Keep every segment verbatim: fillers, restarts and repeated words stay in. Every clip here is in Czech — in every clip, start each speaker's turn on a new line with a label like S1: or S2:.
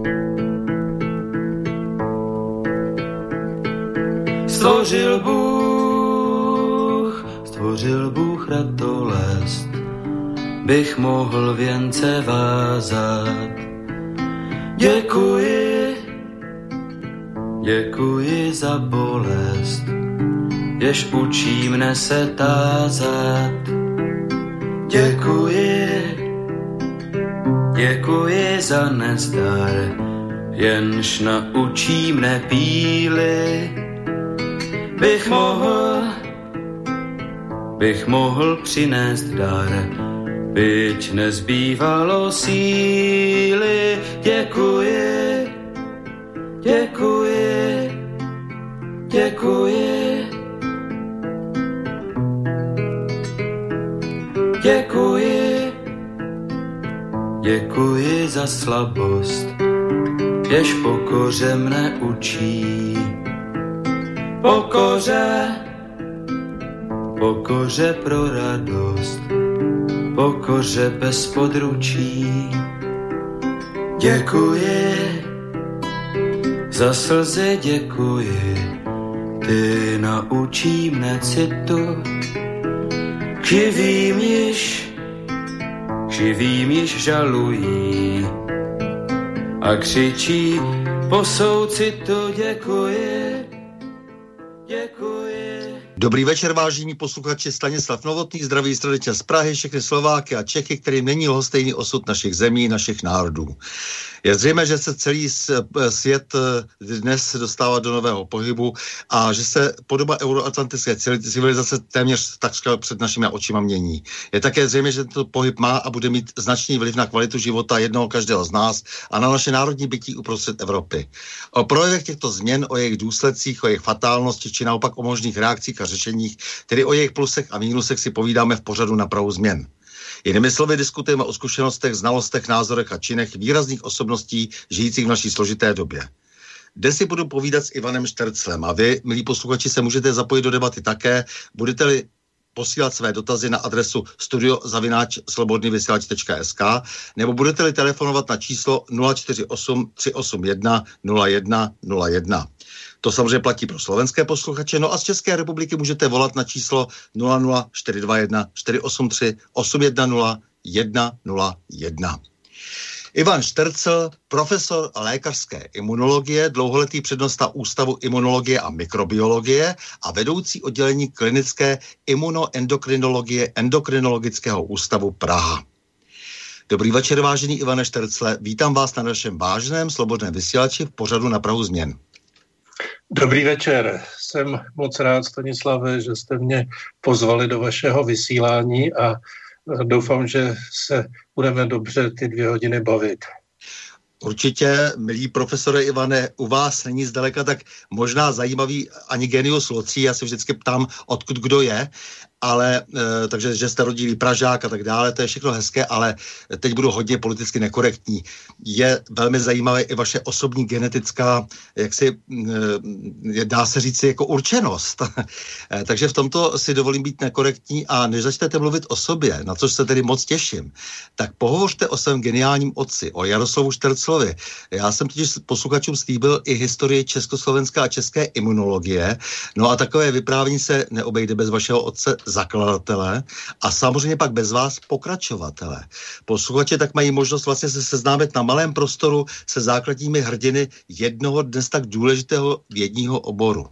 S1: Stvořil Bůh, stvořil Bůh ratolest, bych mohl věnce vázat. Děkuji, děkuji za bolest, jež učí mne se tázat. Děkuji, děkuji za nezdar, jenž naučí mne píly. Bych mohl, bych mohl přinést dar, byť nezbývalo síly. Děkuji, děkuji, děkuji, děkuji, děkuji za slabost, jež pokoře mne učí. Pokoře, pokoře pro radost, pokoře bez područí. Děkuji, za slzy děkuji, ty naučí mne citu. K živým již, k živým již žalují a křičí po soucitu. Děkuji, děkuji.
S2: Dobrý večer, vážení posluchači, Stanislav Novotný, zdraví srdečně z Prahy, všechny Slováky a Čechy, kterým není lhostejný osud našich zemí, našich národů. Je zřejmé, že se celý svět dnes dostává do nového pohybu a že se podoba euroatlantické civilizace téměř takřka před našimi očima mění. Je také zřejmé, že tento pohyb má a bude mít značný vliv na kvalitu života jednoho každého z nás a na naše národní bytí uprostřed Evropy. O projevech těchto změn, o jejich důsledcích, o jejich fatálnosti či naopak o možných reakcích a řešeních, tedy o jejich plusech a mínusech si povídáme v pořadu Na prahu změn. Jinými slovy diskutujeme o zkušenostech, znalostech, názorech a činech výrazných osobností žijících v naší složité době. Dnes si budu povídat s Ivanem Šterclem a vy, milí posluchači, se můžete zapojit do debaty také, budete-li posílat své dotazy na adresu studio zavináč slobodný vysílač tečka es ká nebo budete-li telefonovat na číslo nula čtyři osm tři osm jedna nula jedna nula jedna. To samozřejmě platí pro slovenské posluchače, no a z České republiky můžete volat na číslo nula nula čtyři dva jedna čtyři osm tři osm jedna nula jedna nula jedna. Ivan Štercl, profesor lékařské imunologie, dlouholetý přednosta Ústavu imunologie a mikrobiologie a vedoucí oddělení klinické imunoendokrinologie Endokrinologického ústavu Praha. Dobrý večer, vážený Ivane Štercle, vítám vás na našem vážném slobodném vysílači v pořadu Na prahu změn.
S3: Dobrý večer, jsem moc rád, Stanislave, že jste mě pozvali do vašeho vysílání a doufám, že se budeme dobře ty dvě hodiny bavit.
S2: Určitě, milí profesore Ivane, u vás není zdaleka tak možná zajímavý ani genius loci, já se vždycky ptám, odkud kdo je, ale, e, takže, že jste rodilý Pražák a tak dále, to je všechno hezké, ale teď budu hodně politicky nekorektní. Je velmi zajímavé i vaše osobní genetická, jak si, e, dá se říct, jako určenost. e, takže v tomto si dovolím být nekorektní a než začnete mluvit o sobě, na což se tedy moc těším, tak pohovořte o svém geniálním otci, o Jaroslavu Šterclovi. Já jsem totiž posluchačům slíbil i historii československé a české imunologie, no a takové vyprávění se neobejde bez vašeho otce zakladatele a samozřejmě pak bez vás pokračovatele. Posluchači tak mají možnost vlastně se seznámit na malém prostoru se základními hrdiny jednoho dnes tak důležitého vědního oboru.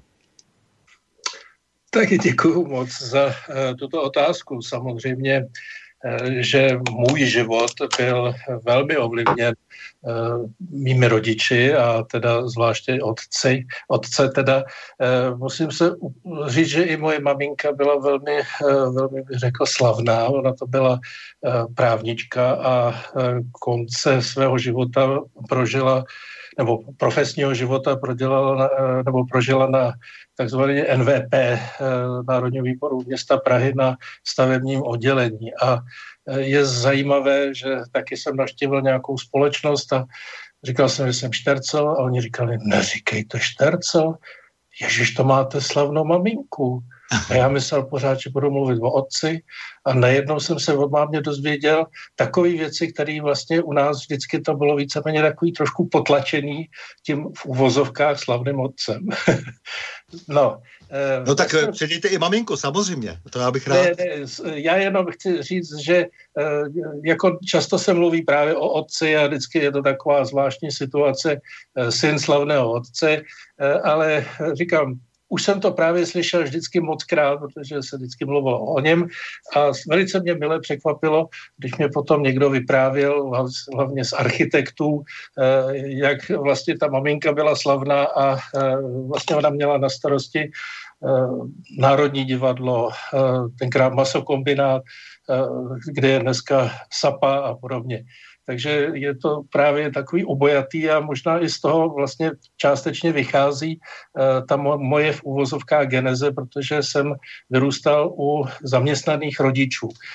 S3: Taky děkuju moc za uh, tuto otázku. Samozřejmě, uh, že můj život byl velmi ovlivněn uh, mými rodiči a teda zvláště otci. Otce teda uh, musím se říct, že i moje maminka byla velmi, uh, velmi bych řekl, slavná. Ona to byla uh, právnička a uh, konce svého života prožila nebo profesního života prodělala na, nebo prožila na takzvané N V P, Národního výboru města Prahy, na stavebním oddělení. A je zajímavé, že taky jsem navštívil nějakou společnost a říkal jsem, že jsem Štercl a oni říkali, neříkej to Štercl, ježiš, to máte slavnou maminku. A já myslel pořád, že budu mluvit o otci a najednou jsem se od mámě dozvěděl takové věci, které vlastně u nás vždycky to bylo víceméně takový trošku potlačený tím v uvozovkách slavným otcem. no.
S2: No tak jsem... předejte i maminku, samozřejmě, to já bych rád.
S3: Ne, ne, já jenom chci říct, že jako často se mluví právě o otci a vždycky je to taková zvláštní situace, syn slavného otce, ale říkám, už jsem to právě slyšel vždycky mockrát, protože se vždycky mluvilo o něm a velice mě mile překvapilo, když mě potom někdo vyprávěl, hlavně z architektů, jak vlastně ta maminka byla slavná a vlastně ona měla na starosti Národní divadlo, tenkrát masokombinát, kde je dneska Sapa a podobně. Takže je to právě takový obojatý a možná i z toho vlastně částečně vychází uh, ta mo- moje v úvozovkách geneze, protože jsem vyrůstal u zaměstnaných rodičů. Uh,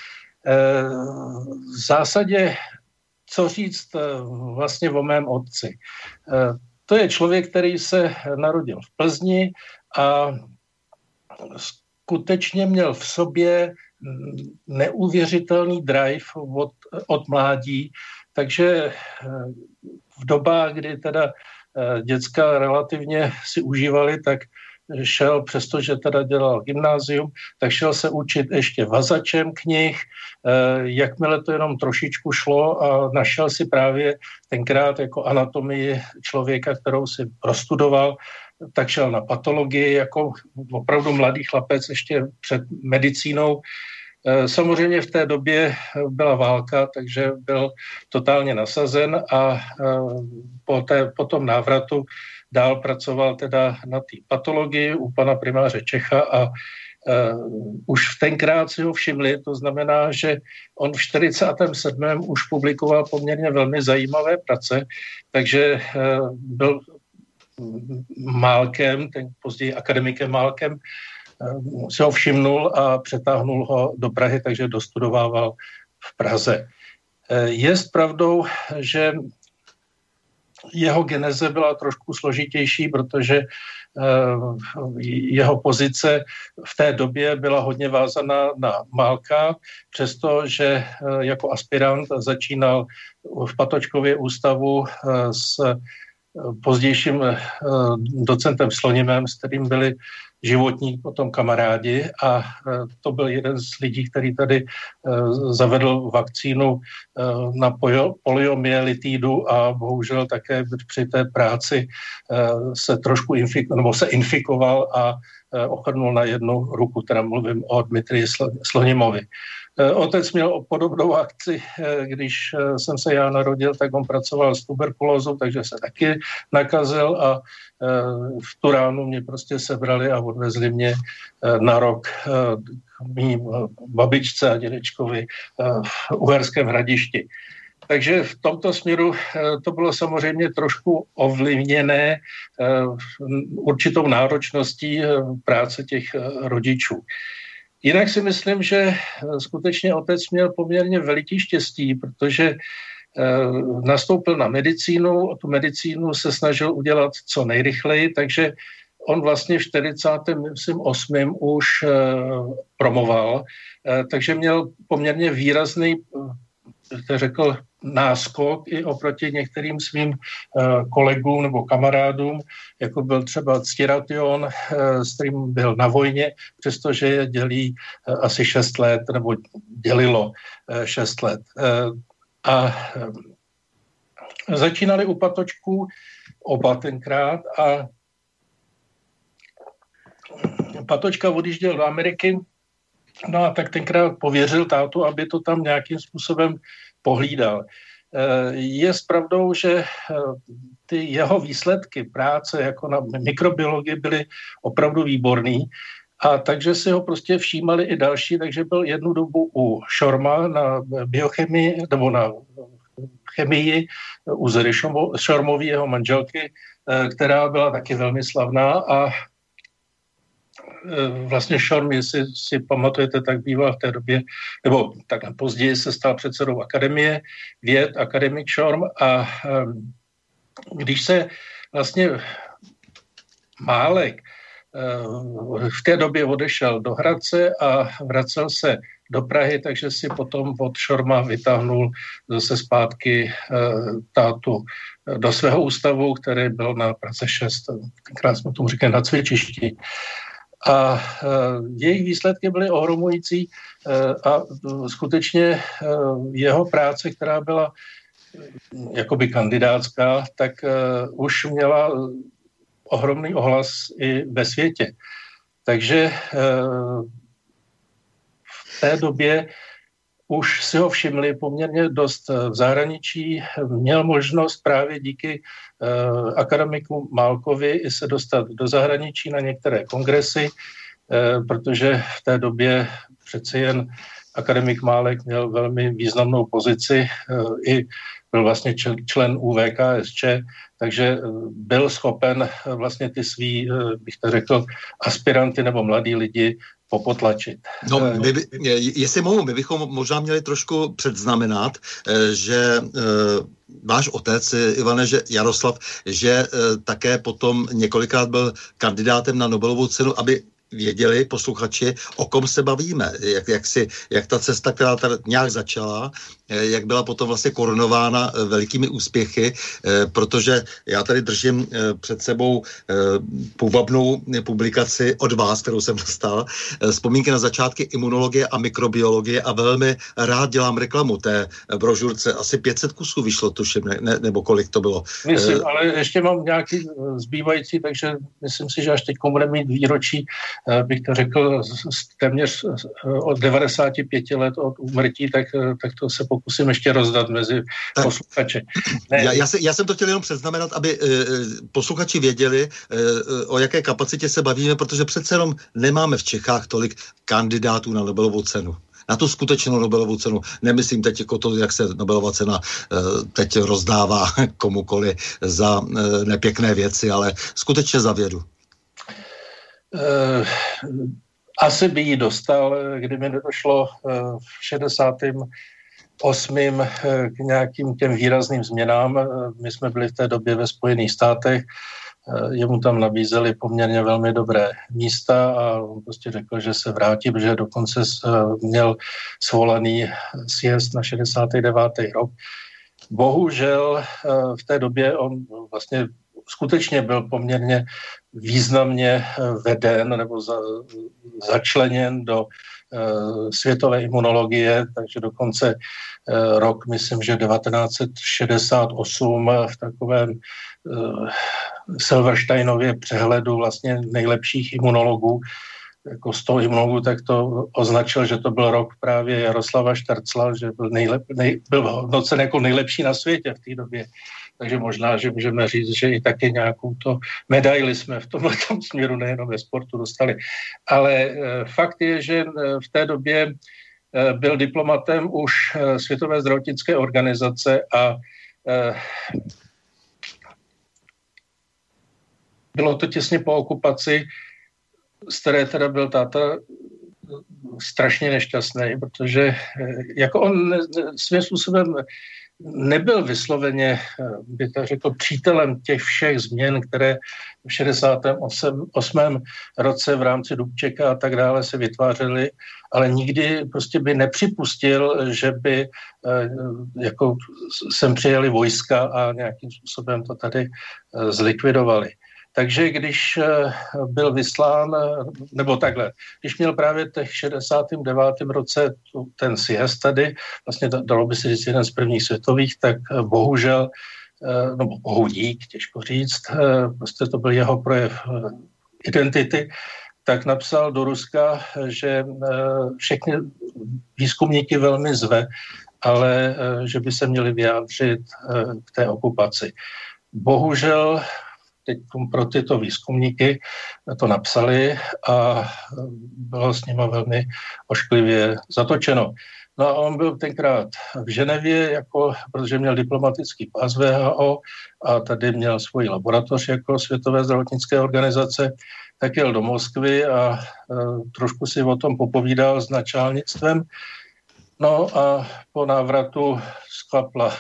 S3: v zásadě, co říct uh, vlastně o mém otci. Uh, to je člověk, který se narodil v Plzni a skutečně měl v sobě neuvěřitelný drive od, od mládí, takže v dobách, kdy teda děcka relativně si užívali, tak šel, přestože teda dělal gymnázium, tak šel se učit ještě vazačem knih, jakmile to jenom trošičku šlo a našel si právě tenkrát jako anatomii člověka, kterou si prostudoval, tak šel na patologii jako opravdu mladý chlapec ještě před medicínou. Samozřejmě v té době byla válka, takže byl totálně nasazen a po, té, po tom návratu dál pracoval teda na té patologii u pana primáře Čecha a uh, už v tenkrát si ho všimli, to znamená, že on v čtyřicátém sedmém už publikoval poměrně velmi zajímavé prace, takže uh, byl Málkem, ten později akademikem Málkem, uh, si ho všimnul a přetáhnul ho do Prahy, takže dostudovával v Praze. Uh, je pravdou, že jeho geneze byla trošku složitější, protože uh, jeho pozice v té době byla hodně vázaná na Málka, přestože uh, jako aspirant začínal v Patočkově ústavu uh, s uh, pozdějším uh, docentem Slonimem, s kterým byli životní potom kamarádi a uh, to byl jeden z lidí, který tady uh, zavedl vakcínu uh, na poliomyelitidu a bohužel také při té práci uh, se trošku infiko, nebo se infikoval a uh, ochrnul na jednu ruku, teda mluvím o Dmitriji Slonimovi. Uh, otec měl podobnou akci, uh, když uh, jsem se já narodil, tak on pracoval s tuberkulózou, takže se taky nakazil a v tu ránu mě prostě sebrali a odvezli mě na rok k mým babičce a dědečkovi v Uherském Hradišti. Takže v tomto směru to bylo samozřejmě trošku ovlivněné určitou náročností práce těch rodičů. Jinak si myslím, že skutečně otec měl poměrně veliký štěstí, protože nastoupil na medicínu, tu medicínu se snažil udělat co nejrychleji, takže on vlastně v čtyřicátém osmém už promoval, takže měl poměrně výrazný, to řekl, náskok i oproti některým svým kolegům nebo kamarádům, jako byl třeba Ctiration, s kterým byl na vojně, přestože je dělí asi šest let, nebo dělilo šest let. A začínali u Patočků oba tenkrát a Patočka odjížděl do Ameriky, no a tak tenkrát pověřil tátu, aby to tam nějakým způsobem pohlídal. Je pravdou, že ty jeho výsledky práce jako na mikrobiologii byly opravdu výborný, a takže si ho prostě všímali i další, takže byl jednu dobu u Šorma na biochemii, nebo na chemii u Zery Šormový, jeho manželky, která byla taky velmi slavná a vlastně Šorm, jestli si pamatujete, tak býval v té době, nebo takhle později se stal předsedou Akademie věd, akademik Šorm a když se vlastně Málek v té době odešel do Hradce a vracel se do Prahy, takže si potom od Šorma vytáhnul zase zpátky tátu do svého ústavu, který byl na Praze šest, tenkrát jsme tomu říkali na cvičišti. A jejich výsledky byly ohromující a skutečně jeho práce, která byla jakoby kandidátská, tak už měla ohromný ohlas i ve světě. Takže v té době už si ho všimli poměrně dost v zahraničí. Měl možnost právě díky uh, akademiku Málkovi se dostat do zahraničí na některé kongresy, uh, protože v té době přeci jen akademik Málek měl velmi významnou pozici, uh, i byl vlastně člen U V K S Č, takže byl schopen vlastně ty svý, uh, bych to řekl, aspiranty nebo mladí lidi popotlačit.
S2: No, my, jestli mohu, my bychom možná měli trošku předznamenat, že váš otec, Ivane, že Jaroslav, že také potom několikrát byl kandidátem na Nobelovu cenu, aby věděli posluchači, o kom se bavíme, jak, jak, si, jak ta cesta, která tady nějak začala, jak byla potom vlastně korunována velikými úspěchy, protože já tady držím před sebou půvabnou publikaci od vás, kterou jsem dostal, vzpomínky na začátky imunologie a mikrobiologie a velmi rád dělám reklamu té brožurce. Asi pět set kusů vyšlo, tuším, ne, ne, nebo kolik to bylo.
S3: Myslím, ale ještě mám nějaký zbývající, takže myslím si, že až teď bude mít výročí, bych to řekl, téměř od devadesát pět let od úmrtí, tak, tak to se pokusím ještě rozdat mezi posluchače. Ne.
S2: Já, já, se, já jsem to chtěl jenom předznamenat, aby uh, posluchači věděli, uh, o jaké kapacitě se bavíme, protože přece jenom nemáme v Čechách tolik kandidátů na Nobelovu cenu. Na tu skutečnou Nobelovu cenu. Nemyslím teď jako to, jak se Nobelova cena uh, teď rozdává komukoli za uh, nepěkné věci, ale skutečně za vědu.
S3: Uh, asi by ji dostal, kdyby nedošlo uh, v šedesátém osmém k nějakým těm výrazným změnám. My jsme byli v té době ve Spojených státech, jemu tam nabízeli poměrně velmi dobré místa a on prostě řekl, že se vrátí, protože dokonce měl svolaný sjezd na šedesátý devátý rok. Bohužel v té době on vlastně skutečně byl poměrně významně veden nebo za, začleněn do uh, světové imunologie, takže dokonce uh, rok, myslím, že devatenáct set šedesát osm v takovém uh, Silversteinově přehledu vlastně nejlepších imunologů, jako sto imunologů, tak to označil, že to byl rok právě Jaroslava Štercla, že byl, nejlep, nej, byl hodnocen jako nejlepší na světě v té době. Takže možná, že můžeme říct, že i taky nějakou to medaili jsme v tomhletom směru nejenom ve sportu dostali. Ale e, fakt je, že v té době e, byl diplomatem už e, Světové zdravotnické organizace a e, bylo to těsně po okupaci, z které teda byl táta strašně nešťastný, protože e, jako on ne, svým způsobem nebyl vysloveně, by tak řekl, přítelem těch všech změn, které v šedesátém osmém roce v rámci Dubčeka a tak dále se vytvářely, ale nikdy prostě by nepřipustil, že by jako sem přijeli vojska a nějakým způsobem to tady zlikvidovali. Takže když byl vyslán, nebo takhle, když měl právě těch šedesátém devátém roce ten sjezd tady, vlastně dalo by se říct jeden z prvních světových, tak bohužel, no bohu dík, těžko říct, prostě to byl jeho projev identity, tak napsal do Ruska, že všechny výzkumníky velmi zve, ale že by se měli vyjádřit k té okupaci. Bohužel teď pro tyto výzkumníky to napsali a bylo s nimi velmi ošklivě zatočeno. No a on byl tenkrát v Ženevě, jako, protože měl diplomatický pás V H O a tady měl svoji laboratoř jako Světové zdravotnické organizace, tak jel do Moskvy a uh, trošku si o tom popovídal s načálnictvem. No a po návratu sklapla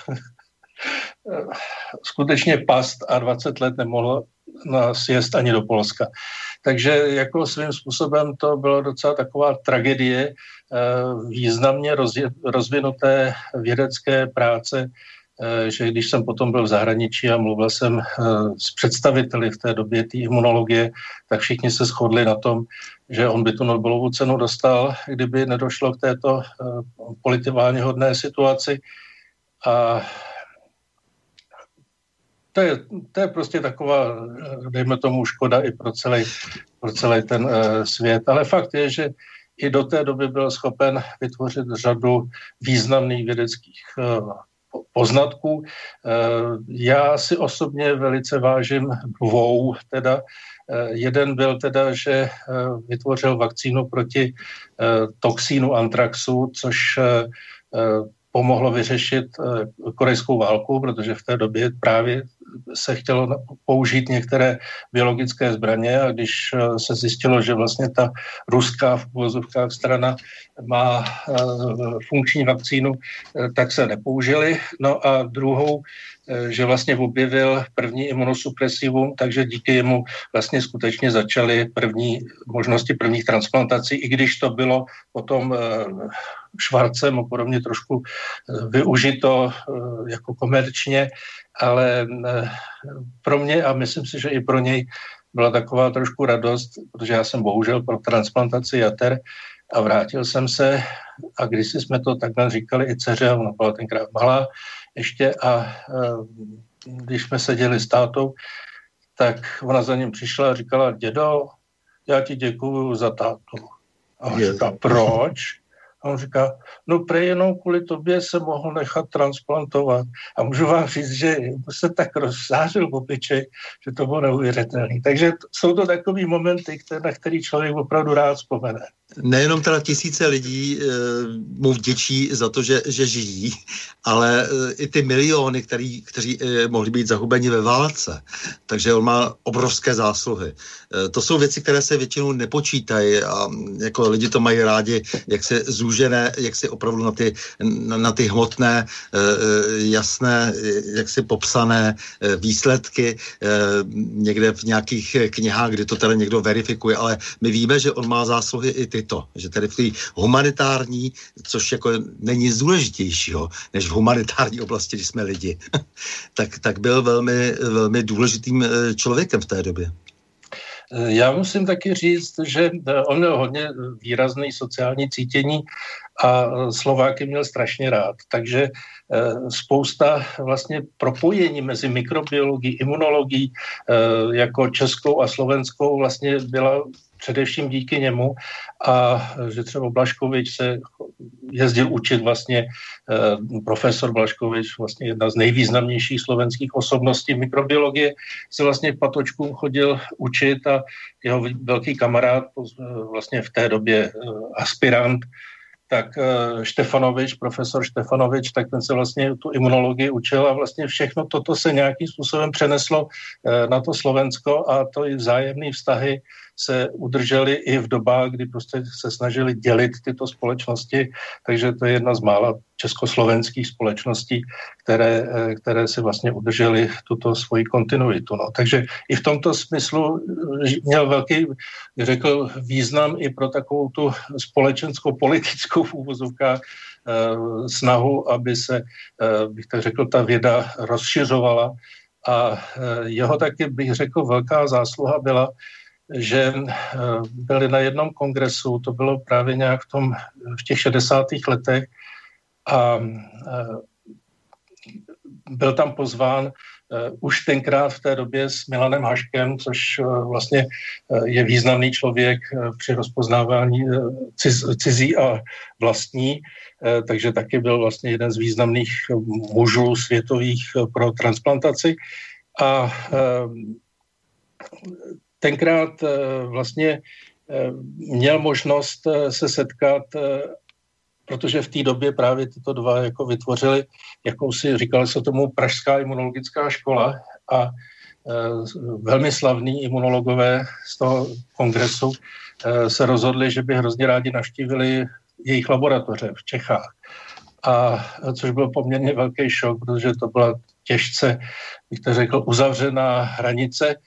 S3: skutečně past a dvacet let nemohl na sjezd ani do Polska. Takže jako svým způsobem to bylo docela taková tragédie významně rozvinuté vědecké práce, že když jsem potom byl v zahraničí a mluvil jsem s představiteli v té době té imunologie, tak všichni se shodli na tom, že on by tu Nobelovu cenu dostal, kdyby nedošlo k této politování hodné situaci. A to je, to je prostě taková, dejme tomu, škoda i pro celý, pro celý ten uh, svět. Ale fakt je, že i do té doby byl schopen vytvořit řadu významných vědeckých uh, poznatků. Uh, já si osobně velice vážím dvou. Teda, uh, jeden byl teda, že uh, vytvořil vakcínu proti uh, toxínu antraxu, což uh, pomohlo vyřešit korejskou válku, protože v té době právě se chtělo použít některé biologické zbraně a když se zjistilo, že vlastně ta ruská v uvozovkách strana má funkční vakcínu, tak se nepoužili. No a druhou, že vlastně objevil první imunosupresivum, takže díky jemu vlastně skutečně začaly první možnosti prvních transplantací, i když to bylo potom Švarcem a podobně trošku využito jako komerčně, ale pro mě a myslím si, že i pro něj byla taková trošku radost, protože já jsem bohužel pro transplantaci jater a vrátil jsem se a když jsme to takhle říkali i dceře, ona byla tenkrát malá ještě a když jsme seděli s tátou, tak ona za ním přišla a říkala, dědo, já ti děkuju za tátu. A on říká, proč? A on říká, no prej jenom kvůli tobě se mohl nechat transplantovat. A můžu vám říct, že se tak rozzářil v obličej, že to bylo neuvěřitelné. Takže jsou to takové momenty, které, na který člověk opravdu rád vzpomene.
S2: Nejenom teda tisíce lidí e, mu vděčí za to, že, že žijí, ale e, i ty miliony, který, kteří e, mohli být zahubeni ve válce. Takže on má obrovské zásluhy. E, to jsou věci, které se většinou nepočítají a jako lidi to mají rádi, jak se zúžené, jak si opravdu na ty, na, na ty hmotné, e, jasné, jak si popsané e, výsledky e, někde v nějakých knihách, kdy to teda někdo verifikuje, ale my víme, že on má zásluhy i ty to, že tady v té humanitární, což jako není nic důležitějšího, než v humanitární oblasti, když jsme lidi, tak, tak byl velmi, velmi důležitým člověkem v té době.
S3: Já musím taky říct, že on měl hodně výrazné sociální cítění a Slováky měl strašně rád. Takže spousta vlastně propojení mezi mikrobiologií, imunologií jako českou a slovenskou vlastně byla především díky němu a že třeba Blaškovič se jezdil učit vlastně, profesor Blaškovič, vlastně jedna z nejvýznamnějších slovenských osobností mikrobiologie, se vlastně k patočkům chodil učit a jeho velký kamarád, vlastně v té době aspirant, tak Štefanovič, profesor Štefanovič, tak ten se vlastně tu imunologii učil a vlastně všechno toto se nějakým způsobem přeneslo na to Slovensko a to i vzájemné vztahy se udržely i v dobách, kdy prostě se snažili dělit tyto společnosti, takže to je jedna z mála československých společností, které, které si vlastně udržely tuto svoji kontinuitu. No. Takže i v tomto smyslu měl velký, řekl, význam i pro takovou tu společenskou, politickou v úvozovkách snahu, aby se, bych tak řekl, ta věda rozšiřovala a jeho taky, bych řekl, velká zásluha byla, že byli na jednom kongresu, to bylo právě nějak v, tom, v těch šedesátých letech a byl tam pozván už tenkrát v té době s Milanem Haškem, což vlastně je významný člověk při rozpoznávání ciz, cizí a vlastní, takže taky byl vlastně jeden z významných mužů světových pro transplantaci a tenkrát vlastně měl možnost se setkat, protože v té době právě tyto dva jako vytvořili jakousi, říkali se tomu Pražská imunologická škola a velmi slavní imunologové z toho kongresu se rozhodli, že by hrozně rádi navštívili jejich laboratoře v Čechách. A což byl poměrně velký šok, protože to byla těžce, bych to řekl, uzavřená hranice.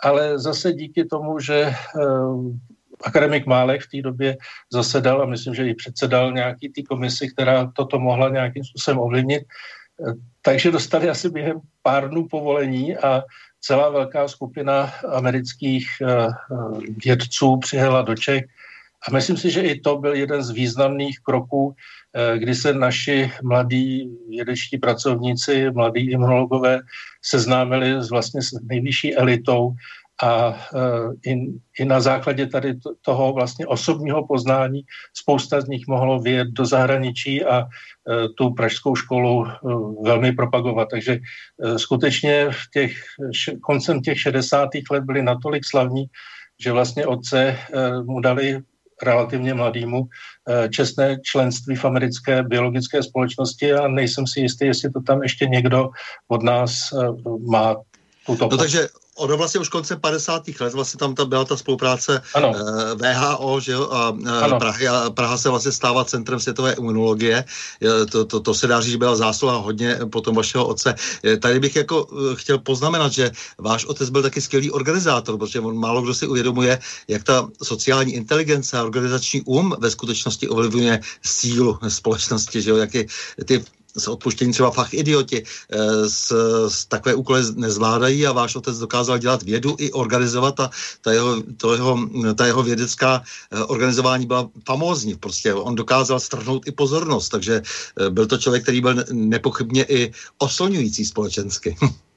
S3: ale zase díky tomu, že akademik Málek v té době zasedal a myslím, že i předsedal nějaký té komisi, která toto mohla nějakým způsobem ovlivnit, takže dostali asi během pár dnů povolení a celá velká skupina amerických vědců přijela do Čech. A myslím si, že i to byl jeden z významných kroků, kdy se naši mladí vědečtí pracovníci, mladí imunologové seznámili s vlastně s nejvyšší elitou a i, i na základě tady toho vlastně osobního poznání spousta z nich mohlo vyjet do zahraničí a tu pražskou školu velmi propagovat. Takže skutečně v těch, koncem těch šedesátých let byli natolik slavní, že vlastně otce mu dali relativně mladému čestné členství v americké biologické společnosti a nejsem si jistý, jestli to tam ještě někdo od nás má tuto...
S2: No takže ono vlastně už koncem padesátých let vlastně tam ta, byla ta spolupráce ano. V H O, že jo, a Prahy, a Praha se vlastně stává centrem světové imunologie. To, to, to se dá říct, že byla zásluha hodně potom vašeho otce. Tady bych jako chtěl poznamenat, že váš otec byl taky skvělý organizátor, protože on málo kdo si uvědomuje, jak ta sociální inteligence a organizační um ve skutečnosti ovlivňuje sílu společnosti, že jo, jak je ty s odpuštěním třeba fach idioti z, z takové úkoly nezvládají a váš otec dokázal dělat vědu i organizovat a ta jeho, to jeho, ta jeho vědecká organizování byla famózní. Prostě on dokázal strhnout i pozornost, takže byl to člověk, který byl nepochybně i oslňující společensky.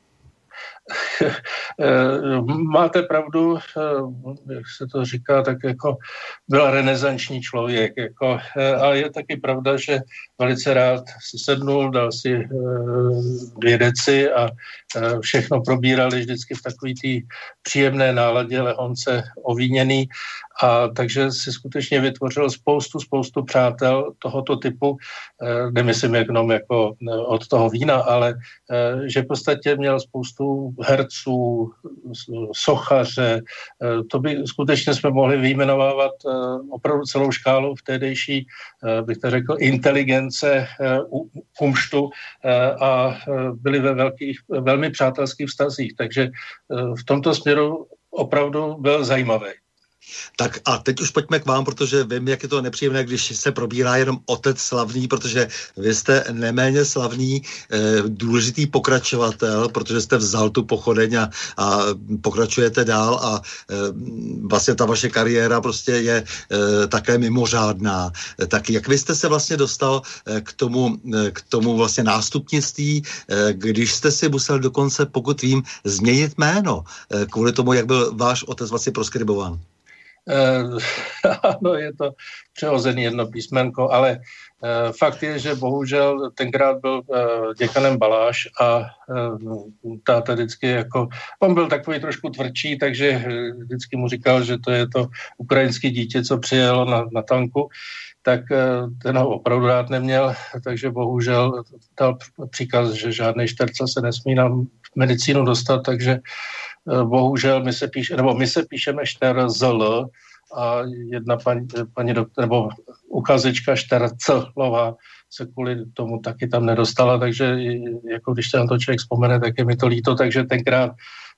S3: Máte pravdu, jak se to říká, tak jako byl renesanční člověk, jako, ale je taky pravda, že velice rád si sednul, dal si dvě deci a všechno probírali vždycky v takový té příjemné náladě, lehonce ovíněný, a takže si skutečně vytvořil spoustu, spoustu přátel tohoto typu, nemyslím jenom jako od toho vína, ale že v podstatě měl spoustu herců, sochaře, to by skutečně jsme mohli vyjmenovávat opravdu celou škálu v tehdejší, bych to řekl, inteligence, kumštu a byli ve velkých, velmi přátelských vztazích, takže v tomto směru opravdu byl zajímavý.
S2: Tak a teď už pojďme k vám, protože vím, jak je to nepříjemné, když se probírá jenom otec slavný, protože vy jste neméně slavný, eh, důležitý pokračovatel, protože jste vzal tu pochodeň a, a pokračujete dál a eh, vlastně ta vaše kariéra prostě je eh, také mimořádná. Eh, tak jak vy jste se vlastně dostal eh, k tomu, eh, k tomu vlastně nástupnictví, eh, když jste si musel dokonce, pokud vím, změnit jméno, eh, kvůli tomu, jak byl váš otec vlastně proskribován?
S3: Uh, ano, je to přehozený jedno písmenko, ale uh, fakt je, že bohužel tenkrát byl uh, děkanem Baláš a uh, táta vždycky jako, on byl takový trošku tvrdší, takže vždycky mu říkal, že to je to ukrajinské dítě, co přijelo na, na tanku, tak uh, ten ho opravdu rád neměl, takže bohužel dal příkaz, že žádný šterca se nesmí na medicínu dostat, takže bohužel my se píše, nebo my se píšeme Šter z L a jedna paní, paní doktor, nebo uchazečka Šterclová se kvůli tomu taky tam nedostala, takže jako když se na to člověk vzpomene, tak je mi to líto, takže tenkrát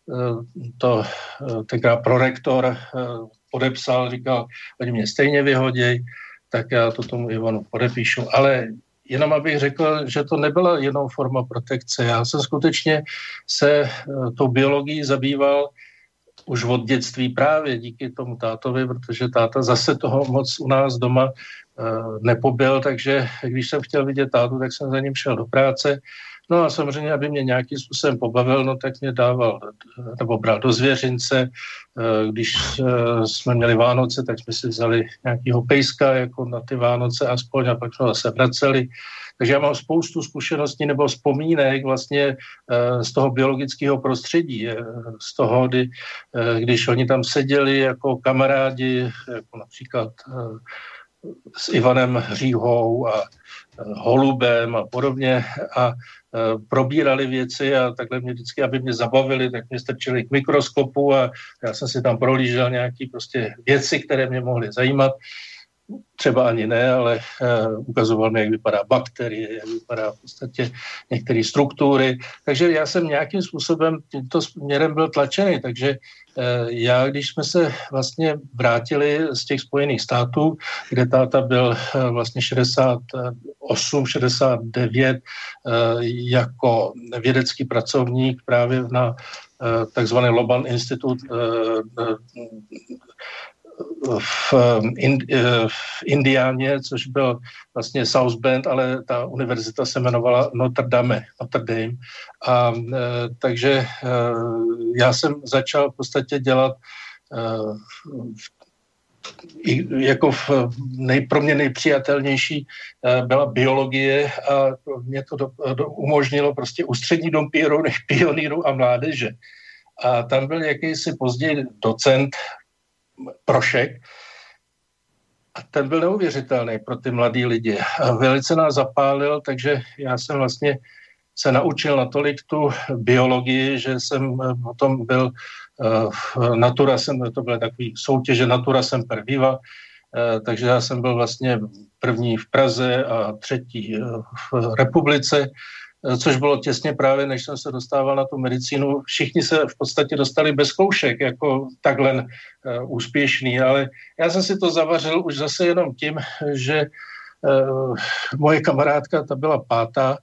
S3: to, tenkrát prorektor podepsal, říkal, oni mě stejně vyhoděj, tak já to tomu Ivanu podepíšu, ale jenom abych řekl, že to nebyla jenom forma protekce. Já jsem skutečně se tou biologií zabýval už od dětství právě díky tomu tátovi, protože táta zase toho moc u nás doma nepobyl, takže když jsem chtěl vidět tátu, tak jsem za ním šel do práce. No a samozřejmě, aby mě nějakým způsobem pobavil, no tak mě dával, nebo bral do zvěřince. Když jsme měli Vánoce, tak jsme si vzali nějakýho pejska jako na ty Vánoce aspoň a pak jsme se vraceli. Takže já mám spoustu zkušeností nebo vzpomínek vlastně z toho biologického prostředí, z toho, kdy, když oni tam seděli jako kamarádi, jako například s Ivanem Hříhou a Holubem a podobně a probírali věci a takhle mě vždycky, aby mě zabavili, tak mě strčili k mikroskopu a já jsem si tam prohlížel nějaké prostě věci, které mě mohly zajímat. třeba ani ne, ale uh, ukazoval mi, jak vypadá bakterie, jak vypadá v podstatě některé struktury. Takže já jsem nějakým způsobem tímto směrem byl tlačený. Takže uh, já, když jsme se vlastně vrátili z těch Spojených států, kde táta byl uh, vlastně šedesát osm šedesát devět uh, jako vědecký pracovník právě na uh, takzvaný Loban Institut uh, v, in, v Indiáně, což byl vlastně South Bend, ale ta univerzita se jmenovala Notre Dame, Notre Dame. A e, takže e, já jsem začal v podstatě dělat e, jako v nej, pro mě nejpřijatelnější e, byla biologie a mě to do, do, umožnilo prostě ústřední dom pionýrů a mládeže. A tam byl jakýsi později docent Prošek a ten byl neuvěřitelný pro ty mladý lidi. A velice nás zapálil, takže já jsem vlastně se naučil natolik tu biologii, že jsem potom byl uh, Natura, jsem, to byly takové soutěže Natura Semper Viva, uh, takže já jsem byl vlastně první v Praze a třetí uh, v republice, což bylo těsně právě, než jsem se dostával na tu medicínu. Všichni se v podstatě dostali bez zkoušek, jako takhle uh, úspěšný, ale já jsem si to zavařil už zase jenom tím, že uh, moje kamarádka, ta byla pátá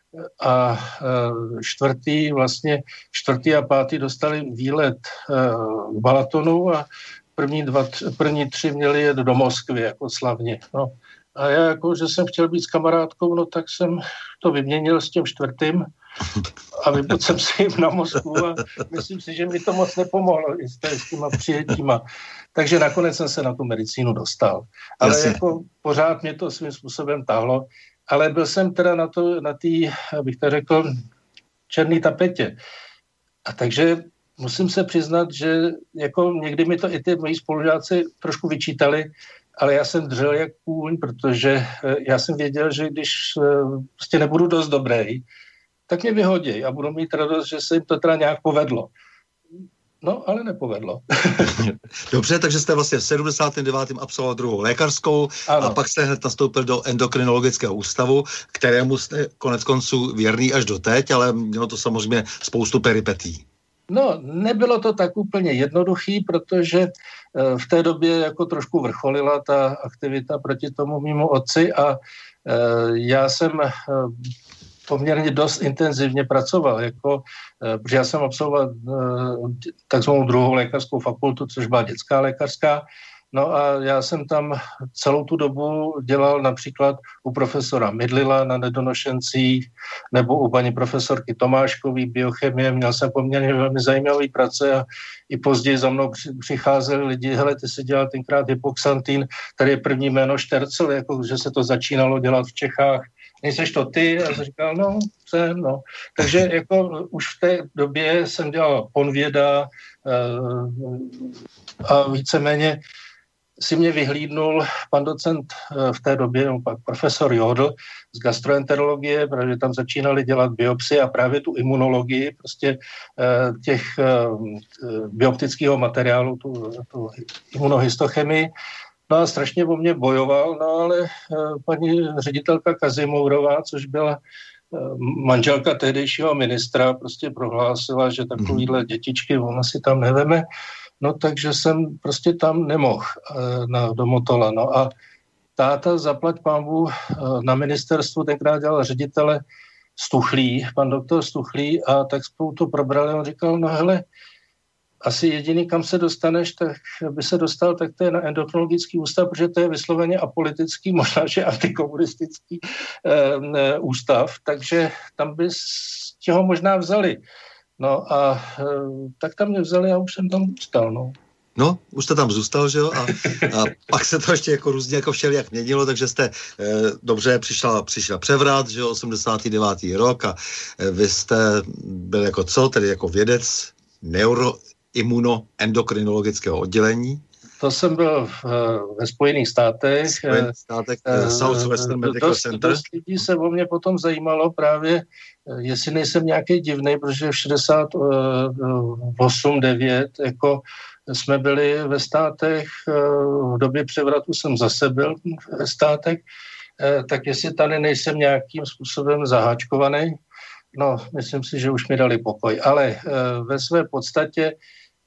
S3: a uh, čtvrtý, vlastně čtvrtý a pátý dostali výlet uh, k Balatonu a první, dva, první tři měli jet do Moskvy, jako slavně, no. A já jako, že jsem chtěl být s kamarádkou, no tak jsem to vyměnil s tím čtvrtým a vypůjď jsem si jim na Moskvu a myslím si, že mi to moc nepomohlo i s, s těma přijetíma. Takže nakonec jsem se na tu medicínu dostal. Ale Jasně. jako pořád mě to svým způsobem tahlo, ale byl jsem teda na to, na té, abych to řekl, černý tapetě. A takže musím se přiznat, že jako někdy mi to i ty moji spolužáci trošku vyčítali, ale já jsem dřel jak kůň, protože já jsem věděl, že když prostě nebudu dost dobrý, tak mě vyhodí a budu mít radost, že se jim to teda nějak povedlo. No, ale nepovedlo.
S2: Dobře, takže jste vlastně v sedmdesátém devátém absolvoval druhou lékařskou ano. A pak jste hned nastoupil do endokrinologického ústavu, kterému jste konec konců věrný až doteď, ale mělo to samozřejmě spoustu peripetí.
S3: No, nebylo to tak úplně jednoduchý, protože v té době jako trošku vrcholila ta aktivita proti tomu mému otci a já jsem poměrně dost intenzivně pracoval, jako, protože já jsem absolvoval takzvanou druhou lékařskou fakultu, což byla dětská lékařská. No a já jsem tam celou tu dobu dělal například u profesora Mydlila na nedonošencích nebo u paní profesorky Tomáškový biochemie. Měl jsem poměrně velmi zajímavý práce a i později za mnou přicházeli lidi, hele, ty si dělal tenkrát hypoxantin, tady je první jméno Štercel, jako že se to začínalo dělat v Čechách. Nejseš to ty? A jsem říkal, no, jsem, no. Takže jako už v té době jsem dělal ponvěda a víceméně si mě vyhlídnul pan docent v té době, no, pak profesor Jodl z gastroenterologie, protože tam začínali dělat biopsie a právě tu imunologii, prostě těch bioptického materiálu, tu, tu imunohistochemii. No a strašně o mě bojoval, no ale paní ředitelka Kazimourová, což byla manželka tehdejšího ministra, prostě prohlásila, že takovýhle dětičky ona si tam neveme. No takže jsem prostě tam nemohl na, do Motola. No a táta zaplať pánbůh na ministerstvu tenkrát dělal ředitele Stuchlý, pan doktor Stuchlý a tak spolu to probrali. On říkal, no hele, asi jediný, kam se dostaneš, tak by se dostal, tak to je na endokrinologický ústav, protože to je vysloveně apolitický, možná, že antikomunistický e, ústav, takže tam by ho možná vzali. No a e, tak tam mě vzali a už jsem tam zůstal, no.
S2: No, už jste tam zůstal, že jo? A, a pak se to ještě jako různě jako všelijak měnilo, takže jste, e, dobře, přišla, přišla převrat, že jo, osmdesátý devátý rok a e, vy jste byl jako co, tedy jako vědec neuro imunoendokrinologického oddělení.
S3: to jsem byl v, ve Spojených státech.
S2: Spojených státech, uh, Southwestern Medical
S3: dost,
S2: Center.
S3: Dost lidí se o mě potom zajímalo právě, jestli nejsem nějaký divný, protože v šedesát osm devět jako jsme byli ve státech, v době převratu jsem zase byl ve státech, tak jestli tady nejsem nějakým způsobem zaháčkovaný, no, myslím si, že už mi dali pokoj. Ale ve své podstatě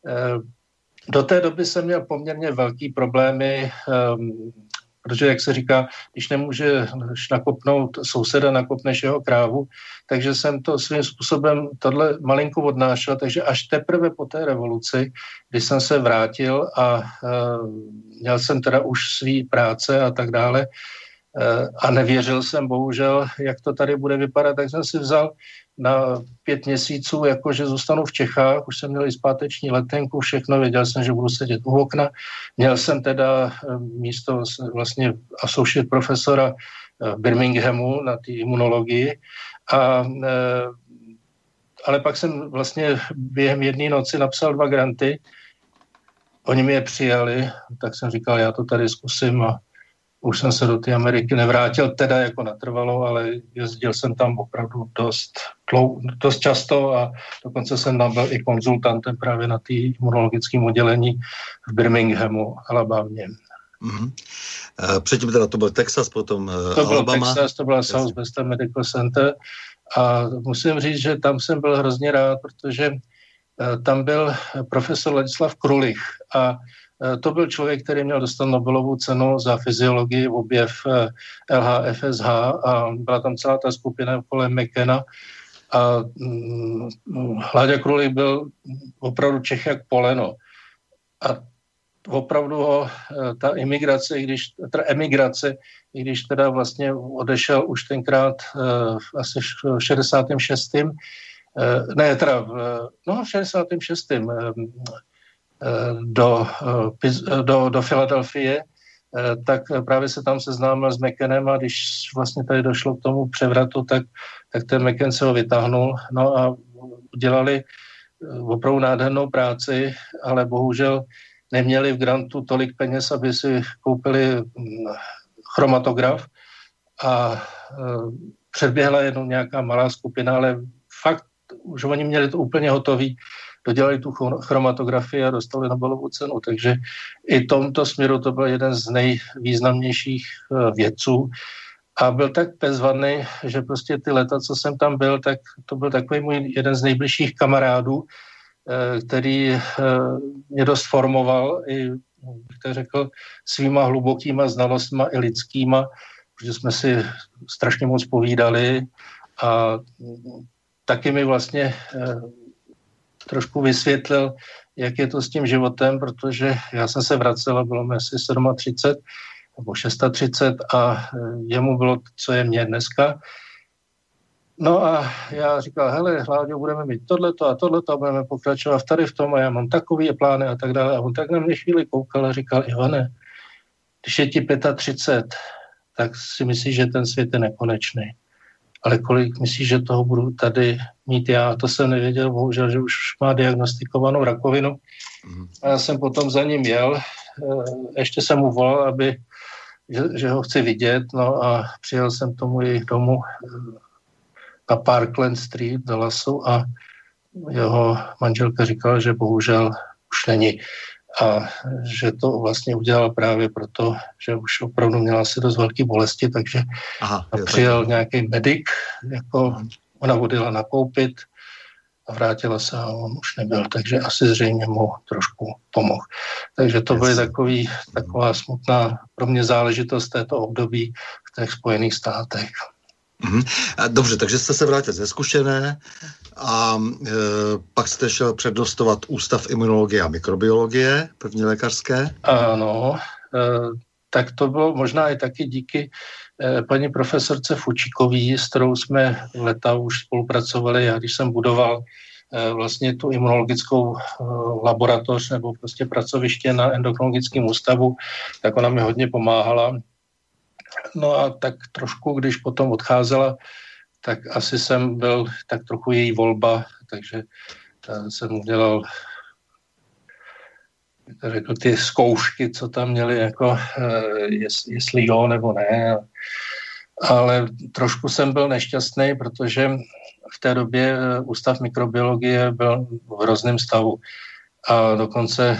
S3: do té doby jsem měl poměrně velký problémy, protože, jak se říká, když nemůžeš nakopnout souseda, nakopneš jeho krávu, takže jsem to svým způsobem tohle malinko odnášel, takže až teprve po té revoluci, kdy jsem se vrátil a měl jsem teda už svý práce a tak dále a nevěřil jsem bohužel, jak to tady bude vypadat, tak jsem si vzal na pět měsíců, jakože zůstanu v Čechách, už jsem měl i zpáteční letenku, všechno, věděl jsem, že budu sedět u okna. Měl jsem teda místo vlastně associate profesora v Birminghamu na té imunologii, a, ale pak jsem vlastně během jedné noci napsal dva granty, oni mi je přijali, tak jsem říkal, já to tady zkusím a už jsem se do té Ameriky nevrátil, teda jako natrvalo, ale jezdil jsem tam opravdu dost, dlou, dost často a dokonce jsem tam byl i konzultantem právě na té imunologickém oddělení v Birminghamu, Alabamě.
S2: Mm-hmm. Předtím teda to byl Texas, potom
S3: to
S2: Alabama.
S3: To byl Texas, to byla Southwestern Medical Center a musím říct, že tam jsem byl hrozně rád, protože tam byl profesor Ladislav Krulich a to byl člověk, který měl dostat Nobelovu cenu za fyziologii, objev L H F S H a byla tam celá ta skupina kolem McKenna a Láďa Krulich byl opravdu Čech jak poleno. A opravdu ho ta imigrace, i když, ta emigrace, i když teda vlastně odešel už tenkrát asi v šedesátém šestém ne, teda no v šedesátém šestém Do, do, do Filadelfie, tak právě se tam seznámil s McKennem a když vlastně tady došlo k tomu převratu, tak, tak ten McKen se ho vytáhnul. No a udělali opravdu nádhernou práci, ale bohužel neměli v grantu tolik peněz, aby si koupili chromatograf a předběhla jenom nějaká malá skupina, ale fakt, už oni měli to úplně hotový, dodělali tu chromatografii a dostali Nobelovu cenu. Takže i tomto směru to byl jeden z nejvýznamnějších vědců. A byl tak bezvadný, že prostě ty leta, co jsem tam byl, tak to byl takový můj jeden z nejbližších kamarádů, který mě dost formoval i, bych řekl, svýma hlubokýma znalostma i lidskýma, protože jsme si strašně moc povídali a taky mi vlastně trošku vysvětlil, jak je to s tím životem, protože já jsem se vracel, bylo mi asi třicet sedm nebo třicet šest a jemu bylo, co je mně dneska. No a já říkal, hele, Hláďo, budeme mít tohleto a tohleto a budeme pokračovat tady v tom a já mám takový plány a tak dále. A on tak na mě chvíli koukal a říkal, Ivane, když je ti třicet pět, tak si myslíš, že ten svět je nekonečný. Ale kolik myslíš, že toho budu tady mít já? A to jsem nevěděl, bohužel, že už má diagnostikovanou rakovinu. A já jsem potom za ním jel. Ještě jsem mu volal, aby, že, že ho chci vidět. No a přijel jsem tomu jejich domu na Parkland Street do Lasu a jeho manželka říkala, že bohužel už není. A že to vlastně udělal právě proto, že už opravdu měla asi dost velké bolesti, takže Aha, přijel tak. nějaký medic, jako ona odjela nakoupit a vrátila se a on už nebyl, takže asi zřejmě mu trošku pomohl. Takže to byly takový, taková smutná pro mě záležitost této období v těch Spojených státech.
S2: Mm-hmm. Dobře, takže jste se vrátil ze zkušené a e, pak jste šel přednostovat Ústav imunologie a mikrobiologie, první lékařské.
S3: Ano, e, tak to bylo možná i taky díky e, paní profesorce Fučíkový, s kterou jsme leta už spolupracovali. Já když jsem budoval e, vlastně tu imunologickou e, laboratoř nebo prostě pracoviště na endokrinologickém ústavu, tak ona mi hodně pomáhala. No a tak trošku, když potom odcházela, tak asi jsem byl tak trochu její volba, takže jsem udělal řekl, ty zkoušky, co tam měli, jako jest, jestli jo nebo ne. Ale trošku jsem byl nešťastný, protože v té době Ústav mikrobiologie byl v hrozném stavu. A dokonce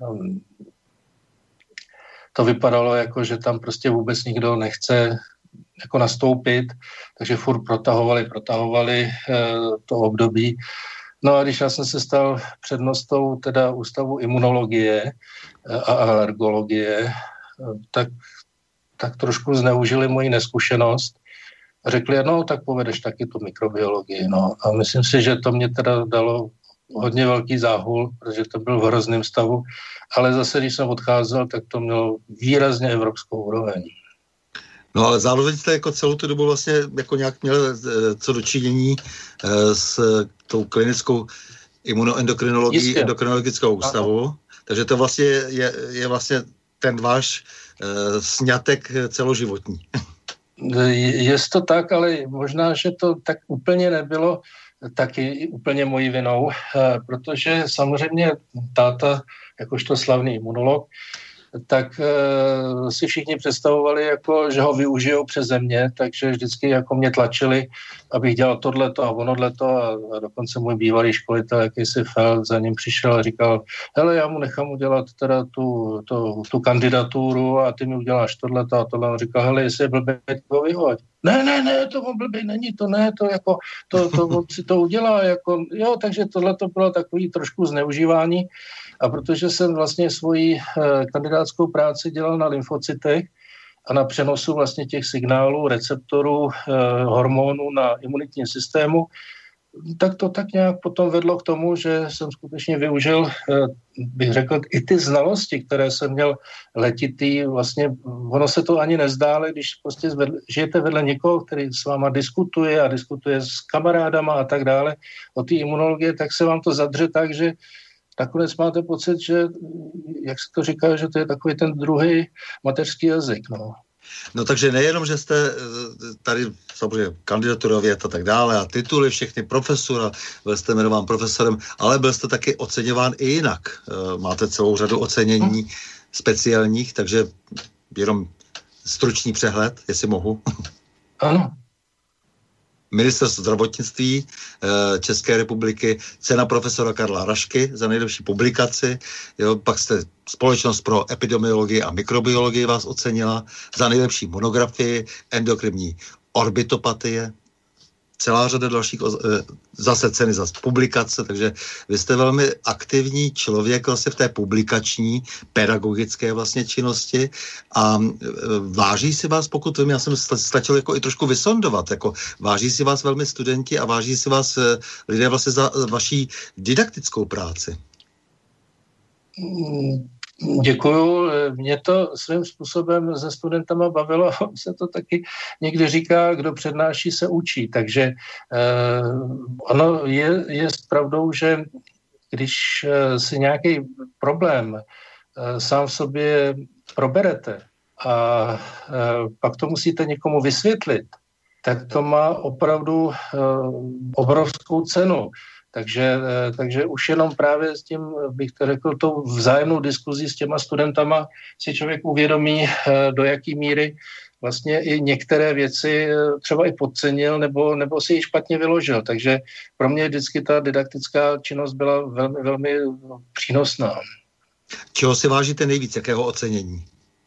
S3: to vypadalo jako, že tam prostě vůbec nikdo nechce jako nastoupit, takže furt protahovali, protahovali to období. No a když já jsem se stal přednostou teda Ústavu imunologie a alergologie, tak, tak trošku zneužili moji neskušenost a řekli, no tak povedeš taky tu mikrobiologii. No. A myslím si, že to mě teda dalo hodně velký záhul, protože to byl v hrozném stavu, ale zase, když jsem odcházel, tak to mělo výrazně evropskou úroveň.
S2: No ale zároveň jste jako celou tu dobu vlastně jako nějak měl co dočinění s tou klinickou imunoendokrinologií endokrinologického ústavu, a, takže to vlastně je, je vlastně ten váš uh, sňatek celoživotní.
S3: Je to tak, ale možná, že to tak úplně nebylo taky úplně mojí vinou, uh, protože samozřejmě táta, jakožto slavný imunolog, tak e, si všichni představovali, jako, že ho využijou přeze mě, takže vždycky jako mě tlačili, abych dělal tohleto a onodleto a, a dokonce můj bývalý školitel, jakýsi Feld, za ním přišel a říkal, hele, já mu nechám udělat teda tu, tu, tu kandidaturu a ty mi uděláš tohleto a tohle. On říkal, hele, jestli je blbý, to vyhoď. Ne, ne, ne, to on blbý není, to ne, to jako, to, to on si to udělá, jako, jo, takže tohleto bylo takový trošku zneužívání. A protože jsem vlastně svoji e, kandidátskou práci dělal na lymfocytech a na přenosu vlastně těch signálů, receptorů, e, hormonů na imunitním systému, tak to tak nějak potom vedlo k tomu, že jsem skutečně využil, e, bych řekl, i ty znalosti, které jsem měl letitý. Vlastně ono se to ani nezdá, ale když prostě zvedl, žijete vedle někoho, který s váma diskutuje a diskutuje s kamarádama a tak dále o té imunologie, tak se vám to zadře tak, že nakonec máte pocit, že, jak se to říká, že to je takový ten druhý mateřský jazyk. No,
S2: no takže nejenom, že jste tady samozřejmě kandidaturovět a tak dále a tituly, všechny profesora, byl jste jmenován profesorem, ale byl jste taky oceňován i jinak. Máte celou řadu ocenění hmm. speciálních, takže jenom stručný přehled, jestli mohu.
S3: Ano.
S2: Ministerstvo zdravotnictví České republiky, cena profesora Karla Rašky za nejlepší publikaci, jo, pak jste Společnost pro epidemiologii a mikrobiologii vás ocenila za nejlepší monografii, endokrinní orbitopatie, celá řada dalších zase ceny za publikace, takže vy jste velmi aktivní člověk vlastně v té publikační, pedagogické vlastně činnosti a váží si vás, pokud vím, já jsem stačil jako i trošku vysondovat, jako váží si vás velmi studenti a váží si vás lidé vlastně za vaší didaktickou práci.
S3: Mm. Děkuju. Mě to svým způsobem se studentama bavilo. Se to taky někdy říká, kdo přednáší, se učí. Takže eh, ono je, je pravdou, že když eh, si nějaký problém eh, sám v sobě proberete a eh, pak to musíte někomu vysvětlit, tak to má opravdu eh, obrovskou cenu. Takže, takže už jenom právě s tím, bych to řekl, tou vzájemnou diskuzí s těma studentama si člověk uvědomí, do jaký míry vlastně i některé věci třeba i podcenil nebo, nebo si ji špatně vyložil. Takže pro mě vždycky ta didaktická činnost byla velmi, velmi přínosná.
S2: Čeho si vážíte nejvíc? Jakého ocenění?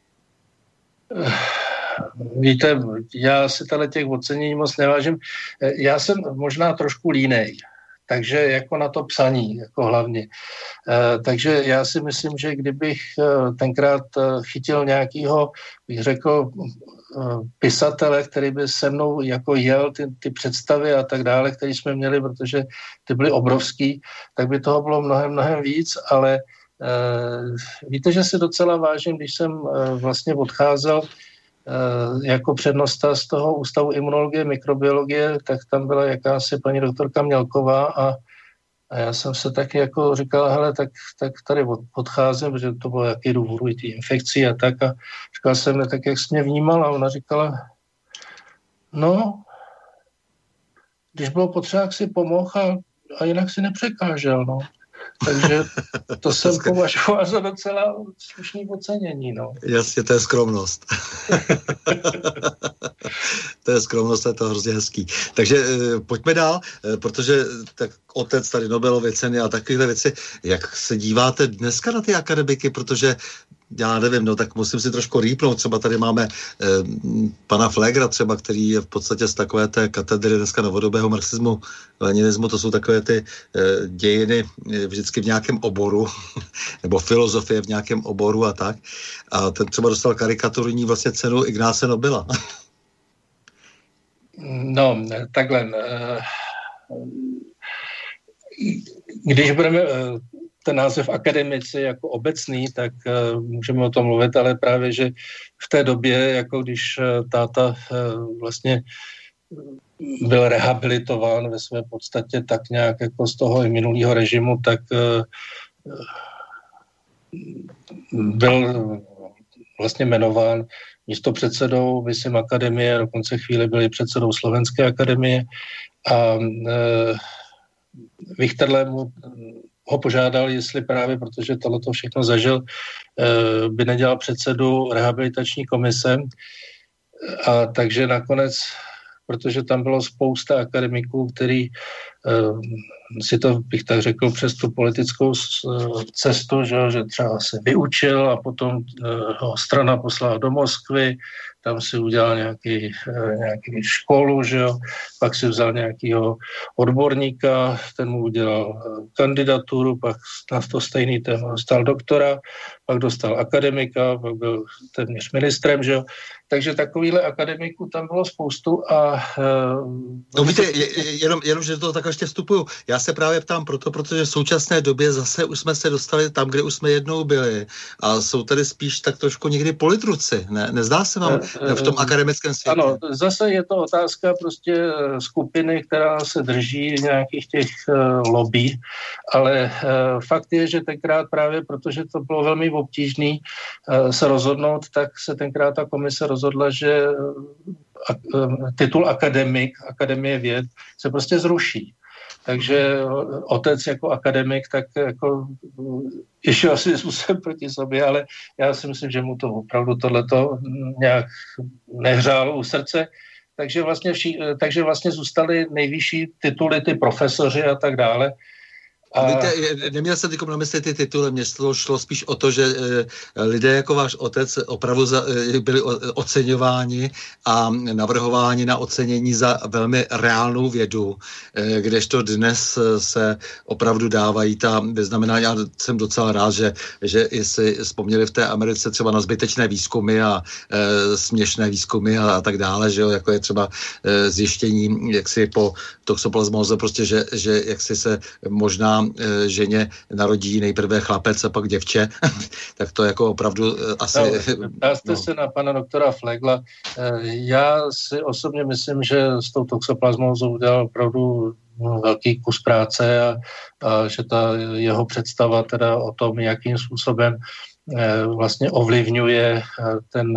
S3: Víte, já si tady těch ocenění moc nevážím. Já jsem možná trošku línej. Takže jako na to psaní, jako hlavně. E, takže já si myslím, že kdybych e, tenkrát e, chytil nějakýho, bych řekl, e, pisatele, který by se mnou jako jel ty, ty představy a tak dále, které jsme měli, protože ty byly obrovský, tak by toho bylo mnohem, mnohem víc, ale e, víte, že si docela vážím, když jsem e, vlastně odcházel jako přednosta z toho Ústavu imunologie, mikrobiologie, tak tam byla jakási paní doktorka Mělková a, a já jsem se taky jako říkal, hele, tak, tak tady od, odcházím, protože to bylo jaký důvod ty infekcí a tak a říkal jsem, tak jak jsi mě vnímal a ona říkala, no, když bylo potřeba, jak si pomohl a, a jinak si nepřekážel, no. Takže to jsem považoval za docela slušný ocenění. No.
S2: Jasně, to je skromnost. To je skromnost, je to hrozně hezký. Takže e, pojďme dál, e, protože tak otec tady Nobelovy ceny a takovéhle věci. Jak se díváte dneska na ty akademiky, protože já nevím, no tak musím si trošku rýpnout. Třeba tady máme eh, pana Flegra třeba, který je v podstatě z takové té katedry dneska novodobého marxismu, leninismu, to jsou takové ty eh, dějiny eh, vždycky v nějakém oboru, nebo filozofie v nějakém oboru a tak. A ten třeba dostal karikaturní vlastně cenu Ignáce Nobela.
S3: No, takhle. Když budeme ten název akademici jako obecný, tak uh, můžeme o tom mluvit, ale právě, že v té době, jako když uh, táta uh, vlastně byl rehabilitován ve své podstatě tak nějak jako z toho i minulého režimu, tak uh, byl vlastně jmenován místopředsedou Vysim akademie, dokonce chvíli byl i předsedou Slovenské akademie a uh, Vichterle mu ho požádal, jestli právě, protože tohleto všechno zažil, by nedělal předsedu rehabilitační komise. A takže nakonec, protože tam bylo spousta akademiků, který si to, bych tak řekl, přes tu politickou cestu, že, že třeba se vyučil a potom ho strana poslala do Moskvy, tam si udělal nějaký, nějaký školu, že jo, pak si vzal nějakého odborníka, ten mu udělal kandidaturu, pak na to stejný téma dostal doktora, pak dostal akademika, pak byl téměř ministrem, že jo. Takže takovýhle akademiků tam bylo spoustu a...
S2: No víte, jenom, jenom, že do toho tak ještě vstupuju. Já se právě ptám proto, protože v současné době zase už jsme se dostali tam, kde už jsme jednou byli a jsou tady spíš tak trošku někdy politruci. Ne? Nezdá se vám v tom akademickém světě?
S3: Ano, zase je to otázka prostě skupiny, která se drží nějakých těch lobby, ale fakt je, že tenkrát právě, protože to bylo velmi obtížný se rozhodnout, tak se tenkrát ta komise rozhodla, že titul akademik, Akademie věd se prostě zruší. Takže otec jako akademik tak jako ještě asi způsobem proti sobě, ale já si myslím, že mu to opravdu tohleto nějak nehřálo u srdce. Takže vlastně, vši, takže vlastně zůstaly nejvyšší tituly, ty profesoři a tak dále.
S2: A... Víte, neměl jsem tykom na mysli ty tituly, mně to šlo spíš o to, že e, lidé jako váš otec opravdu za, e, byli o, oceňováni a navrhováni na ocenění za velmi reálnou vědu, e, kdežto dnes se opravdu dávají ta vyznamenání. Já jsem docela rád, že, že i si vzpomněli v té Americe třeba na zbytečné výzkumy a e, směšné výzkumy a, a tak dále, že jo, jako je třeba e, zjištění, jak si po toxoplasmóze, prostě, že, že jak si se možná ženě narodí nejprve chlapec a pak děvče, tak to jako opravdu asi...
S3: No, ptá jste no. se na pana doktora Flegla. Já si osobně myslím, že s tou toxoplasmózou udělal opravdu velký kus práce a, a že ta jeho představa teda o tom, jakým způsobem vlastně ovlivňuje ten,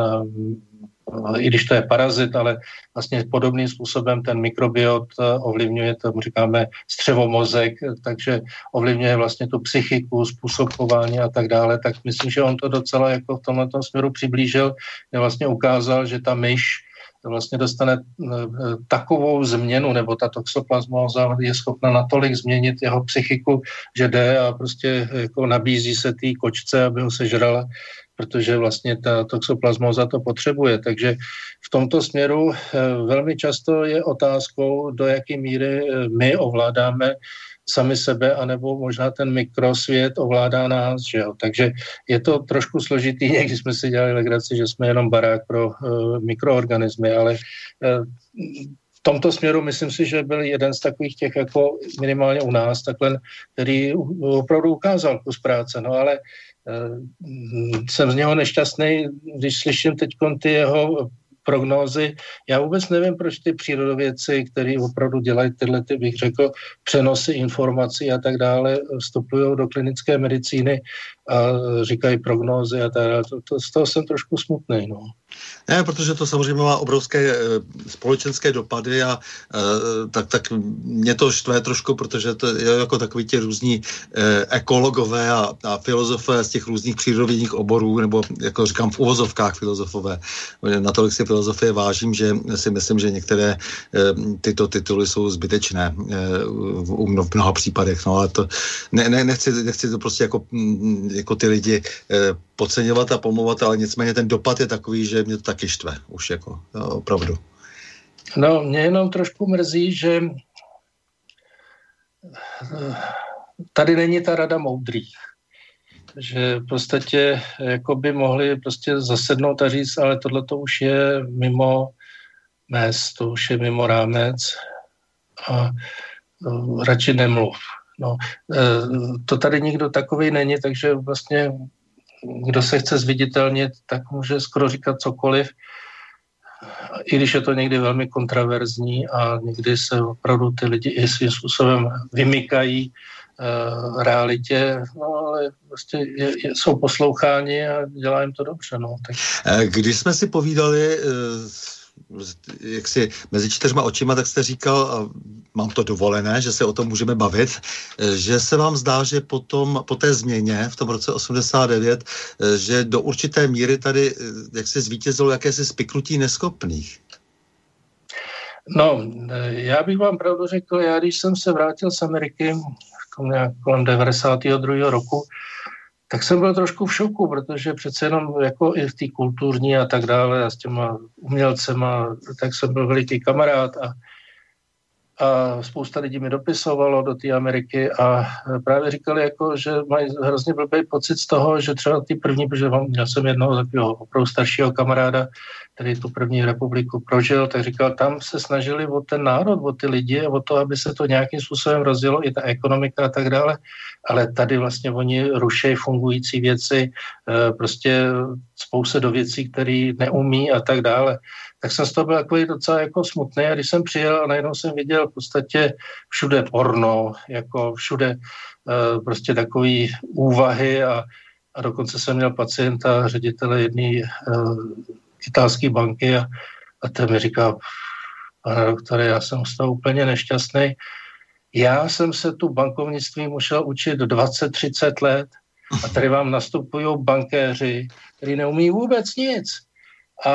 S3: i když to je parazit, ale vlastně podobným způsobem ten mikrobiot ovlivňuje, tomu říkáme střevomozek, takže ovlivňuje vlastně tu psychiku, způsob chování a tak dále, tak myslím, že on to docela jako v tomto směru přiblížil, kde vlastně ukázal, že ta myš vlastně dostane takovou změnu, nebo ta toxoplasmóza je schopna natolik změnit jeho psychiku, že jde a prostě jako nabízí se té kočce, aby ho sežrala, protože vlastně ta toxoplasmóza to potřebuje. Takže v tomto směru velmi často je otázkou, do jaké míry my ovládáme sami sebe, anebo možná ten mikrosvět ovládá nás, že jo. Takže je to trošku složitý, někdy jsme si dělali legraci, že jsme jenom barák pro uh, mikroorganismy, ale uh, v tomto směru myslím si, že byl jeden z takových těch, jako minimálně u nás, takhle, který opravdu ukázal kus práce, no ale uh, jsem z něho nešťastný, když slyším teď ty jeho prognózy. Já vůbec nevím, proč ty přírodovědci, který opravdu dělají tyhle, ty, bych řekl, přenosy informací a tak dále, vstupují do klinické medicíny a říkají prognózy a tak dále. To, to, z toho jsem trošku smutný, no.
S2: Ne, protože to samozřejmě má obrovské e, společenské dopady a e, tak, tak mě to štve trošku, protože to je jako takový ti různí e, ekologové a, a filozofové z těch různých přírodovědních oborů, nebo jako říkám v uvozovkách filozofové. Natolik si filozofie vážím, že si myslím, že některé e, tyto tituly jsou zbytečné e, v, v mnoha případech. No ale to ne, ne, nechci, nechci to prostě jako, jako ty lidi e, podceňovat a pomlouvat, ale nicméně ten dopad je takový, že mě to taky štve. Už jako, no, opravdu.
S3: No, mě jenom trošku mrzí, že tady není ta rada moudrých. Že v podstatě jako by mohli prostě zasednout a říct, ale tohle to už je mimo mez, to už je mimo rámec a uh, radši nemluv. No, uh, to tady nikdo takový není, takže vlastně kdo se chce zviditelnit, tak může skoro říkat cokoliv, i když je to někdy velmi kontraverzní a někdy se opravdu ty lidi i svým způsobem vymykají uh, realitě, no ale prostě je, je, jsou posloucháni a dělá jim to dobře. No, tak.
S2: Když jsme si povídali jak si mezi čtyřma očima, tak jste říkal, a mám to dovolené, že se o tom můžeme bavit, že se vám zdá, že potom, po té změně v tom roce osmdesát devět, že do určité míry tady jak se zvítězilo jakési spiknutí neschopných.
S3: No, já bych vám pravdu řekl, já když jsem se vrátil z Ameriky v tom nějak kolem devadesátého druhého roku, tak jsem byl trošku v šoku, protože přece jenom jako i v té kulturní a tak dále a s těma umělcema, tak jsem byl veliký kamarád a, a spousta lidí mi dopisovalo do té Ameriky a právě říkali, jako, že mají hrozně blbý pocit z toho, že třeba ty první, protože měl jsem jednoho takového opravdu staršího kamaráda, který tu první republiku prožil, tak říkal, tam se snažili o ten národ, o ty lidi, o to, aby se to nějakým způsobem rozjelo, i ta ekonomika a tak dále, ale tady vlastně oni rušejí fungující věci, prostě spousta do věcí, které neumí a tak dále. Tak jsem z toho byl takový docela jako smutný a když jsem přijel a najednou jsem viděl v podstatě všude porno, jako všude prostě takový úvahy a, a dokonce jsem měl pacienta, ředitele jedné italské banky a, a ten mi říká, pane doktore, já jsem z toho úplně nešťastný. Já jsem se tu bankovnictví musel učit dvacet třicet let a tady vám nastupují bankéři, kteří neumí vůbec nic. A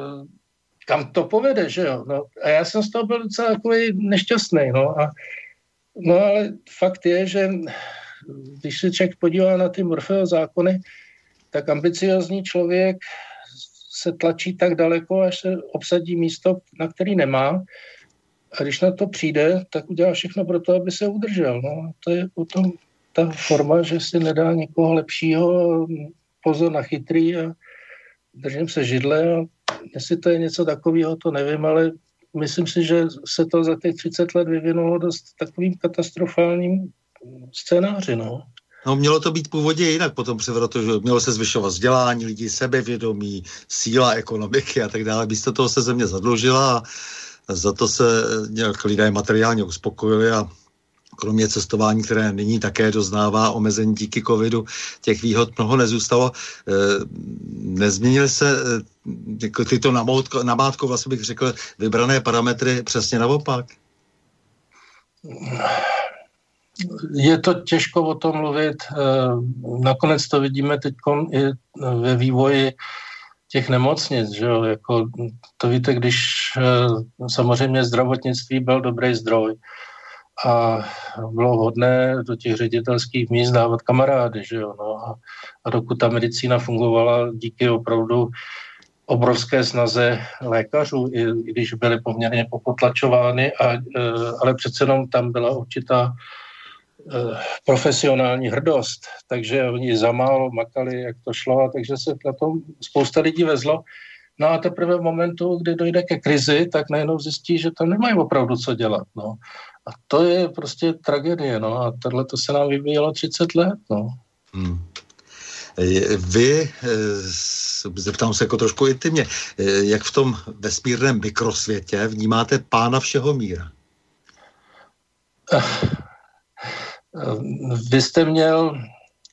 S3: kam to povede, že jo? No, a já jsem z toho byl docela takový nešťastný. No, a, no ale fakt je, že když se člověk podívá na ty Murphyho zákony, tak ambiciozní člověk se tlačí tak daleko, až se obsadí místo, na který nemá. A když na to přijde, tak udělá všechno pro to, aby se udržel. No, a to je potom ta forma, že si nedá někoho lepšího, pozor na chytrý a držím se židle. A jestli to je něco takového, to nevím, ale myslím si, že se to za těch třicet let vyvinulo dost takovým katastrofálním scénáři. No.
S2: No, mělo to být původně jinak po tom převratu, že mělo se zvyšovat vzdělání lidí, sebevědomí, síla ekonomiky a tak dále. Místo toho se země zadlužila a za to se nějak lidé materiálně uspokojili a kromě cestování, které nyní také doznává omezení díky covidu, těch výhod mnoho nezůstalo. Nezměnily se tyto namátko, vlastně bych řekl, vybrané parametry přesně naopak?
S3: Je to těžko o tom mluvit. Nakonec to vidíme teď i ve vývoji těch nemocnic, že jo? Jako, to víte, když samozřejmě zdravotnictví byl dobrý zdroj a bylo vhodné do těch ředitelských míst dávat kamarády, že jo? No a, a dokud ta medicína fungovala díky opravdu obrovské snaze lékařů, i, i když byly poměrně popotlačovány, a, e, ale přece jenom tam byla určitá profesionální hrdost, takže oni za málo makali, jak to šlo, a takže se na tom spousta lidí vezlo. No a teprve v momentu, kdy dojde ke krizi, tak najednou zjistí, že to nemají opravdu co dělat. No. A to je prostě tragédie. No. A tohle to se nám vyvíjelo třicet let. No.
S2: Hmm. Vy, zeptám se jako trošku intimně, jak v tom vesmírném mikrosvětě vnímáte pána všeho míra?
S3: Vy jste měl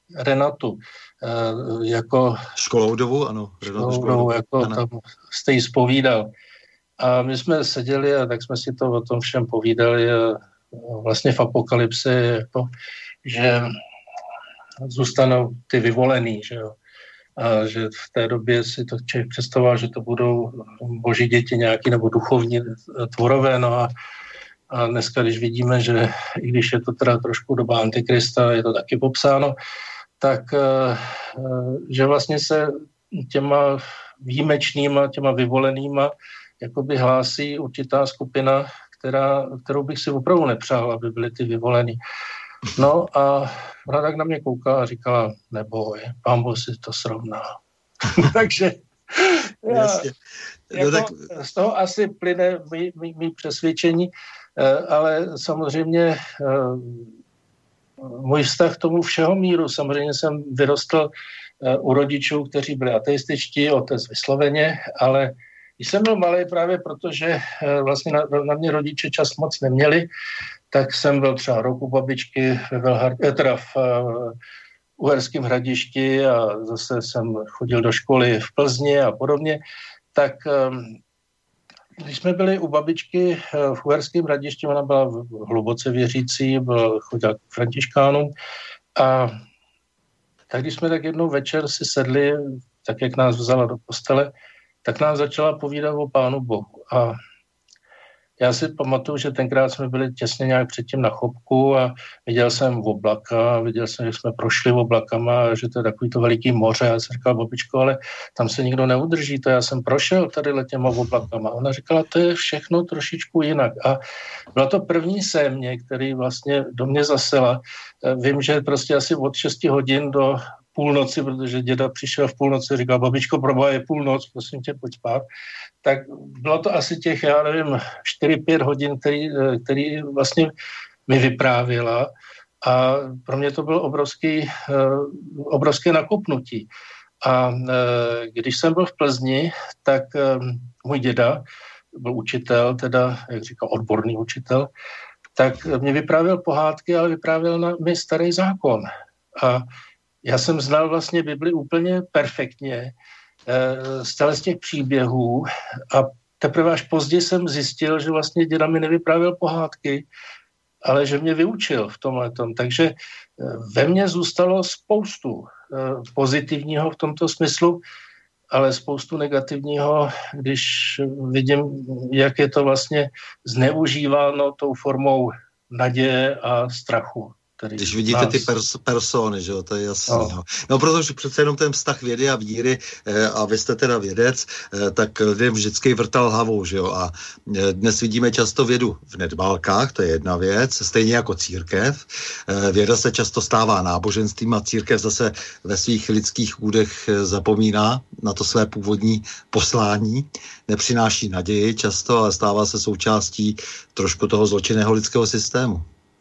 S3: Renatu jako...
S2: Školoudovu, ano.
S3: Školoudovu, jako ano. Tam jste jí zpovídal. A my jsme seděli a tak jsme si to o tom všem povídali vlastně v apokalypse, jako, že zůstanou ty vyvolený, že jo. A že v té době si to člověk představoval, že to budou boží děti nějaký nebo duchovní tvorové, no a, a dneska, když vidíme, že i když je to teda trošku doba Antikrista, je to taky popsáno, tak že vlastně se těma výjimečnýma, těma vyvolenýma jakoby hlásí určitá skupina, která, kterou bych si opravdu nepřál, aby byly ty vyvolený. No a ona tak na mě koukala a říkala, neboj, Pán Boh si to srovná. Takže já, no, jako tak... z toho asi plyne mý, mý, mý přesvědčení, ale samozřejmě můj vztah k tomu všeho míru. Samozřejmě jsem vyrostl u rodičů, kteří byli ateističtí, otec vysloveně, ale když jsem byl malý právě proto, že vlastně na, na mě rodiče čas moc neměli, tak jsem byl třeba rok u babičky ve Velhard, teda v uh, Uherském Hradišti a zase jsem chodil do školy v Plzni a podobně. Tak um, když jsme byli u babičky uh, v Uherském Hradišti, ona byla hluboce věřící, byl, chodila k františkánům a tak když jsme tak jednou večer si sedli, tak jak nás vzala do postele, tak nám začala povídat o Pánu Bohu. A já si pamatuju, že tenkrát jsme byli těsně nějak předtím na Chopku a viděl jsem oblaka, viděl jsem, že jsme prošli oblakama a že to je takový to veliký moře. A já jsem říkal, babičko, ale tam se nikdo neudrží, to já jsem prošel tady těma oblakama. Ona říkala, to je všechno trošičku jinak. A byla to první sémě, který vlastně do mě zasela. Vím, že prostě asi od šesti hodin do půlnoci, protože děda přišel v půlnoci a říkal, babičko, proboha, je půlnoc, prosím tě, pojď spát. Tak bylo to asi těch, já nevím, čtyři pět hodin, který, který vlastně mi vyprávěla a pro mě to bylo obrovský, obrovské nakopnutí. A když jsem byl v Plzni, tak můj děda byl učitel, teda, jak říkal, odborný učitel, tak mě vyprávěl pohádky, ale vyprávěl na mi Starý zákon. A já jsem znal vlastně Bibli úplně perfektně z těch příběhů a teprve až později jsem zjistil, že vlastně děda mi nevyprávěl pohádky, ale že mě vyučil v tomhletom. Takže ve mně zůstalo spoustu pozitivního v tomto smyslu, ale spoustu negativního, když vidím, jak je to vlastně zneužíváno tou formou naděje a strachu.
S2: Když vidíte nás. ty pers- persony, že jo, to je jasný. No. No. no, protože přece jenom ten vztah vědy a víry, eh, a vy jste teda vědec, eh, tak lidem vždycky vrtal hlavou, že jo, a eh, dnes vidíme často vědu v nedbálkách, to je jedna věc, stejně jako církev. Eh, věda se často stává náboženstvím a církev zase ve svých lidských údech eh, zapomíná na to své původní poslání, nepřináší naději často, ale stává se součástí trošku toho zločinného lidského systému.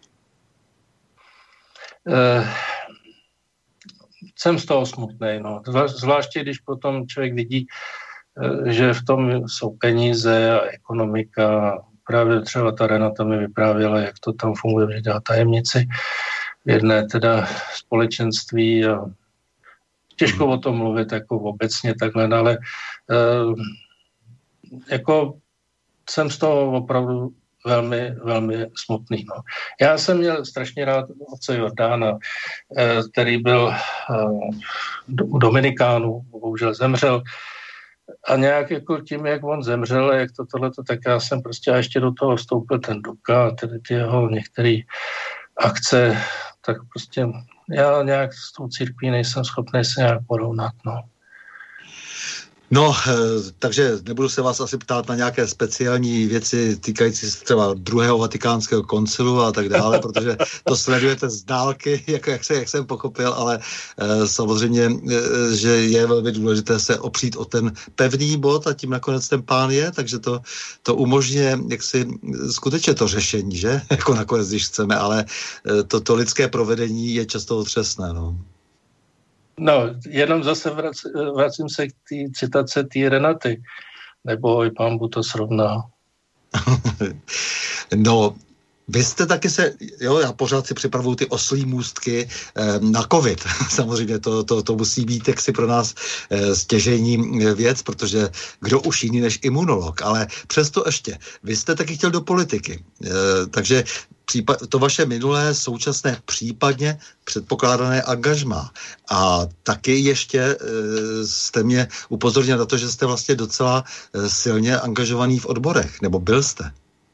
S3: Uh, jsem z toho smutnej, no. Zvláště, když potom člověk vidí, uh, že v tom jsou peníze a ekonomika. Právě třeba ta Renata mi vyprávěla, jak to tam funguje, že dělá tajemnici v jedné teda společenství a těžko o tom mluvit jako obecně takhle, ale uh, jako jsem z toho opravdu velmi, velmi smutný. No. Já jsem měl strašně rád otce Jordána, který byl u Dominikánu, bohužel zemřel. A nějak jako tím, jak on zemřel, jak to tohleto, tak já jsem prostě a ještě do toho vstoupil ten Duka, tedy ty jeho některé akce, tak prostě já nějak s tou církví nejsem schopný se nějak porovnat, no.
S2: No, takže nebudu se vás asi ptát na nějaké speciální věci týkající se třeba druhého vatikánského koncilu a tak dále, protože to sledujete z dálky, jak, jak, se, jak jsem pochopil, ale e, samozřejmě, e, že je velmi důležité se opřít o ten pevný bod a tím nakonec ten Pán je, takže to, to umožňuje jaksi skutečně to řešení, že? Jako nakonec, když chceme, ale e, to, to lidské provedení je často otřesné, no.
S3: No, jenom zase vrac, vracím se k té citace té Renaty, nebo i Pán Bůh to srovná.
S2: No, Vy jste taky se, jo, já pořád si připravuju ty oslí můstky eh, na covid. Samozřejmě to, to, to musí být jaksi pro nás eh, stěžejní věc, protože kdo už jiný než imunolog, ale přesto ještě, vy jste taky chtěl do politiky, eh, takže případ, to vaše minulé, současné, případně předpokládané angažmá. A taky ještě e, jste mě upozornil na to, že jste vlastně docela e, silně angažovaný v odborech, nebo byl jste?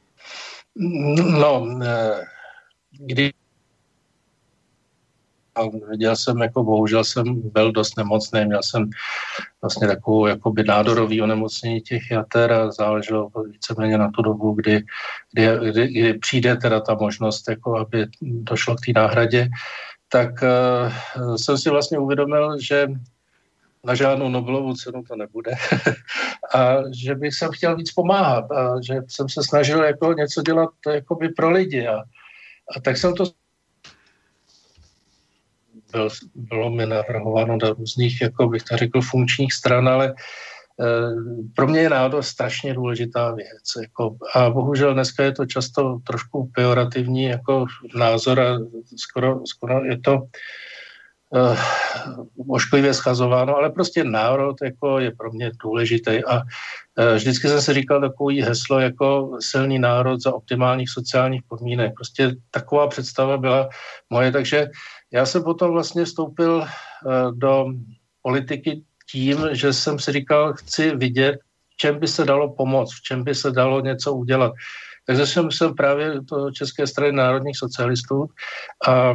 S3: No, kdy viděl jsem, jako bohužel jsem byl dost nemocný, měl jsem vlastně takovou jakoby nádorový onemocnění těch jater a záleželo víceméně na tu dobu, kdy, kdy, kdy, kdy přijde teda ta možnost, jako aby došlo k té náhradě, tak uh, jsem si vlastně uvědomil, že na žádnou Nobelovu cenu to nebude a že bych jsem chtěl víc pomáhat a že jsem se snažil jako něco dělat jakoby pro lidi a, a tak jsem to byl, bylo mi navrhováno do různých, jako bych to řekl, funkčních stran, ale e, pro mě je nádor strašně důležitá věc. Jako, a bohužel dneska je to často trošku pejorativní jako názor a skoro, skoro je to e, ošklivě schazováno, ale prostě národ jako je pro mě důležitý a e, vždycky jsem si říkal takový heslo jako silný národ za optimálních sociálních podmínek. Prostě taková představa byla moje, takže já jsem potom vlastně vstoupil do politiky tím, že jsem si říkal, chci vidět, v čem by se dalo pomoct, v čem by se dalo něco udělat. Takže jsem, jsem právě do České strany národních socialistů a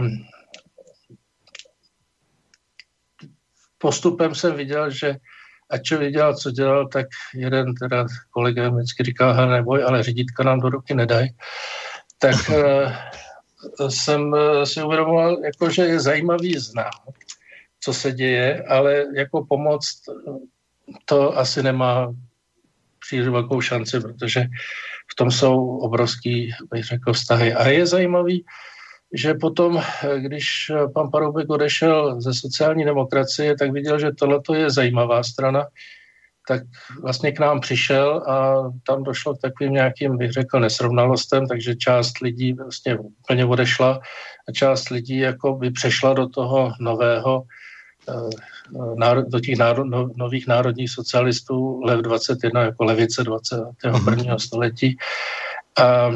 S3: postupem jsem viděl, že ať člověk dělal, co dělal, tak jeden teda kolega vždycky říkal, neboj, ale řídítka nám do ruky nedaj. Tak jsem si uvědomoval, jako, že je zajímavý znát, co se děje, ale jako pomoct to asi nemá příliš velkou šanci, protože v tom jsou obrovský, bych řekl, vztahy. A je zajímavý, že potom, když pan Paroubek odešel ze sociální demokracie, tak viděl, že tohleto je zajímavá strana, tak vlastně k nám přišel a tam došlo k takovým nějakým, bych řekl, nesrovnalostem, takže část lidí vlastně úplně odešla a část lidí jako by přešla do toho nového, do těch národ, nových národních socialistů Lev dvacet jedna, jako levice dvacátého prvního století. A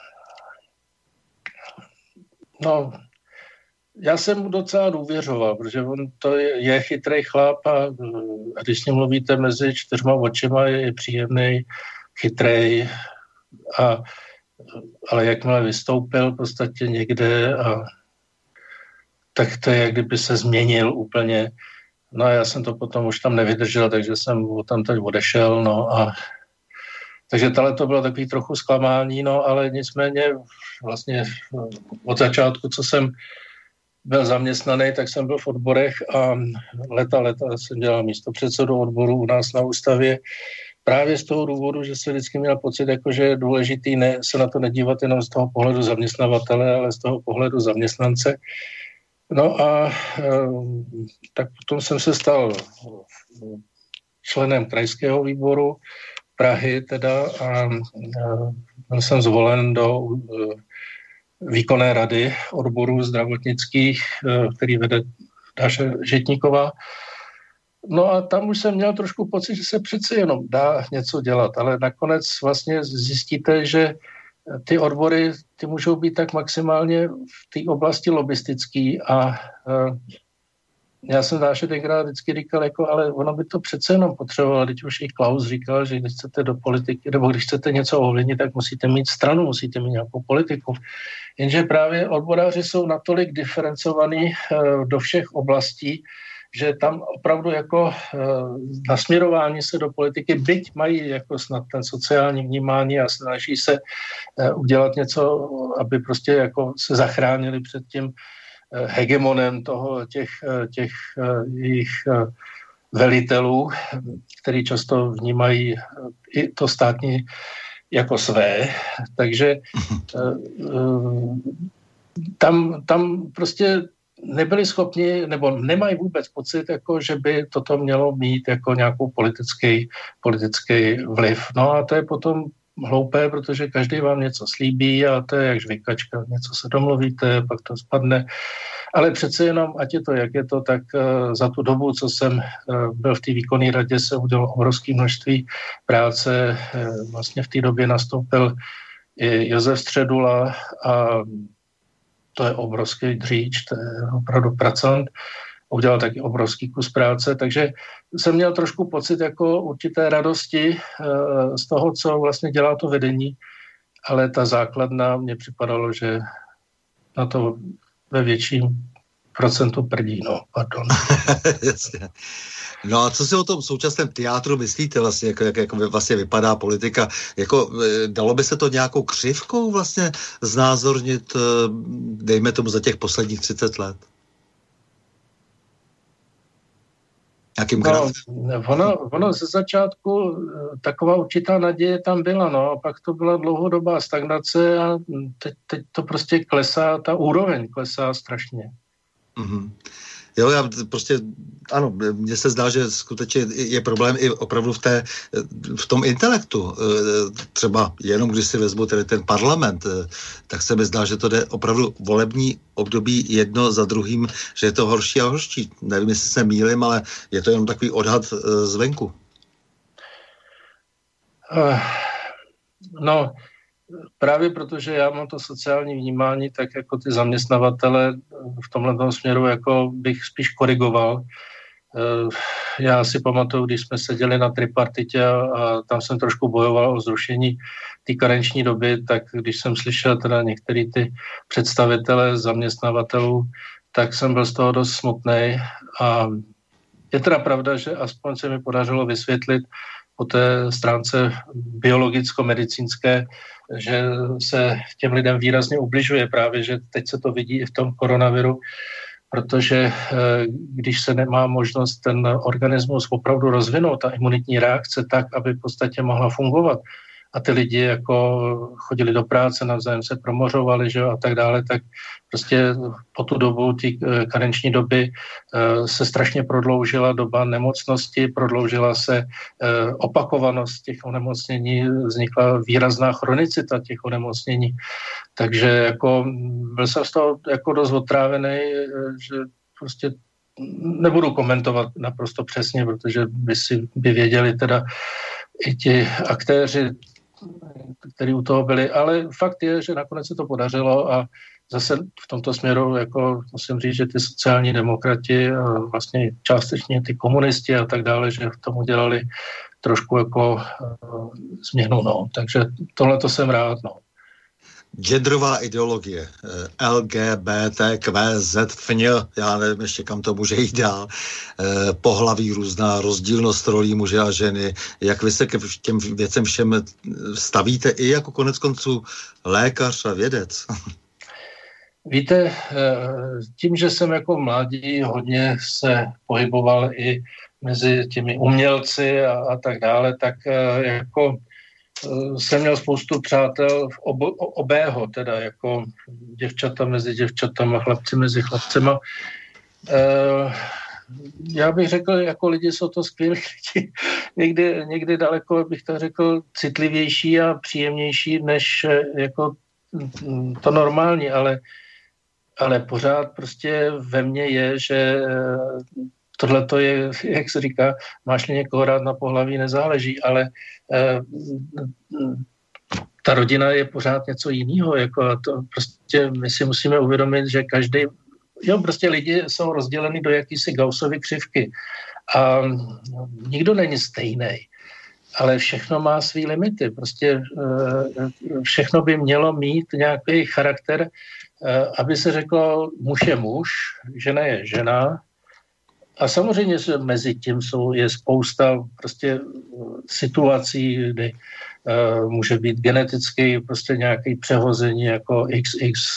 S3: no, já jsem mu docela důvěřoval, protože on to je, je chytrý chlap a, a když s ním mluvíte mezi čtyřma očima, je, je příjemný, chytrý, a, ale jakmile vystoupil v podstatě někde, a, tak to je, jak kdyby se změnil úplně. No a já jsem to potom už tam nevydržel, takže jsem tam teď odešel, no a takže tohle to bylo takový trochu zklamání, no ale nicméně vlastně od začátku, co jsem byl zaměstnaný, tak jsem byl v odborech a leta, leta jsem dělal místopředsedu odboru u nás na ústavě. Právě z toho důvodu, že jsem vždycky měl pocit, jako, že je důležitý ne, se na to nedívat jenom z toho pohledu zaměstnavatele, ale z toho pohledu zaměstnance. No a e, tak potom jsem se stal členem krajského výboru Prahy teda a e, byl jsem zvolen do e, výkonné rady odborů zdravotnických, který vede Dáša Žitníková. No a tam už jsem měl trošku pocit, že se přeci jenom dá něco dělat, ale nakonec vlastně zjistíte, že ty odbory, ty můžou být tak maximálně v té oblasti lobistický a já jsem Dáše tenkrát vždycky říkal, jako, ale ono by to přece jenom potřebovalo, teď už i Klaus říkal, že když chcete do politiky, nebo když chcete něco ovlivnit, tak musíte mít stranu, musíte mít nějakou politiku. Jenže právě odboráři jsou natolik diferencovaní uh, do všech oblastí, že tam opravdu jako uh, nasměrování se do politiky, byť mají jako snad ten sociální vnímání a snaží se uh, udělat něco, aby prostě jako se zachránili před tím hegemonem toho těch, těch jejich velitelů, který často vnímají i to státní jako své. Takže tam, tam prostě nebyli schopni, nebo nemají vůbec pocit, jako, že by toto mělo mít jako nějakou politický, politický vliv. No a to je potom hloupé, protože každý vám něco slíbí a to je jak žvikačka, něco se domluvíte, pak to spadne. Ale přece jenom, ať je to, jak je to, tak uh, za tu dobu, co jsem uh, byl v té výkonné radě, se udělalo obrovské množství práce. Uh, vlastně v té době nastoupil i Josef Středula a to je obrovský dříč, to je opravdu pracant. Udělal taky obrovský kus práce, takže jsem měl trošku pocit jako určité radosti uh, z toho, co vlastně dělá to vedení, ale ta základna mně připadalo, že na to ve větším procentu prdí, no, pardon.
S2: Jasně. No a co si o tom současném teátru myslíte vlastně, jak, jak, jak vlastně vypadá politika? Jako, dalo by se to nějakou křivkou vlastně znázornit, dejme tomu za těch posledních třicet let? Jakým
S3: no, ono, ono ze začátku taková určitá naděje tam byla, no, a pak to byla dlouhodobá stagnace a teď, teď to prostě klesá, ta úroveň klesá strašně. Mm-hmm.
S2: Jo, já prostě, ano, mně se zdá, že skutečně je problém i opravdu v, té, v tom intelektu. Třeba jenom, když si vezmu tedy ten parlament, tak se mi zdá, že to jde opravdu volební období jedno za druhým, že je to horší a horší. Nevím, jestli se mýlim, ale je to jenom takový odhad zvenku.
S3: Uh, no, právě protože já mám to sociální vnímání, tak jako ty zaměstnavatele v tomhle směru jako bych spíš korigoval. Já si pamatuju, když jsme seděli na tripartitě a tam jsem trošku bojoval o zrušení té karenční doby, tak když jsem slyšel teda některý ty představitele zaměstnavatelů, tak jsem byl z toho dost smutnej. A je teda pravda, že aspoň se mi podařilo vysvětlit po té stránce biologicko-medicínské, že se těm lidem výrazně ubližuje právě, že teď se to vidí i v tom koronaviru, protože když se nemá možnost ten organismus opravdu rozvinout, ta imunitní reakce tak, aby v podstatě mohla fungovat, a ty lidi jako chodili do práce, navzájem se promořovali, že jo, a tak dále, tak prostě po tu dobu, ty karenční doby se strašně prodloužila doba nemocnosti, prodloužila se opakovanost těch onemocnění, vznikla výrazná chronicita těch onemocnění. Takže jako byl jsem z toho jako dost otrávený, že prostě nebudu komentovat naprosto přesně, protože by si by věděli teda i ti aktéři, který u toho byli, ale fakt je, že nakonec se to podařilo a zase v tomto směru, jako musím říct, že ty sociální demokrati, vlastně částečně ty komunisti a tak dále, že v tom udělali trošku jako uh, změnu, no. Takže tohle to jsem rád, no.
S2: Genderová ideologie, L G B T Q Z F N, já nevím ještě kam to může jít dál, pohlaví různá, rozdílnost rolí muže a ženy, jak vy se k těm věcem všem stavíte i jako konec konců lékař a vědec?
S3: Víte, tím, že jsem jako mladí hodně se pohyboval i mezi těmi umělci a, a tak dále, tak jako jsem měl spoustu přátel v obo, obého, teda jako děvčata mezi děvčatama, chlapci mezi chlapcema. E, já bych řekl, jako lidi jsou to skvělí lidi. Někdy, někdy daleko, bych tak řekl, citlivější a příjemnější, než jako to normální, ale, ale pořád prostě ve mně je, že tohle to je, jak se říká, máš-li někoho rád, na pohlaví nezáleží, ale eh, ta rodina je pořád něco jiného. Jako to prostě my si musíme uvědomit, že každý, jo, prostě lidi jsou rozděleni do jakýsi Gaussovy křivky a nikdo není stejný, ale všechno má svý limity. Prostě eh, všechno by mělo mít nějaký charakter, eh, aby se řeklo, muž je muž, žena je žena. A samozřejmě, že mezi tím jsou, je spousta prostě situací, kdy uh, může být geneticky prostě nějaké přehození jako X X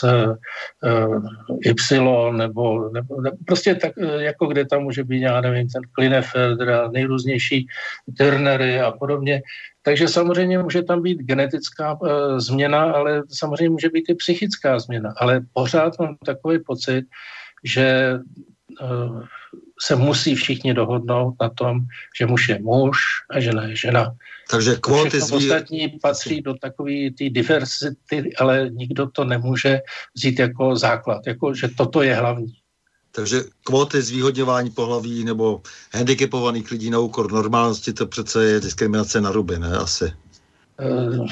S3: Y nebo, nebo, nebo prostě tak, jako kde tam může být, já nevím, ten Klinefelter a nejrůznější Turnery a podobně. Takže samozřejmě může tam být genetická uh, změna, ale samozřejmě může být i psychická změna. Ale pořád mám takový pocit, že uh, se musí všichni dohodnout na tom, že muž je muž a žena je žena.
S2: Takže kvóty
S3: zví... ostatní patří do takové té diversity, ale nikdo to nemůže vzít jako základ, jako že toto je hlavní.
S2: Takže kvóty zvýhodňování pohlaví nebo handicapovaných lidí na úkor normálnosti, to přece je diskriminace na ruby, ne? Asi. Uh,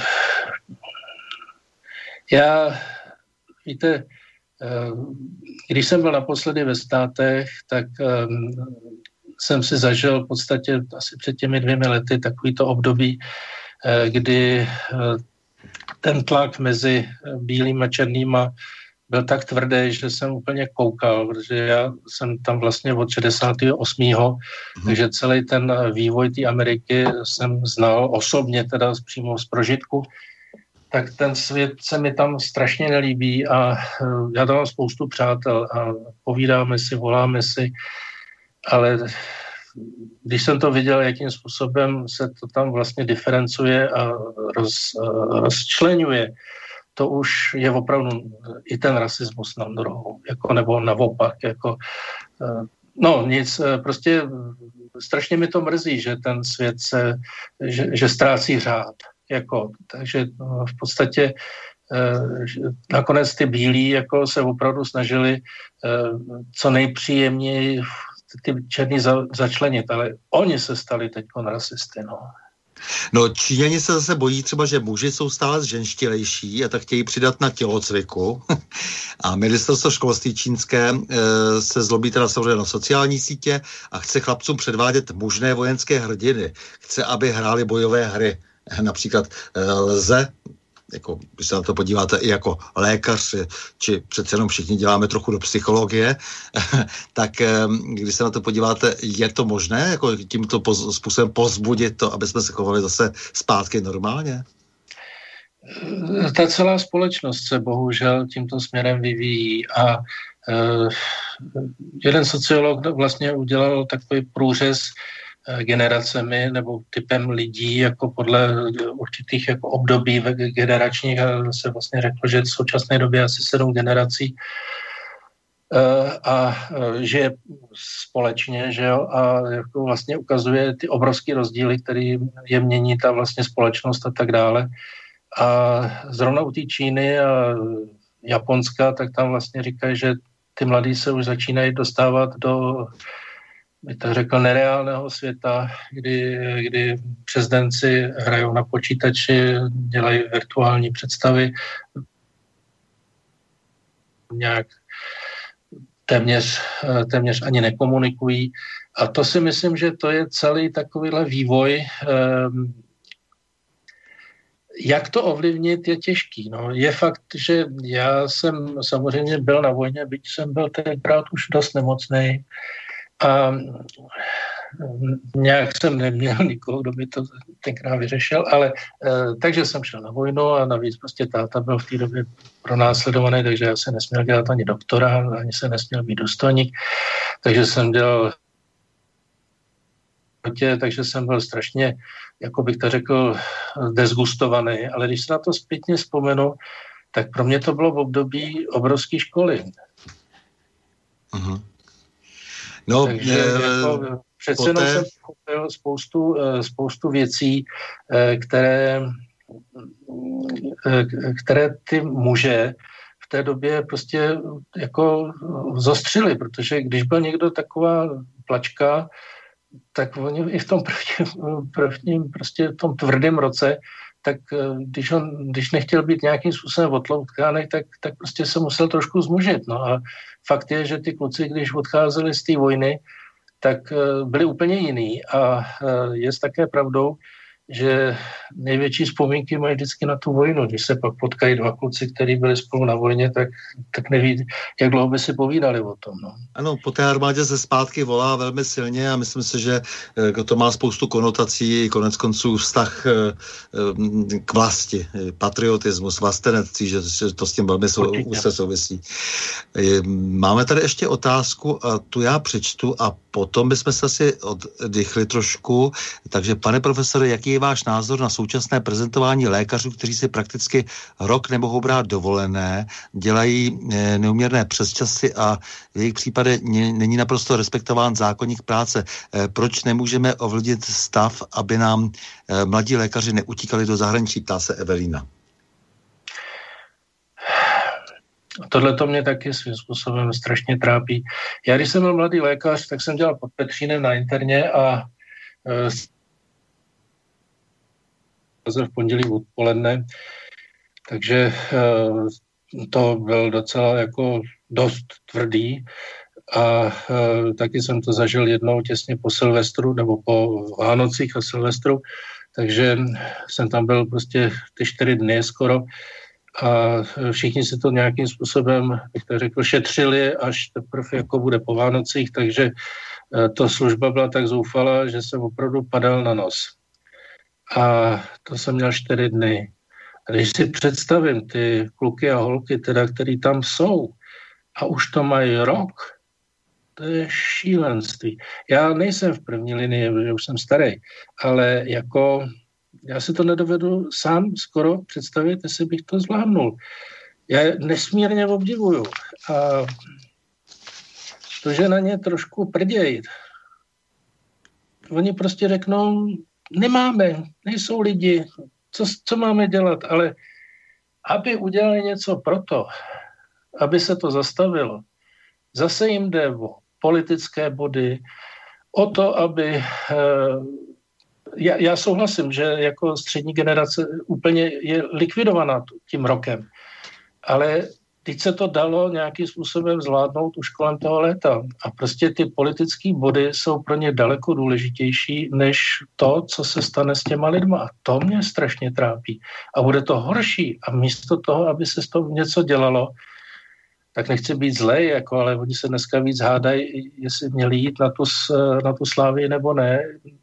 S3: já, víte, uh, když jsem byl naposledy ve Státech, tak um, jsem si zažil v podstatě asi před těmi dvěmi lety takovýto období, uh, kdy uh, ten tlak mezi bílým a černýma byl tak tvrdý, že jsem úplně koukal, protože já jsem tam vlastně od šedesátého osmého Hmm. takže celý ten vývoj té Ameriky jsem znal osobně, teda přímo z prožitku, tak ten svět se mi tam strašně nelíbí a já tam mám spoustu přátel a povídáme si, voláme si, ale když jsem to viděl, jakým způsobem se to tam vlastně diferencuje a roz, rozčleňuje, to už je opravdu i ten rasismus na druhou, jako, nebo naopak, jako, no nic, prostě strašně mi to mrzí, že ten svět se, že, že ztrácí řád, jako, takže v podstatě nakonec ty bílí jako se opravdu snažili co nejpříjemněji ty černý za, začlenit, ale oni se stali teď rasisty, no.
S2: No, Číňani se zase bojí třeba, že muži jsou stále ženštilejší a tak chtějí přidat na tělocviku. A ministerstvo školství čínské e, se zlobí teda samozřejmě na sociální sítě a chce chlapcům předvádět mužné vojenské hrdiny. Chce, aby hráli bojové hry. Například e, lze, jako, když se na to podíváte i jako lékař, či přece jenom všichni děláme trochu do psychologie, tak když se na to podíváte, je to možné jako tímto poz, způsobem pozbudit to, aby jsme se chovali zase zpátky normálně?
S3: Ta celá společnost se bohužel tímto směrem vyvíjí a uh, jeden sociolog vlastně udělal takový průřez generacemi nebo typem lidí jako podle určitých jako období generačních a se vlastně řeklo, že v současné době asi sedm generací a žije společně, že jo, a jako vlastně ukazuje ty obrovský rozdíly, který je mění ta vlastně společnost a tak dále. A zrovna u té Číny a Japonska, tak tam vlastně říkají, že ty mladí se už začínají dostávat do, bych tak řekl, nereálného světa, kdy, kdy přezdenci hrajou na počítači, dělají virtuální představy, nějak téměř, téměř ani nekomunikují. A to si myslím, že to je celý takovýhle vývoj. Jak to ovlivnit, je těžký. No, je fakt, že já jsem samozřejmě byl na vojně, byť jsem byl tenkrát už dost nemocnej a nějak jsem neměl nikoho, kdo by to tenkrát vyřešil, ale eh, takže jsem šel na vojnu a navíc prostě táta byl v té době pronásledovaný, takže já se nesměl dělat ani doktora, ani se nesměl být důstojník, takže jsem dělal takže jsem byl strašně, jako bych to řekl, dezgustovaný, ale když se na to zpětně vzpomenu, tak pro mě to bylo v období obrovské školy.
S2: Uh-huh. No,
S3: takže
S2: e,
S3: jako, přece jenom jsem pochopil spoustu, spoustu věcí, které, které ty muže v té době prostě jako zostřili, protože když byl někdo taková plačka, tak oni i v tom prvním, prvním prostě v tom tvrdém roce, tak když, on, když nechtěl být nějakým způsobem odloutkání, tak, tak prostě se musel trošku zmužit. No a fakt je, že ty kluci, když odcházeli z té vojny, tak byli úplně jiný. A je také pravdou, že největší vzpomínky mají vždycky na tu vojnu. Když se pak potkají dva kluci, kteří byli spolu na vojně, tak, tak neví, jak dlouho by si povídali o tom. No.
S2: Ano, po té armádě se zpátky volá velmi silně a myslím si, že to má spoustu konotací, konec konců vztah k vlasti, patriotismus, vlastenectví, že to s tím velmi úzce souvisí. Máme tady ještě otázku a tu já přečtu a potom bychom se asi oddychli trošku. Takže pane profesore, jaký je váš názor na současné prezentování lékařů, kteří si prakticky rok nemohou brát dovolené, dělají neuměrné přesčasy a v jejich případě není naprosto respektován zákoník práce. Proč nemůžeme ovlivnit stav, aby nám mladí lékaři neutíkali do zahraničí, ptá se Evelina.
S3: Tohle to mě taky svým způsobem strašně trápí. Já, když jsem byl mladý lékař, tak jsem dělal pod Petřínem na interně a e, v pondělí odpoledne, takže e, to byl docela jako dost tvrdý a e, taky jsem to zažil jednou těsně po Silvestru nebo po Vánocích a Silvestru, takže jsem tam byl prostě ty čtyři dny skoro a všichni si to nějakým způsobem, bych tak řekl, šetřili, až teprve jako bude po Vánocích, takže to služba byla tak zoufalá, že jsem opravdu padal na nos. A to jsem měl čtyři dny. A když si představím ty kluky a holky, teda, který tam jsou a už to mají rok, to je šílenství. Já nejsem v první linii, protože už jsem starý, ale jako já si to nedovedu sám skoro představit, jestli bych to zvládnul. Já je nesmírně obdivuju. A to, že na ně trošku prdějí, oni prostě řeknou, nemáme, nejsou lidi, co, co máme dělat, ale aby udělali něco proto, aby se to zastavilo, zase jim jde o politické body, o to, aby... Já, já souhlasím, že jako střední generace úplně je likvidovaná tím rokem, ale teď se to dalo nějakým způsobem zvládnout už kolem toho léta a prostě ty politické body jsou pro ně daleko důležitější než to, co se stane s těma lidma. To mě strašně trápí a bude to horší a místo toho, aby se s toho něco dělalo, tak nechci být zlej, jako, ale oni se dneska víc hádají, jestli měli jít na tu, na tu Slávii nebo ne,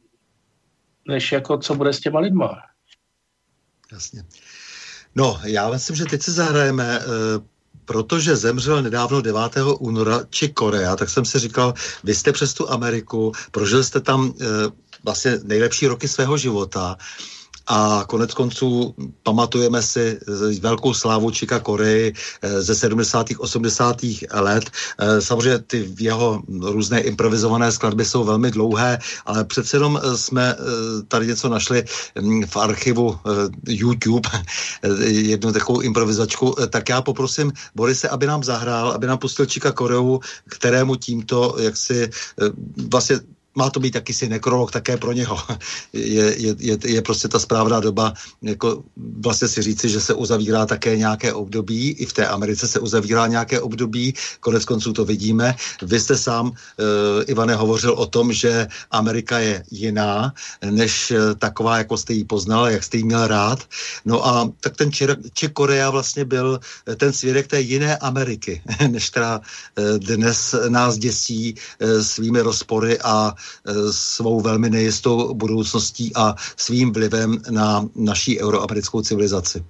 S3: než jako co bude s těma lidma.
S2: Jasně. No, já myslím, že teď se zahrajeme, e, protože zemřel nedávno devátého února Chick Corea, tak jsem si říkal, vy jste přes tu Ameriku, prožili jste tam e, vlastně nejlepší roky svého života a konec konců pamatujeme si velkou slávu Chicka Corey ze sedmdesátých osmdesátých let. Samozřejmě ty jeho různé improvizované skladby jsou velmi dlouhé, ale přece jenom jsme tady něco našli v archivu YouTube, jednu takovou improvizačku. Tak já poprosím Borise, aby nám zahrál, aby nám pustil Chicka Coreu, kterému tímto jaksi vlastně má to být jakýsi nekrolog také pro něho. Je, je, je, je prostě ta správná doba jako vlastně si říci, že se uzavírá také nějaké období, i v té Americe se uzavírá nějaké období, konec konců to vidíme. Vy jste sám, uh, Ivane, hovořil o tom, že Amerika je jiná, než taková, jako jste ji poznal, jak jste ji měl rád. No a tak ten Chick Corea vlastně byl ten svědek té jiné Ameriky, než která uh, dnes nás děsí uh, svými rozpory a svou velmi nejistou budoucností a svým vlivem na naší euroamerickou civilizaci.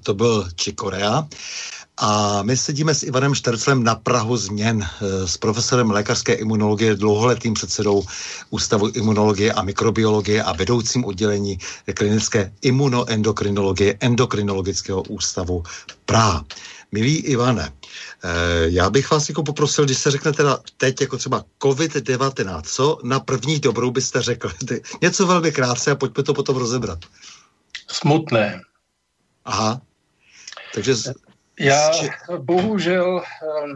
S2: to byl Čikorea. A my sedíme s Ivanem Šterclem na prahu změn, s profesorem lékařské imunologie, dlouholetým předsedou Ústavu imunologie a mikrobiologie a vedoucím oddělení klinické imunoendokrinologie Endokrinologického ústavu Praha. Milý Ivane, já bych vás jako poprosil, když se řekne teda teď jako třeba covid devatenáct, co na první dobrou byste řekl? Něco velmi krátce a pojďme to potom rozebrat.
S3: Smutné.
S2: Aha. Takže...
S3: Já bohužel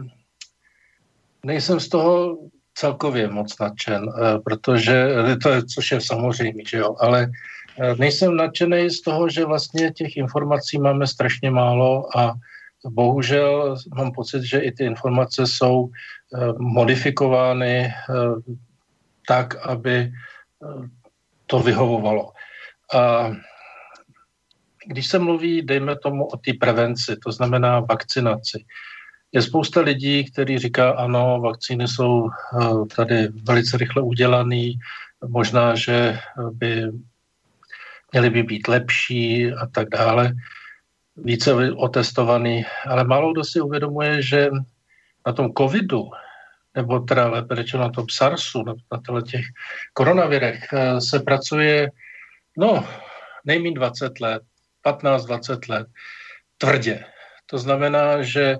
S3: nejsem z toho celkově moc nadšen, protože to je, což je samozřejmě, že jo, ale nejsem nadšený z toho, že vlastně těch informací máme strašně málo a bohužel mám pocit, že i ty informace jsou modifikovány tak, aby to vyhovovalo. A když se mluví, dejme tomu, o té prevenci, to znamená vakcinaci, je spousta lidí, kteří říká, ano, vakcíny jsou tady velice rychle udělané, možná, že by měly by být lepší a tak dále, více otestovaný, ale málo kdo si uvědomuje, že na tom covidu, nebo teda lépe řečeno na tom SARSu, na, na těch koronavirech, se pracuje, no, nejméně dvacet let, patnáct dvacet let, tvrdě. To znamená, že e,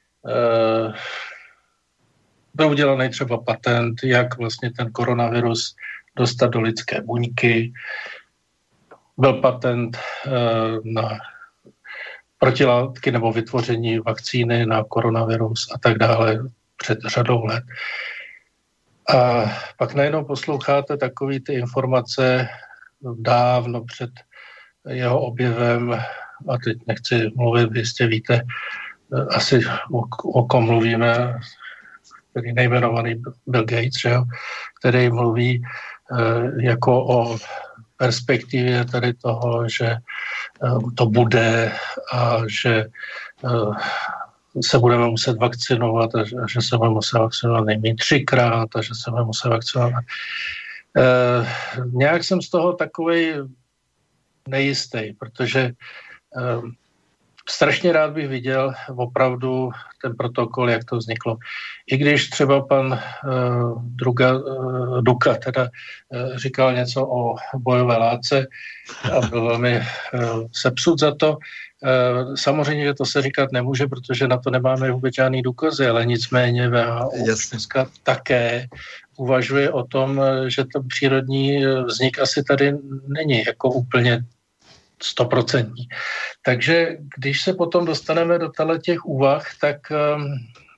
S3: byl udělaný třeba patent, jak vlastně ten koronavirus dostat do lidské buňky. Byl patent e, na protilátky nebo vytvoření vakcíny na koronavirus a tak dále před řadou let. A pak najednou posloucháte takový ty informace dávno před jeho objevem, a teď nechci mluvit, vy jistě víte, asi o, o kom mluvíme, který nejmenovaný Bill Gates, že jo, který mluví e, jako o perspektivě tady toho, že e, to bude a že e, se budeme muset vakcinovat a že, a že se budeme muset vakcinovat nejméně třikrát a že se budeme muset vakcinovat. E, nějak jsem z toho takovej nejistý, protože uh, strašně rád bych viděl opravdu ten protokol, jak to vzniklo. I když třeba pan uh, Druga, uh, Duka teda uh, říkal něco o bojové látce a byl velmi uh, sepsut za to. Uh, samozřejmě, že to se říkat nemůže, protože na to nemáme vůbec žádný důkazy, ale nicméně V H O dneska také uvažuje o tom, že ten přírodní vznik asi tady není jako úplně stoprocentní. Takže když se potom dostaneme do těch úvah, tak um,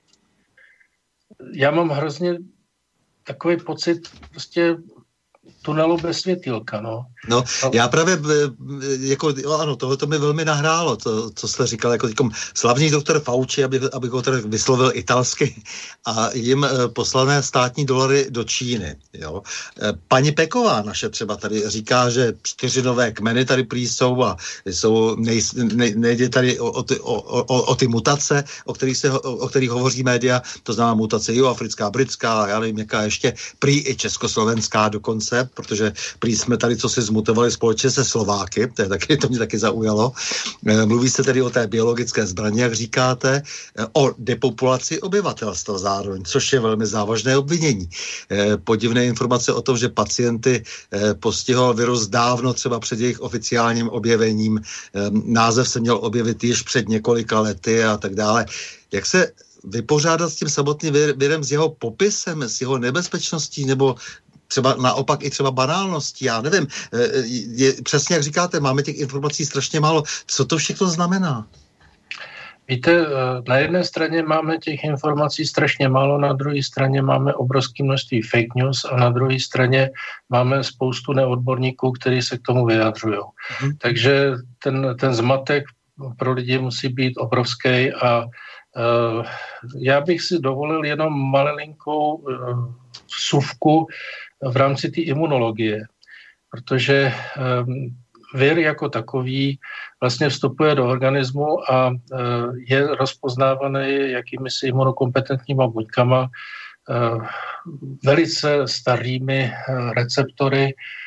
S3: já mám hrozně takový pocit prostě tunelu bez světýlka, no.
S2: No, já právě, jako, ano, tohle to mi velmi nahrálo, to, co jste říkal, jako týkom slavný doktor Fauci, aby, abych ho tady vyslovil italsky, a jim poslané státní dolary do Číny, jo. Paní Peková naše třeba tady říká, že čtyři nové kmeny tady prý jsou a jsou, nej, nej, nejde tady o, o, ty, o, o, o ty mutace, o kterých, se, o kterých hovoří média, to znamená mutace jihoafrická, britská, já nevím, jaká ještě, prý i československá dokonce, protože prý jsme tady co si zmutovali společně se Slováky, to, je taky, to mě taky zaujalo. Mluví se tedy o té biologické zbraně, jak říkáte, o depopulaci obyvatelstva zároveň, což je velmi závažné obvinění. Podivné informace o tom, že pacienty postihoval virus dávno, třeba před jejich oficiálním objevením. Název se měl objevit již před několika lety a tak dále. Jak se vypořádat s tím samotným virem, s jeho popisem, s jeho nebezpečností, nebo třeba naopak i třeba banálností, já nevím, je, přesně jak říkáte, máme těch informací strašně málo. Co to všechno znamená?
S3: Víte, na jedné straně máme těch informací strašně málo, na druhé straně máme obrovské množství fake news a na druhé straně máme spoustu neodborníků, kteří se k tomu vyjadřují. Hmm. Takže ten, ten zmatek pro lidi musí být obrovský a uh, já bych si dovolil jenom malinkou uh, vsuvku v rámci té imunologie, protože um, vir jako takový vlastně vstupuje do organismu a uh, je rozpoznávaný jakými si imunokompetentníma buňkama, uh, velice starými uh, receptory,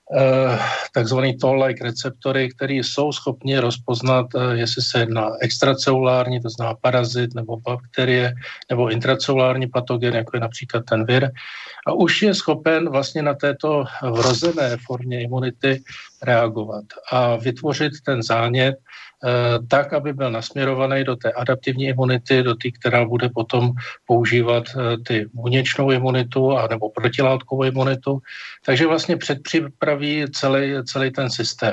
S3: takzvaný toll-like receptory, které jsou schopni rozpoznat, jestli se jedná extracelulární, to znamená parazit, nebo bakterie, nebo intracelulární patogen, jako je například ten vir. A už je schopen vlastně na této vrozené formě imunity reagovat a vytvořit ten zánět tak, aby byl nasměrovaný do té adaptivní imunity, do té, která bude potom používat ty buněčnou imunitu a nebo protilátkovou imunitu. Takže vlastně předpřipraví celý, celý ten systém.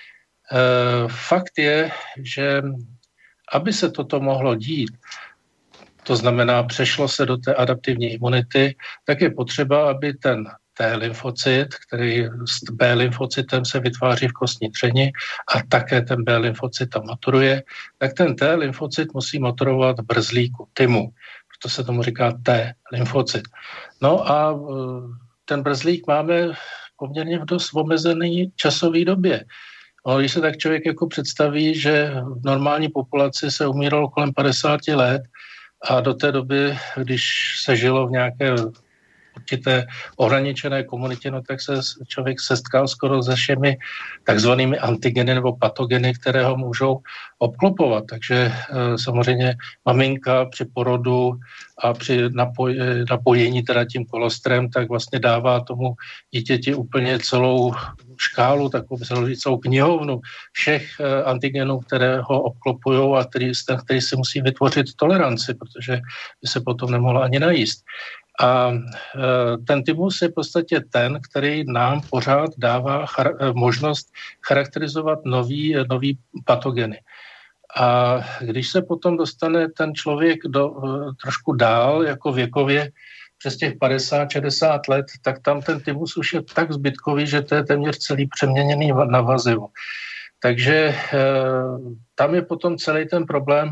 S3: Fakt je, že aby se toto mohlo dít, to znamená přešlo se do té adaptivní imunity, tak je potřeba, aby ten T-lymfocyt, který s B-lymfocytem se vytváří v kostní třeni a také ten B-lymfocyt tam maturuje, tak ten T-lymfocyt musí maturovat v brzlíku, tymu. Proto se tomu říká T-lymfocyt. No a ten brzlík máme poměrně v dost omezený časový době. No, když se tak člověk jako představí, že v normální populaci se umíralo kolem padesát let a do té doby, když se žilo v nějaké určité ohraničené komunitě, no tak se člověk setkal skoro se všemi takzvanými antigeny nebo patogeny, které ho můžou obklopovat. Takže e, samozřejmě maminka při porodu a při napoj, napojení teda tím kolostrem, tak vlastně dává tomu dítěti úplně celou škálu, takovou by se dalo říct, celou knihovnu všech e, antigenů, které ho obklopují a který, který si musí vytvořit toleranci, protože by se potom nemohla ani najíst. A ten tymus je v podstatě ten, který nám pořád dává char- možnost charakterizovat nový, nový patogeny. A když se potom dostane ten člověk do, trošku dál, jako věkově, přes těch padesát šedesát let, tak tam ten tymus už je tak zbytkový, že to je téměř celý přeměněný na vazivu. Takže tam je potom celý ten problém,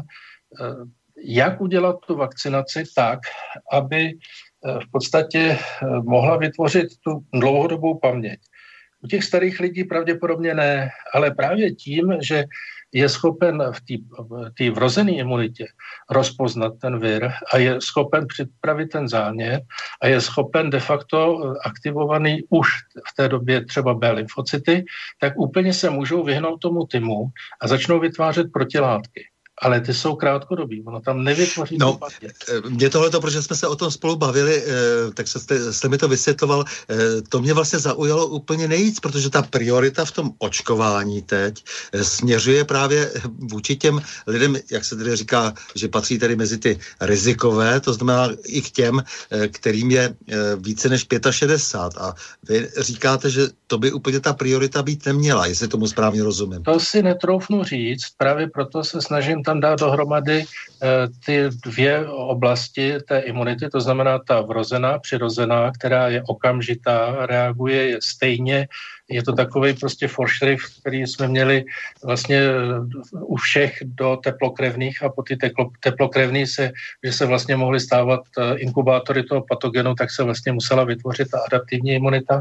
S3: jak udělat tu vakcinaci tak, aby v podstatě mohla vytvořit tu dlouhodobou paměť. U těch starých lidí pravděpodobně ne, ale právě tím, že je schopen v té vrozené imunitě rozpoznat ten vir a je schopen připravit ten zánět a je schopen de facto aktivovaný už v té době třeba B-lymfocyty, tak úplně se můžou vyhnout tomu tymu a začnou vytvářet protilátky. Ale ty jsou krátkodobí, ono tam nevytvoří.
S2: No, mě tohleto, protože jsme se o tom spolu bavili, tak jste, jste mi to vysvětloval, to mě vlastně zaujalo úplně nejvíc, protože ta priorita v tom očkování teď směřuje právě vůči těm lidem, jak se tedy říká, že patří tedy mezi ty rizikové, to znamená i k těm, kterým je více než šedesát pět. A vy říkáte, že to by úplně ta priorita být neměla, jestli tomu správně rozumím.
S3: To si netroufnu říct, právě proto se snažím tam dát dohromady e, ty dvě oblasti té imunity, to znamená ta vrozená, přirozená, která je okamžitá, reaguje je stejně, je to takovej prostě foršrift, který jsme měli vlastně u všech do teplokrevných a po ty teklo, teplokrevný se, že se vlastně mohly stávat inkubátory toho patogenu, tak se vlastně musela vytvořit ta adaptivní imunita.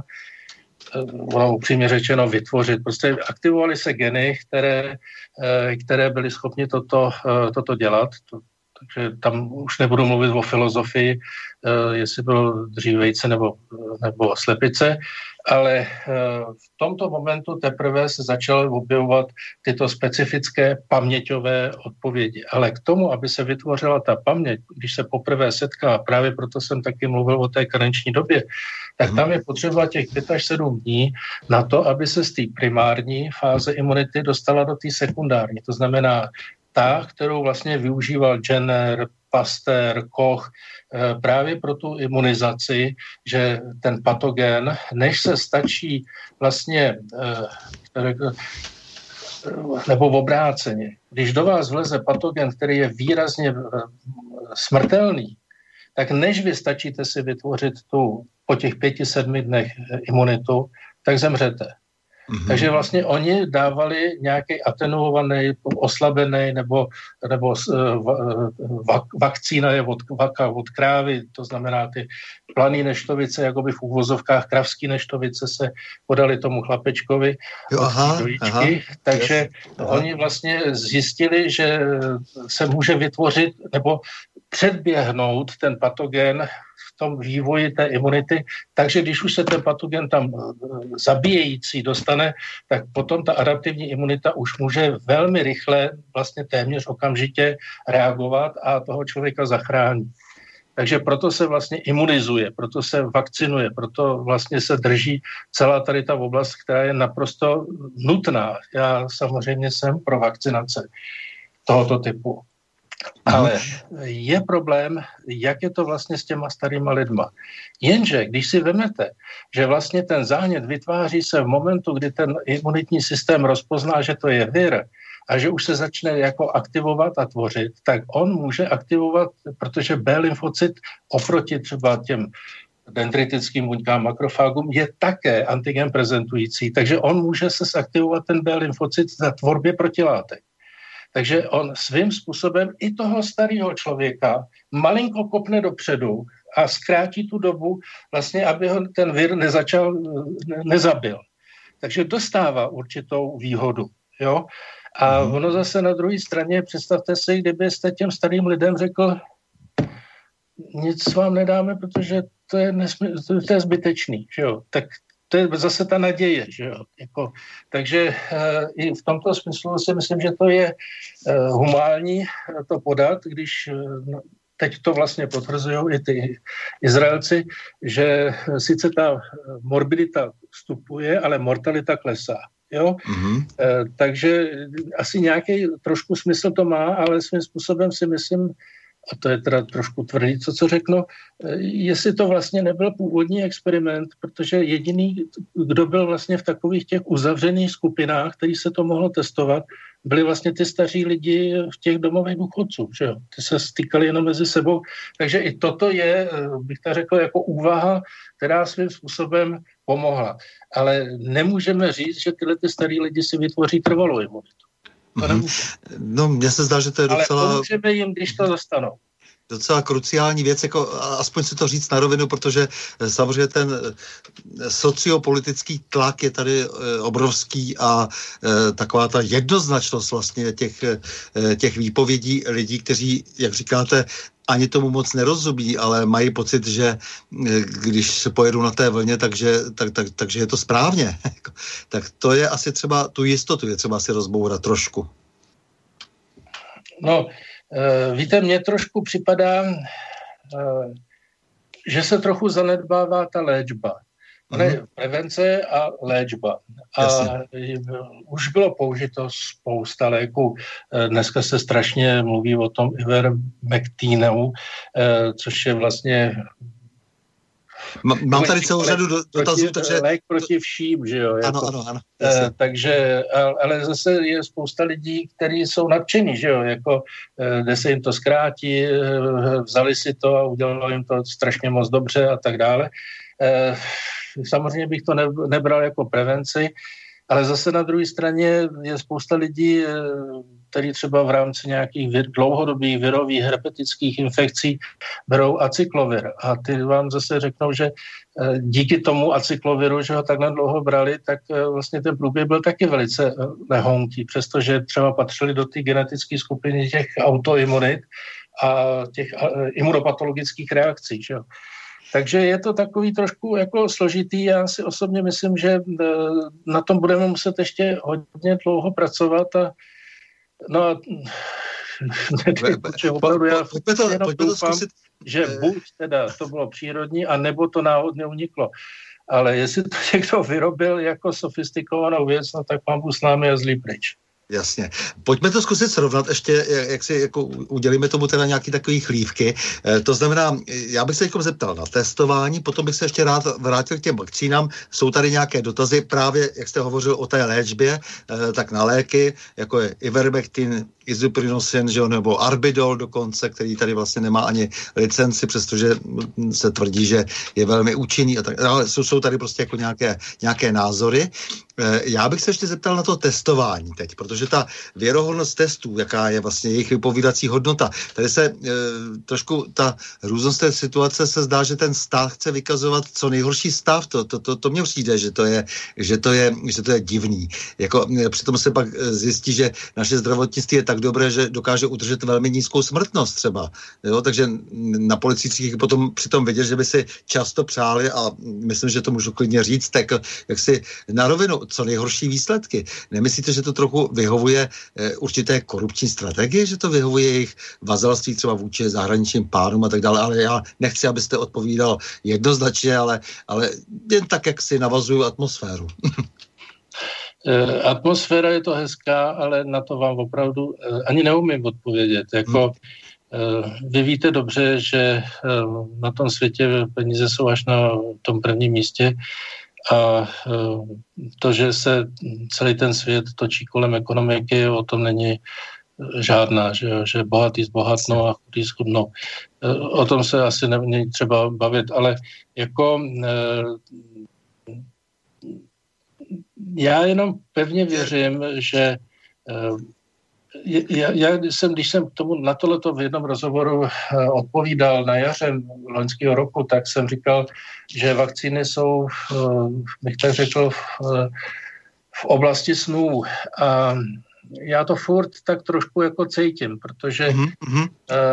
S3: Ono upřímně řečeno vytvořit. Prostě aktivovaly se geny, které, které byly schopni toto, toto dělat. Takže tam už nebudu mluvit o filozofii, jestli bylo dřív vejce nebo, nebo slepice, ale v tomto momentu teprve se začaly objevovat tyto specifické paměťové odpovědi. Ale k tomu, aby se vytvořila ta paměť, když se poprvé setká, právě proto jsem taky mluvil o té karenční době, tak tam je potřeba těch pět až sedm dní na to, aby se z té primární fáze imunity dostala do té sekundární. To znamená ta, kterou vlastně využíval Jenner, Pasteur, Koch právě pro tu imunizaci, že ten patogen, než se stačí vlastně, nebo v obráceně, když do vás vleze patogen, který je výrazně smrtelný, tak než vy stačíte si vytvořit tu po těch pěti, sedmi dnech imunitu, tak zemřete. Mm-hmm. Takže vlastně oni dávali nějaký atenuovaný, oslabený nebo, nebo uh, vakcína je od vaka, od krávy, to znamená ty planý neštovice, jakoby v úvozovkách kravský neštovice se podali tomu chlapečkovi
S2: jo, aha,
S3: dojíčky,
S2: aha,
S3: takže
S2: yes,
S3: oni vlastně zjistili, že se může vytvořit, nebo předběhnout ten patogen v tom vývoji té imunity, takže když už se ten patogen tam zabíjející dostane, tak potom ta adaptivní imunita už může velmi rychle, vlastně téměř okamžitě reagovat a toho člověka zachrání. Takže proto se vlastně imunizuje, proto se vakcinuje, proto vlastně se drží celá tady ta oblast, která je naprosto nutná. Já samozřejmě jsem pro vakcinace tohoto typu. Ale je problém, jak je to vlastně s těma starýma lidma. Jenže, když si vemete, že vlastně ten zánět vytváří se v momentu, kdy ten imunitní systém rozpozná, že to je vir, a že už se začne jako aktivovat a tvořit, tak on může aktivovat, protože B lymfocyt oproti třeba těm dendritickým buňkám makrofágům je také antigen prezentující, takže on může se zaktivovat ten B lymfocyt na tvorbě protilátek. Takže on svým způsobem i toho starého člověka malinko kopne dopředu a zkrátí tu dobu, vlastně, aby ho ten vir nezačal, ne, nezabil. Takže dostává určitou výhodu. Jo? A ono zase na druhé straně, představte si, kdybyste těm starým lidem řekl, nic vám nedáme, protože to je, nesmí, to je zbytečný. Že jo? Tak to je zase ta naděje. Že jo? Jako, takže uh, i v tomto smyslu si myslím, že to je uh, humánní to podat, když uh, teď to vlastně potvrzují i ty Izraelci, že sice ta morbidita vstupuje, ale mortalita klesá. Jo? Mm-hmm. E, takže asi nějaký trošku smysl to má, ale svým způsobem si myslím, a to je teda trošku tvrdý, co co řeknu, e, jestli to vlastně nebyl původní experiment, protože jediný, kdo byl vlastně v takových těch uzavřených skupinách, který se to mohlo testovat, byli vlastně ty staří lidi v těch domovech důchodců, že jo? Ty se stykali jenom mezi sebou, takže i toto je, bych tak řekl, jako úvaha, která svým způsobem pomohla. Ale nemůžeme říct, že tyhle ty starý lidi si vytvoří trvalou imunitu.
S2: Mm-hmm. No, mně se zdá, že to je docela...
S3: Ale pomůžeme jim, když to dostanou.
S2: Docela kruciální věc, jako aspoň si to říct na rovinu, protože samozřejmě ten sociopolitický tlak je tady obrovský a taková ta jednoznačnost vlastně těch, těch výpovědí lidí, kteří, jak říkáte, ani tomu moc nerozumí, ale mají pocit, že když se pojedou na té vlně, takže, tak, tak, takže je to správně. Tak to je asi třeba, tu jistotu je třeba si rozbourat trošku.
S3: No, víte, mně trošku připadá, že se trochu zanedbává ta léčba. Mm-hmm. Prevence a léčba. A Jasně. už bylo použito spousta léků. Dneska se strašně mluví o tom Ivermectinu, což je vlastně...
S2: Mám tady celou lék řadu dotazů, takže...
S3: Lék proti vším, že jo? Jako,
S2: ano, ano, ano.
S3: Eh, takže, ale zase je spousta lidí, kteří jsou nadšení, že jo? Jako, eh, kde se jim to zkrátí, eh, vzali si to a udělalo jim to strašně moc dobře a tak dále. Eh, samozřejmě bych to ne, nebral jako prevenci, ale zase na druhé straně je spousta lidí, eh, který třeba v rámci nějakých vir, dlouhodobých virových herpetických infekcí berou acyklovir. A ty vám zase řeknou, že díky tomu acykloviru, že ho takhle dlouho brali, tak vlastně ten průběh byl taky velice lehounký, přestože třeba patřili do té genetické skupiny těch autoimunit a těch imunopatologických reakcí. Že? Takže je to takový trošku jako složitý. Já si osobně myslím, že na tom budeme muset ještě hodně dlouho pracovat a no, opravdu já jenom doufám, že buď teda to bylo přírodní, a nebo to náhodně uniklo. Ale jestli to někdo vyrobil jako sofistikovanou věc, no tak mám s námi a zlý pryč.
S2: Jasně. Pojďme to zkusit srovnat ještě, jak si jako udělíme tomu teda nějaký takový chlívky. E, to znamená, já bych se teď zeptal na testování, potom bych se ještě rád vrátil k těm vakcínám. Jsou tady nějaké dotazy právě, jak jste hovořil o té léčbě, e, tak na léky, jako je Ivermectin, Isoprinosin, že jo, nebo Arbidol dokonce, který tady vlastně nemá ani licenci, přestože se tvrdí, že je velmi účinný a tak, ale jsou, jsou tady prostě jako nějaké, nějaké názory. E, já bych se ještě zeptal na to testování teď, protože ta věrohodnost testů, jaká je vlastně jejich vypovídací hodnota, tady se e, trošku ta různost té situace se zdá, že ten stát chce vykazovat co nejhorší stav, to, to, to, to mně přijde, že to je, že to je, že to je divný. Jako, přitom se pak zjistí, že naše zdravotnictví je tak tak dobré, že dokáže udržet velmi nízkou smrtnost třeba. Jo? Takže na policích potom přitom vidět, že by si často přáli, a myslím, že to můžu klidně říct, tak jak si na rovinu, co nejhorší výsledky. Nemyslíte, že to trochu vyhovuje eh, určité korupční strategie, že to vyhovuje jejich vazalství třeba vůči zahraničním pánům a tak dále, ale já nechci, abyste odpovídal jednoznačně, ale, ale jen tak, jak si navazuju atmosféru.
S3: Atmosféra je to hezká, ale na to vám opravdu ani neumím odpovědět. Jako, hmm. Vy víte dobře, že na tom světě peníze jsou až na tom prvním místě a to, že se celý ten svět točí kolem ekonomiky, o tom není žádná, že, že bohatý zbohatnou a chudý schudnou. O tom se asi není třeba bavit, ale jako já jenom pevně věřím, že já, já jsem, když jsem k tomu na tohleto v jednom rozhovoru odpovídal na jaře loňského roku, tak jsem říkal, že vakcíny jsou, bych tak řekl, v, v oblasti snů. A já to furt tak trošku jako cítím, protože mm-hmm. uh,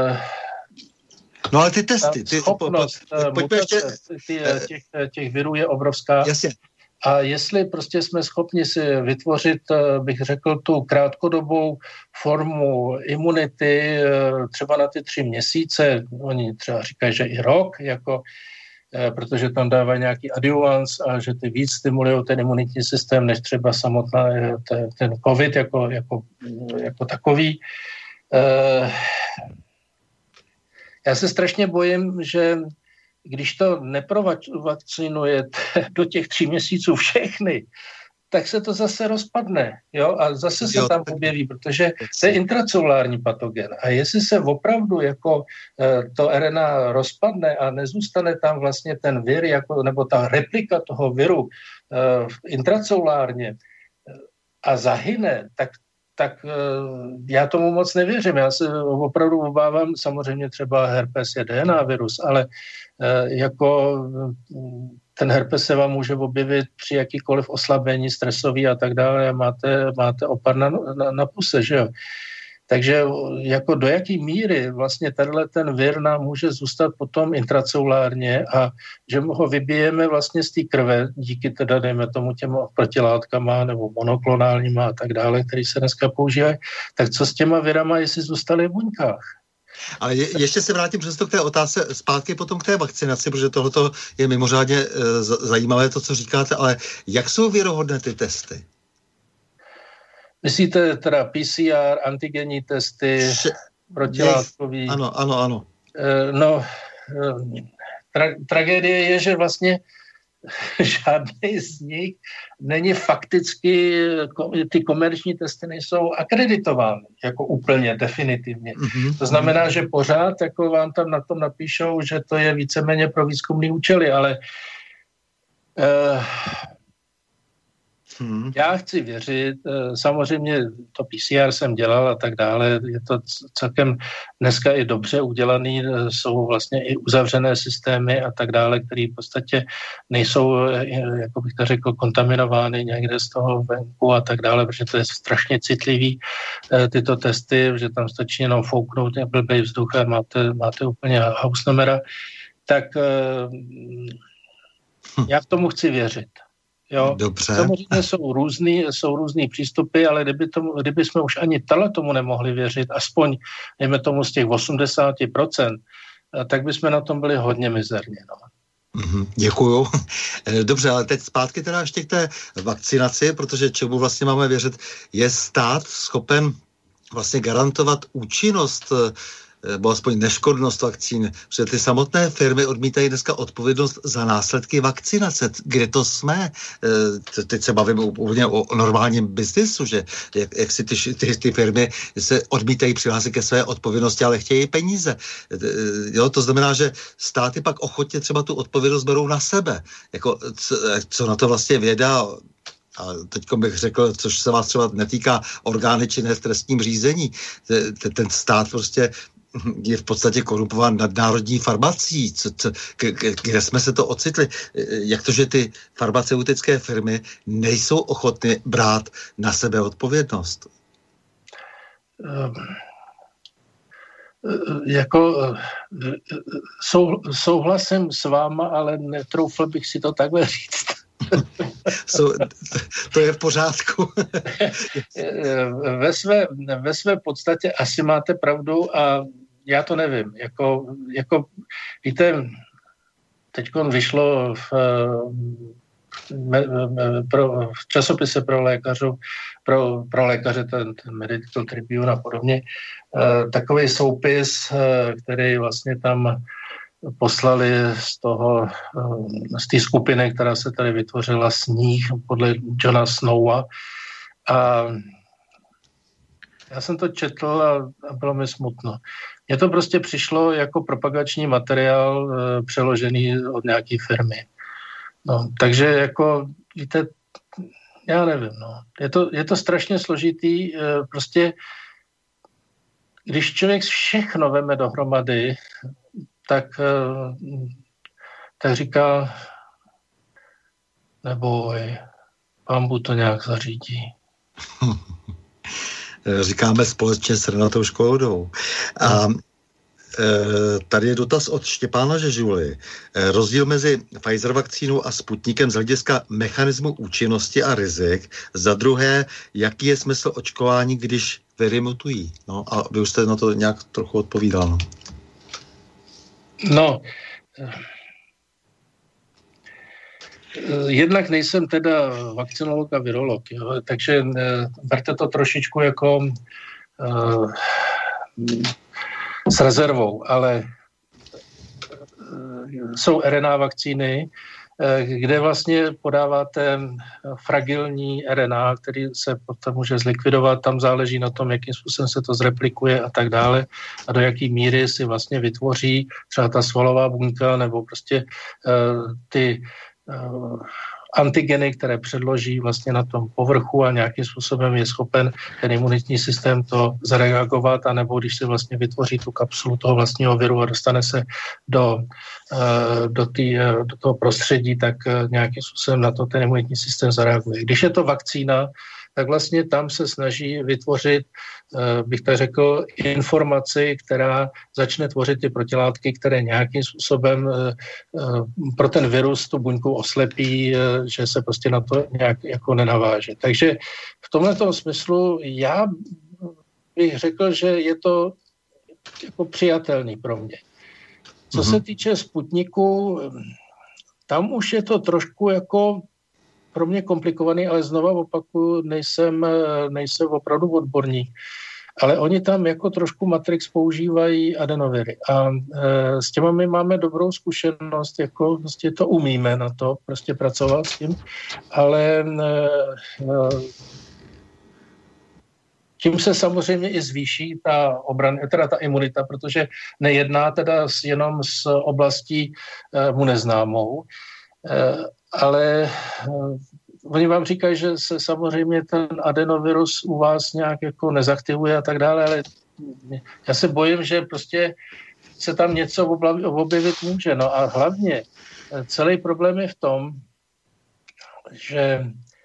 S2: no ale ty testy, ty,
S3: schopnost po, po, po, mutace ještě, těch, těch virů je obrovská.
S2: Jasně.
S3: A jestli prostě jsme schopni si vytvořit, bych řekl, tu krátkodobou formu imunity třeba na ty tři měsíce, oni třeba říkají, že i rok, jako, protože tam dávají nějaký adjuvans a že ty víc stimulují ten imunitní systém, než třeba samotná ten covid jako, jako, jako takový. Já se strašně bojím, že když to neprovakcinujete do těch tří měsíců všechny, tak se to zase rozpadne, jo, a zase se jo, tam objeví, protože to je intracelulární patogen. A jestli se opravdu jako to R N A rozpadne a nezůstane tam vlastně ten vir, jako, nebo ta replika toho viru intracelulárně a zahyne, tak tak já tomu moc nevěřím. Já se opravdu obávám, samozřejmě třeba herpes je D N A virus, ale jako ten herpes se vám může objevit při jakýkoliv oslabení stresový a tak dále a máte, máte opar na, na, na puse, že jo. Takže jako do jaký míry vlastně tenhle ten vir nám může zůstat potom intracelulárně a že ho vybijeme vlastně z té krve díky teda, dejme tomu, těma protilátkama nebo monoklonálníma a tak dále, který se dneska používají, tak co s těma virama, jestli zůstaly v buňkách?
S2: Ale je, ještě se vrátím přesto k té otázce zpátky potom k té vakcinaci, protože tohleto je mimořádně e, zajímavé to, co říkáte, ale jak jsou věrohodné ty testy? Myslíte
S3: teda P C R, antigenní testy, Vše... protilátkový?
S2: Ano, ano, ano.
S3: E, no, tra- tragédie je, že vlastně žádný z nich není fakticky, ty komerční testy nejsou akreditovány jako úplně definitivně. Mm-hmm. To znamená, že pořád jako vám tam na tom napíšou, že to je víceméně pro výzkumný účely, ale uh, Hmm. Já chci věřit, samozřejmě to P C R jsem dělal a tak dále, je to celkem dneska i dobře udělaný, jsou vlastně i uzavřené systémy a tak dále, které v podstatě nejsou, jako bych to řekl, kontaminovány někde z toho venku a tak dále, protože to je strašně citlivý, tyto testy, že tam stačí jenom fouknout blbej vzduch a máte, máte úplně hausnumera, tak já v tomu chci věřit. Jo,
S2: dobře.
S3: Samozřejmě jsou různý, jsou různý přístupy, ale kdyby, tomu, kdyby jsme už ani tele tomu nemohli věřit, aspoň dejme tomu z těch osmdesát procent, tak bychom na tom byli hodně mizerně. No.
S2: Mm-hmm, děkuju. Dobře, ale teď zpátky teda ještě k té vakcinaci, protože čemu vlastně máme věřit, je stát schopen vlastně garantovat účinnost nebo aspoň neškodnost vakcín, protože ty samotné firmy odmítají dneska odpovědnost za následky vakcinace. Kde to jsme? Teď se bavíme úplně o normálním biznesu, že jak, jak si ty, ty, ty firmy se odmítají přihlásit ke své odpovědnosti, ale chtějí peníze. Jo, to znamená, že státy pak ochotně třeba tu odpovědnost berou na sebe. Jako, co, co na to vlastně věda, a teď bych řekl, což se vás třeba netýká orgány činné v trestním řízení, ten stát prostě je v podstatě korumpován nadnárodní farmací. Co, co, kde jsme se to ocitli? Jak to, že ty farmaceutické firmy nejsou ochotny brát na sebe odpovědnost?
S3: jako sou, souhlasím s váma, ale netroufl bych si to takhle říct.
S2: So, to je v pořádku.
S3: ve, své, ve své podstatě asi máte pravdu a já to nevím. Jako, jako víte, teďkon vyšlo v, pro, v časopise pro lékařů, pro, pro lékaře, ten, ten Medical Tribune a podobně, takový soupis, který vlastně tam poslali z toho, z té skupiny, která se tady vytvořila, Sníh podle Johna Snowa. A já jsem to četl a, a bylo mi smutno. Mně to prostě přišlo jako propagační materiál e, přeložený od nějaké firmy. No, takže jako, víte, já nevím, no. Je to, je to strašně složitý, e, prostě když člověk všechno veme dohromady, tak, tak říká, neboj, Pán Bůh to nějak zařídí.
S2: Říkáme společně s Renatou Škodou. A tady je dotaz od Štěpána Žežuly. Rozdíl mezi Pfizer vakcínou a Sputnikem z hlediska mechanismu účinnosti a rizik. Za druhé, jaký je smysl očkování, když viry mutují? No a vy už jste na to nějak trochu odpovídal. No.
S3: No, jednak nejsem teda vakcinolog a virolog, jo, takže berte to trošičku jako uh, s rezervou, ale uh, jsou R N A vakcíny, kde vlastně podáváte fragilní R N A, který se potom může zlikvidovat, tam záleží na tom, jakým způsobem se to zreplikuje a tak dále a do jaký míry si vlastně vytvoří třeba ta svalová buňka nebo prostě uh, ty uh, antigeny, které předloží vlastně na tom povrchu a nějakým způsobem je schopen ten imunitní systém to zareagovat, anebo když si vlastně vytvoří tu kapsulu toho vlastního viru a dostane se do, do, tý, do toho prostředí, tak nějakým způsobem na to ten imunitní systém zareaguje. Když je to vakcína, tak vlastně tam se snaží vytvořit, bych tak řekl, informaci, která začne tvořit ty protilátky, které nějakým způsobem pro ten virus tu buňku oslepí, že se prostě na to nějak jako nenaváže. Takže v tomhletom smyslu já bych řekl, že je to jako přijatelný pro mě. Co mm-hmm. se týče Sputniku, tam už je to trošku jako pro mě komplikovaný, ale znova opakuju, nejsem, nejsem opravdu odborník. Ale oni tam jako trošku Matrix používají adenoviry. A e, s těma my máme dobrou zkušenost, jako prostě to umíme na to prostě pracovat s tím, ale e, e, tím se samozřejmě i zvýší ta obrana, teda ta imunita, protože nejedná teda jenom s oblastí e, mu neznámou, e, ale uh, oni vám říkají, že se samozřejmě ten adenovirus u vás nějak jako nezaktivuje a tak dále, ale já se bojím, že prostě se tam něco objevit může. No a hlavně celý problém je v tom, že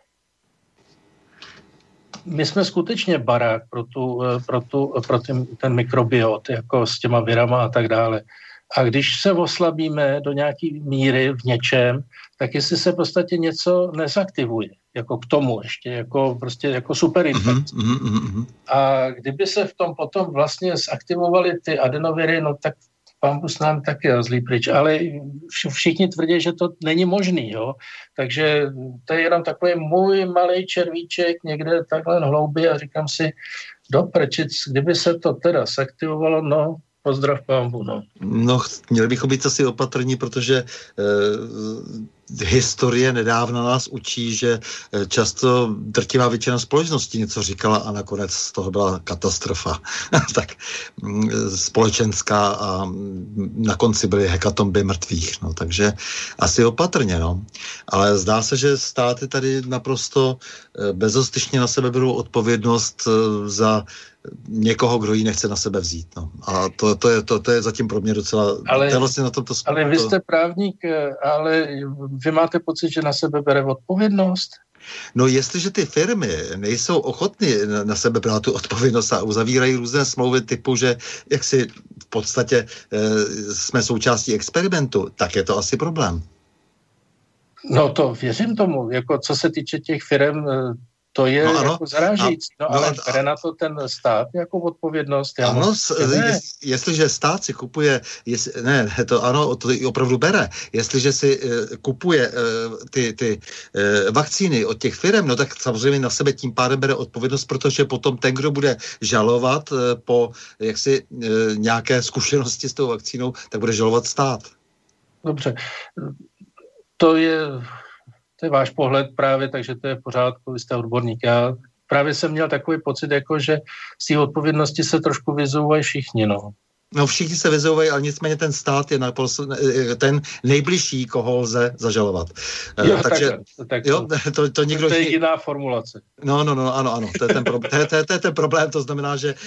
S3: my jsme skutečně barák pro, tu, pro, tu, pro ten, ten mikrobiot, jako s těma virama a tak dále. A když se oslabíme do nějaký míry v něčem, tak jestli se v podstatě něco nezaktivuje, jako k tomu ještě, jako prostě jako superinfekce. Mm-hmm, mm-hmm. A kdyby se v tom potom vlastně zaktivovaly ty adenoviry, no tak Pán Bůh s námi taky rozlí pryč, ale všichni tvrdí, že to není možný, jo. Takže to je jenom takový můj malej červíček někde takhle hloubě a říkám si, do prčic, kdyby se to teda zaktivovalo, no, pozdrav Pán Bůh, no.
S2: No, měli bychom být asi opatrní, protože eh, historie nedávno nás učí, že často drtivá většina společnosti něco říkala a nakonec z toho byla katastrofa. Tak společenská a na konci byly hekatomby mrtvých. No, takže asi opatrně, no. Ale zdá se, že státy tady naprosto bezostyšně na sebe berou odpovědnost za někoho, kdo ji nechce na sebe vzít. No. A to, to, je, to, to je zatím pro mě docela...
S3: Ale,
S2: to je vlastně na tomto,
S3: ale vy jste právník, ale vy máte pocit, že na sebe bere odpovědnost?
S2: No jestliže ty firmy nejsou ochotny na sebe brát tu odpovědnost a uzavírají různé smlouvy typu, že jak si v podstatě e, jsme součástí experimentu, tak je to asi problém.
S3: No to věřím tomu, jako co se týče těch firm, to je no ano, jako zarážející. No, no ale bere na to ten stát jako odpovědnost. Já
S2: ano, je, jestliže stát si kupuje, jest, ne, to ano, to opravdu bere. Jestliže si uh, kupuje uh, ty, ty uh, vakcíny od těch firm, no tak samozřejmě na sebe tím pádem bere odpovědnost, protože potom ten, kdo bude žalovat uh, po jaksi uh, nějaké zkušenosti s tou vakcínou, tak bude žalovat stát.
S3: Dobře. To je... To je váš pohled právě, takže to je v pořádku, vy jste odborník. Já právě jsem měl takový pocit, jako že z té odpovědnosti se trošku vyzouvají všichni, no.
S2: No všichni se vyzouvají, ale nicméně ten stát je ten nejbližší, koho lze zažalovat.
S3: Jo, takže, tak, tak
S2: jo, to, to, někdo...
S3: to je jiná formulace.
S2: No, no, no, ano, ano, to je ten, pro, to je, to je, to je ten problém, to znamená, že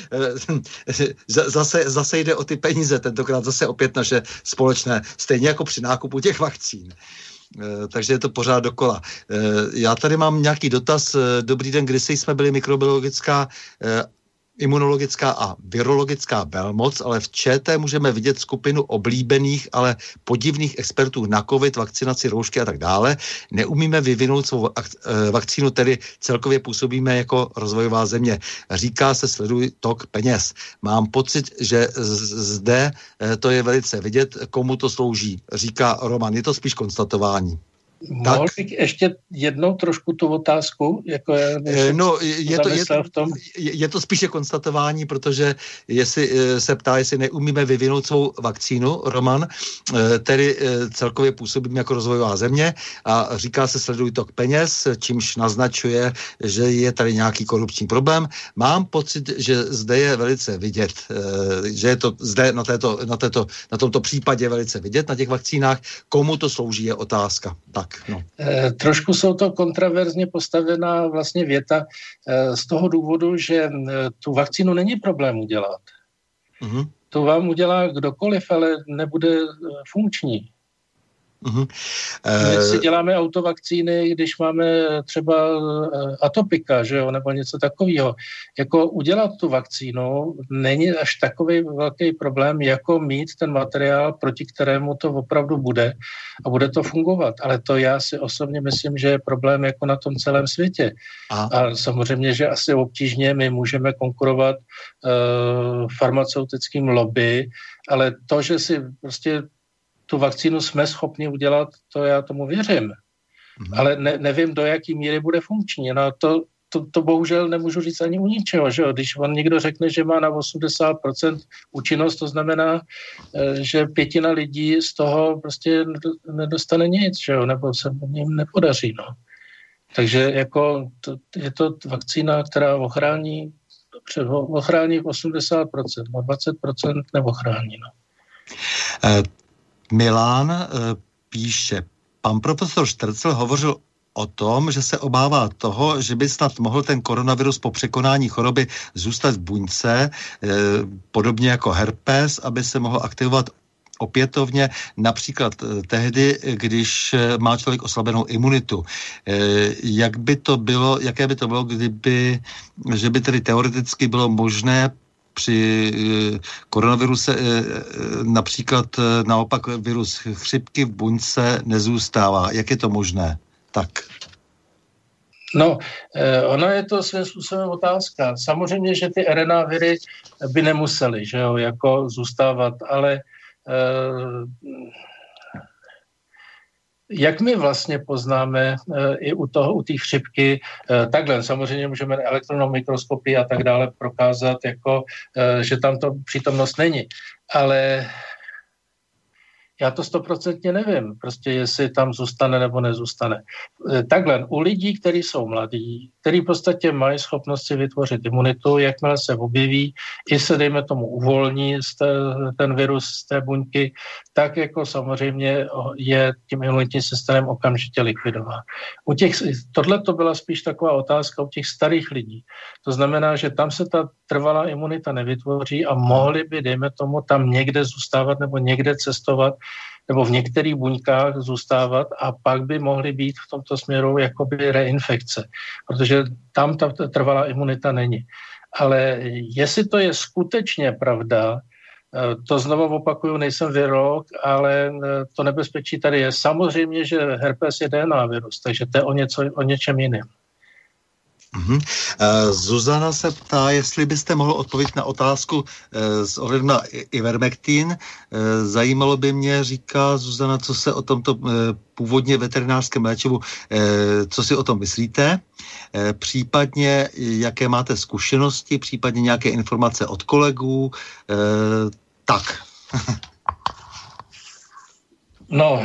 S2: zase, zase jde o ty peníze, tentokrát zase opět naše společné, stejně jako při nákupu těch vakcín. Takže je to pořád dokola. Já tady mám nějaký dotaz. Dobrý den, kdysi jsme byli mikrobiologická, imunologická a virologická velmoc, ale v ČT můžeme vidět skupinu oblíbených, ale podivných expertů na covid, vakcinaci, roušky a tak dále. Neumíme vyvinout svou vakcínu, tedy celkově působíme jako rozvojová země. Říká se, sleduj tok peněz. Mám pocit, že zde to je velice vidět, komu to slouží, říká Roman. Je to spíš konstatování.
S3: Mohl bych ještě jednou trošku tu otázku? Jako je,
S2: no, je to, je, to, je to spíše konstatování, protože jestli se ptá, jestli neumíme vyvinout svou vakcínu, Roman, tedy celkově působíme jako rozvojová země a říká se sleduj tok peněz, čímž naznačuje, že je tady nějaký korupční problém. Mám pocit, že zde je velice vidět, že je to zde na, této, na, této, na tomto případě velice vidět, na těch vakcínách, komu to slouží, je otázka. Tak. No.
S3: E, trošku jsou to kontraverzně postavená vlastně věta e, z toho důvodu, že e, tu vakcínu není problém udělat. Mm-hmm. To vám udělá kdokoliv, ale nebude e, funkční. Mm-hmm. My si děláme autovakcíny, když máme třeba atopika, že jo, nebo něco takového. Jako udělat tu vakcínu není až takový velký problém, jako mít ten materiál, proti kterému to opravdu bude a bude to fungovat. Ale to já si osobně myslím, že je problém jako na tom celém světě. A, a samozřejmě, že asi obtížně my můžeme konkurovat uh, farmaceutickým lobby, ale to, že si prostě tu vakcínu jsme schopni udělat, to já tomu věřím. Mm-hmm. Ale ne, nevím, do jaký míry bude funkční. No to, to, to bohužel nemůžu říct ani u ničeho. Že? Když vám někdo řekne, že má na osmdesát procent účinnost, to znamená, že pětina lidí z toho prostě nedostane nic, že? Nebo se jim nepodaří. No. Takže jako to, je to vakcína, která ochrání, dobře, ochrání osmdesát procent, no dvacet procent neochrání. No.
S2: Uh... Milan e, píše, pan profesor Štrcel hovořil o tom, že se obává toho, že by snad mohl ten koronavirus po překonání choroby zůstat v buňce, e, podobně jako herpes, aby se mohl aktivovat opětovně, například tehdy, když má člověk oslabenou imunitu. E, jak by to bylo, jaké by to bylo, kdyby, že by tedy teoreticky bylo možné při koronaviruse například naopak virus chřipky v buňce nezůstává. Jak je to možné? Tak.
S3: No, ono je to svým způsobem otázka. Samozřejmě, že ty er en á viry by nemusely, že jo, jako zůstávat, ale jak my vlastně poznáme e, i u toho, u té chřipky, e, takhle, samozřejmě můžeme elektronou mikroskopii a tak dále prokázat, jako, e, že tam to přítomnost není, ale já to stoprocentně nevím, prostě jestli tam zůstane nebo nezůstane. Takhle, u lidí, kteří jsou mladí, kteří v podstatě mají schopnost si vytvořit imunitu, jakmile se objeví, i se, dejme tomu, uvolní z té, ten virus z té buňky, tak jako samozřejmě je tím imunitním systémem okamžitě likvidován. U těch, tohle to byla spíš taková otázka u těch starých lidí. To znamená, že tam se ta trvalá imunita nevytvoří a mohli by, dejme tomu, tam někde zůstávat nebo někde cestovat nebo v některých buňkách zůstávat a pak by mohly být v tomto směru jakoby reinfekce, protože tam ta trvalá imunita není. Ale jestli to je skutečně pravda, to znovu opakuju, nejsem virolog, ale to nebezpečí tady je. Samozřejmě, že herpes je D N A virus, takže to je o, něco, o něčem jiném.
S2: Mm-hmm. Uh, Zuzana se ptá, jestli byste mohl odpovědět na otázku uh, s ohledem na Ivermectin. Uh, zajímalo by mě, říká Zuzana, co se o tomto uh, původně veterinářském léčivu, uh, co si o tom myslíte, uh, případně jaké máte zkušenosti, případně nějaké informace od kolegů, uh, tak.
S3: No,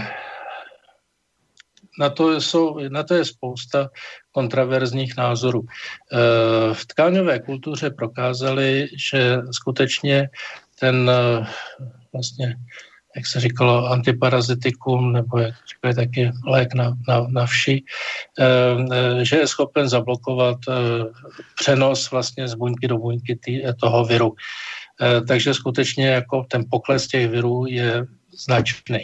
S3: Na to, jsou, na to je spousta kontraverzních názorů. V tkáňové kultuře prokázali, že skutečně ten vlastně, jak se říkalo, antiparazitikum, nebo jak říkali taky lék na, na, na vši, že je schopen zablokovat přenos vlastně z buňky do buňky tý, toho viru. Takže skutečně jako ten pokles těch virů je značný.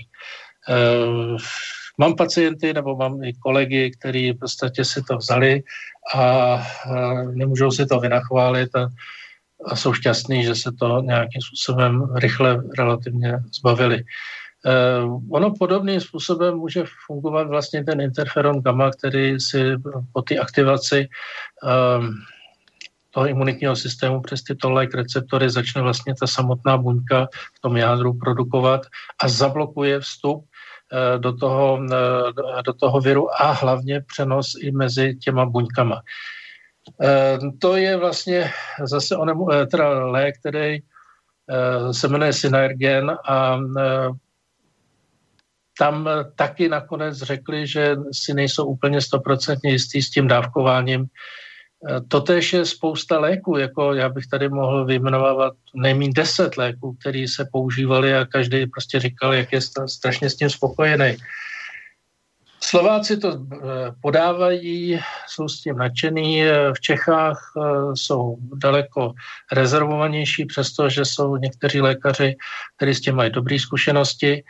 S3: Mám pacienty nebo mám i kolegy, kteří v podstatě si to vzali a nemůžou si to vynachválit a, a jsou šťastní, že se to nějakým způsobem rychle relativně zbavili. Uh, ono podobným způsobem může fungovat vlastně ten interferon gamma, který si po té aktivaci um, toho imunitního systému přes tyto like receptory začne vlastně ta samotná buňka v tom jádru produkovat a zablokuje vstup do toho, do toho viru a hlavně přenos i mezi těma buňkama. To je vlastně zase onem, teda lék, který se jmenuje Synergen a tam taky nakonec řekli, že si nejsou úplně stoprocentně jistý s tím dávkováním. Totéž je spousta léků, jako já bych tady mohl vyjmenovávat nejméně deset léků, které se používaly a každý prostě říkal, jak je strašně s tím spokojený. Slováci to podávají, jsou s tím nadšený, v Čechách jsou daleko rezervovanější, přestože jsou někteří lékaři, kteří s tím mají dobré zkušenosti.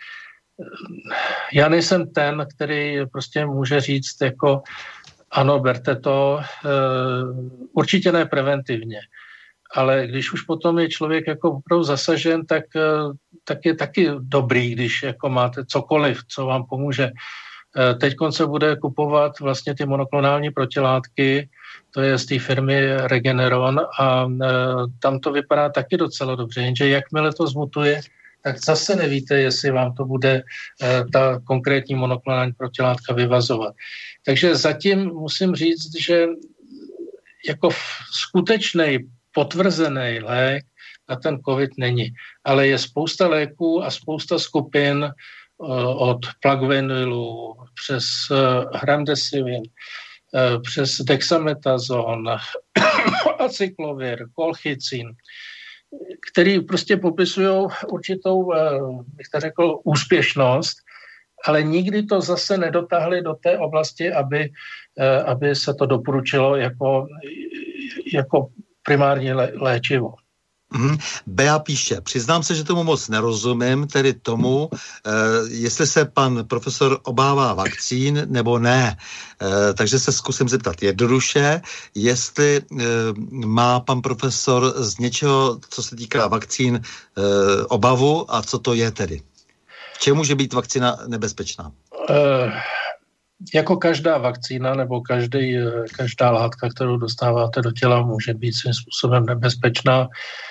S3: Já nejsem ten, který prostě může říct jako ano, berte to, určitě ne preventivně, ale když už potom je člověk jako opravdu zasažen, tak, tak je taky dobrý, když jako máte cokoliv, co vám pomůže. Teď se bude kupovat vlastně ty monoklonální protilátky, to je z té firmy Regeneron a tam to vypadá taky docela dobře, jenže jakmile to zmutuje, tak zase nevíte, jestli vám to bude ta konkrétní monoklonální protilátka vyvazovat. Takže zatím musím říct, že jako skutečný potvrzený lék na ten COVID není. Ale je spousta léků a spousta skupin od Plagvenilu přes Remdesivir, přes Dexametazon, Aciclovir, Colchicin, který prostě popisují určitou, bych to řekl, úspěšnost, ale nikdy to zase nedotáhli do té oblasti, aby, aby se to doporučilo jako, jako primární léčivo.
S2: Mm, Bea píše, přiznám se, že tomu moc nerozumím, tedy tomu, eh, jestli se pan profesor obává vakcín nebo ne. Eh, takže se zkusím zeptat jednoduše, jestli eh, má pan profesor z něčeho, co se týká vakcín, eh, obavu a co to je tedy. V čem může být vakcína nebezpečná?
S3: Eh, jako každá vakcína nebo každý, každá látka, kterou dostáváte do těla, může být svým způsobem nebezpečná.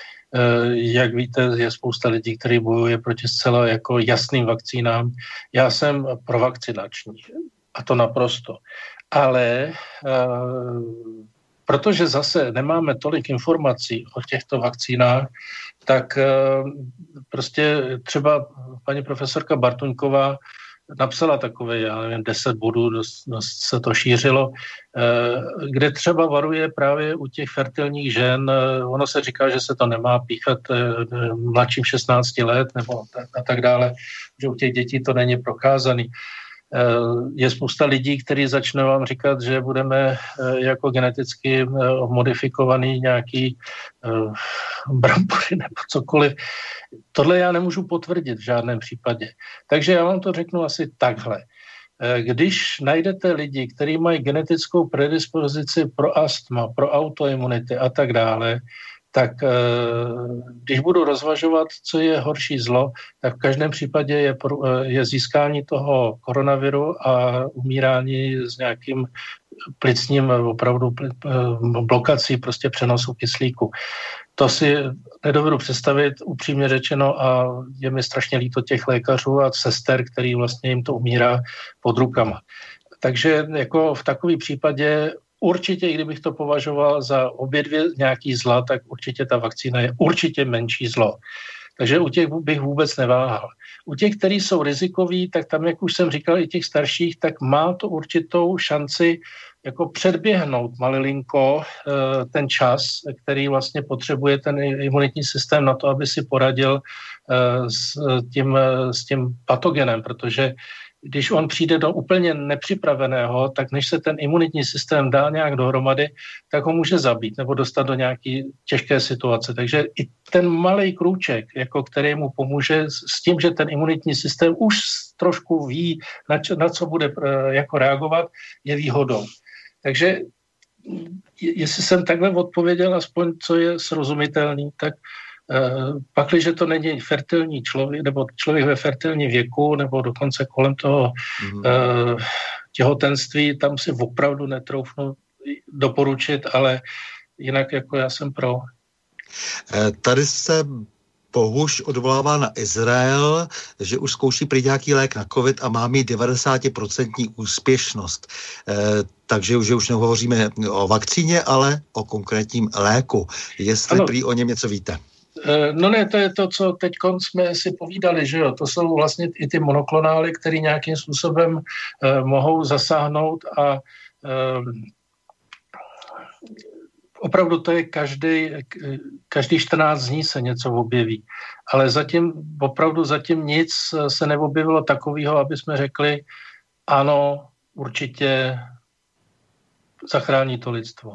S3: Jak víte, je spousta lidí, kteří bojuje proti zcela jako jasným vakcínám. Já jsem provakcinační a to naprosto. Ale protože zase nemáme tolik informací o těchto vakcínách, tak prostě třeba paní profesorka Bartuňková napsala takové, já nevím, deset bodů, dost, dost se to šířilo, kde třeba varuje právě u těch fertilních žen, ono se říká, že se to nemá píchat mladším šestnácti let nebo a tak dále, že u těch dětí to není prokázaný. je spousta lidí, kteří začnou vám říkat, že budeme jako geneticky modifikovaný nějaký brambory nebo cokoliv. Tohle já nemůžu potvrdit v žádném případě. Takže já vám to řeknu asi takhle. Když najdete lidi, kteří mají genetickou predispozici pro astma, pro autoimunity a tak dále, tak když budu rozvažovat, co je horší zlo, tak v každém případě je, je získání toho koronaviru a umírání s nějakým plicním opravdu blokací prostě přenosu kyslíku. To si nedovedu představit, upřímně řečeno, a je mi strašně líto těch lékařů a sester, který vlastně jim to umírá pod rukama. Takže jako v takovém případě určitě, i kdybych to považoval za obě dvě nějaký zla, tak určitě ta vakcína je určitě menší zlo. Takže u těch bych vůbec neváhal. U těch, kteří jsou rizikoví, tak tam, jak už jsem říkal, i těch starších, tak má to určitou šanci jako předběhnout malilinko ten čas, který vlastně potřebuje ten imunitní systém na to, aby si poradil s tím, s tím patogenem, protože když on přijde do úplně nepřipraveného, tak než se ten imunitní systém dá nějak dohromady, tak ho může zabít nebo dostat do nějaké těžké situace. Takže i ten malej krůček, jako který mu pomůže s tím, že ten imunitní systém už trošku ví, na, čo, na co bude jako reagovat, je výhodou. Takže jestli jsem takhle odpověděl, aspoň co je srozumitelný, tak Uh, pakliže to není fertilní člověk, nebo člověk ve fertilním věku, nebo dokonce kolem toho mm. uh, těhotenství, tam si opravdu netroufnu doporučit, ale jinak jako já jsem pro.
S2: Tady se Bohuž odvolává na Izrael, že už zkouší prý nějaký lék na covid a má mít devadesát procent úspěšnost. E, takže už, už nehovoříme o vakcíně, ale o konkrétním léku. Jestli ano. Prý o něm něco víte.
S3: No ne, to je to, co teď jsme si povídali, že jo, to jsou vlastně i ty monoklonály, které nějakým způsobem uh, mohou zasáhnout a uh, opravdu to je každý, každý čtrnáct dní se něco objeví, ale zatím, opravdu zatím nic se neobjevilo takového, aby jsme řekli, ano, určitě zachrání to lidstvo.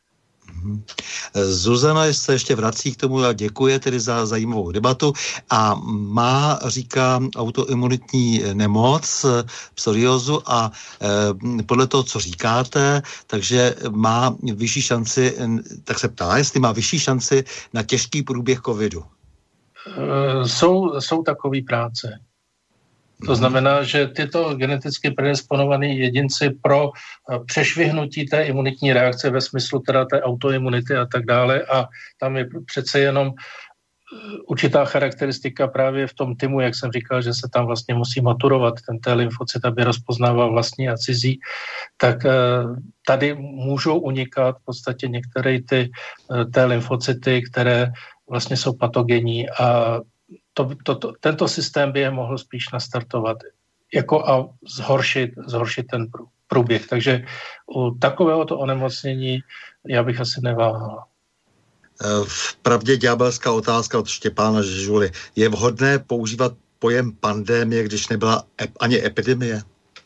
S2: Zuzana se ještě vrací k tomu a děkuje tedy za zajímavou debatu a má, říká, autoimunitní nemoc, psoriózu a e, podle toho, co říkáte, takže má vyšší šanci, tak se ptá, jestli má vyšší šanci na těžký průběh covidu.
S3: E, jsou, jsou takové práce. To znamená, že tyto geneticky predisponovaní jedinci pro přešvihnutí té imunitní reakce ve smyslu teda té autoimunity a tak dále a tam je přece jenom určitá charakteristika právě v tom týmu, jak jsem říkal, že se tam vlastně musí maturovat ten T lymfocyt, aby rozpoznával vlastní a cizí, tak tady můžou unikat v podstatě některé ty T lymfocyty, které vlastně jsou patogenní a To, to, to, tento systém by je mohl spíš nastartovat jako a zhoršit, zhoršit ten průběh. Takže u takovéhoto onemocnění já bych asi neváhal.
S2: V pravdě ďábelská otázka od Štěpána Žuly. Je vhodné používat pojem pandémie, když nebyla ep, ani epidemie?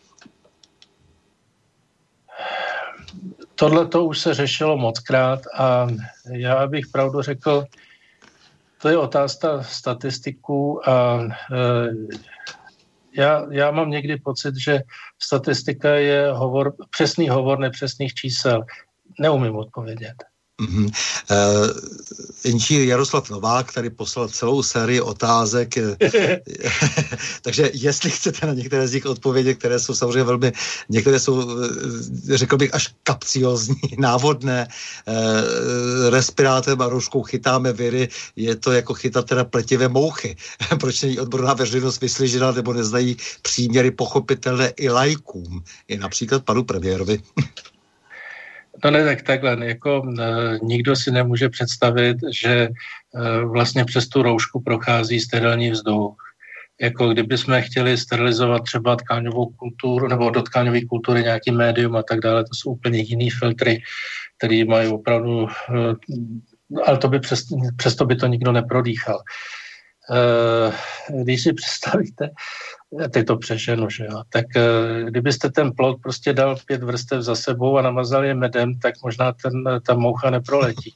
S3: Tohle to už se řešilo mockrát a já bych pravdu řekl, to je otázka statistiků a e, já, já mám někdy pocit, že statistika je hovor, přesný hovor nepřesných čísel. Neumím odpovědět.
S2: Mm-hmm. Uh, inžír Jaroslav Novák tady poslal celou sérii otázek, takže jestli chcete na některé z nich odpovědět, které jsou samozřejmě velmi, některé jsou, řekl bych, až kapciozní, návodné, uh, respirátorem a rouškou chytáme viry, je to jako chytat teda pletivé mouchy. Proč není odborná veřejnost vyslyšená nebo neznají příměry pochopitelné i laikům, i například panu premiérovi?
S3: No ne, tak takhle, jako e, nikdo si nemůže představit, že e, vlastně přes tu roušku prochází sterilní vzduch. Jako kdybychom chtěli sterilizovat třeba tkáňovou kulturu nebo do tkáňové kultury nějaký médium a tak dále, to jsou úplně jiný filtry, které mají opravdu, e, ale to by přes, přesto by to nikdo neprodýchal. E, když si představíte, teď to přeženu, že jo. Tak kdybyste ten plot prostě dal pět vrstev za sebou a namazal je medem, tak možná ten, ta moucha neproletí.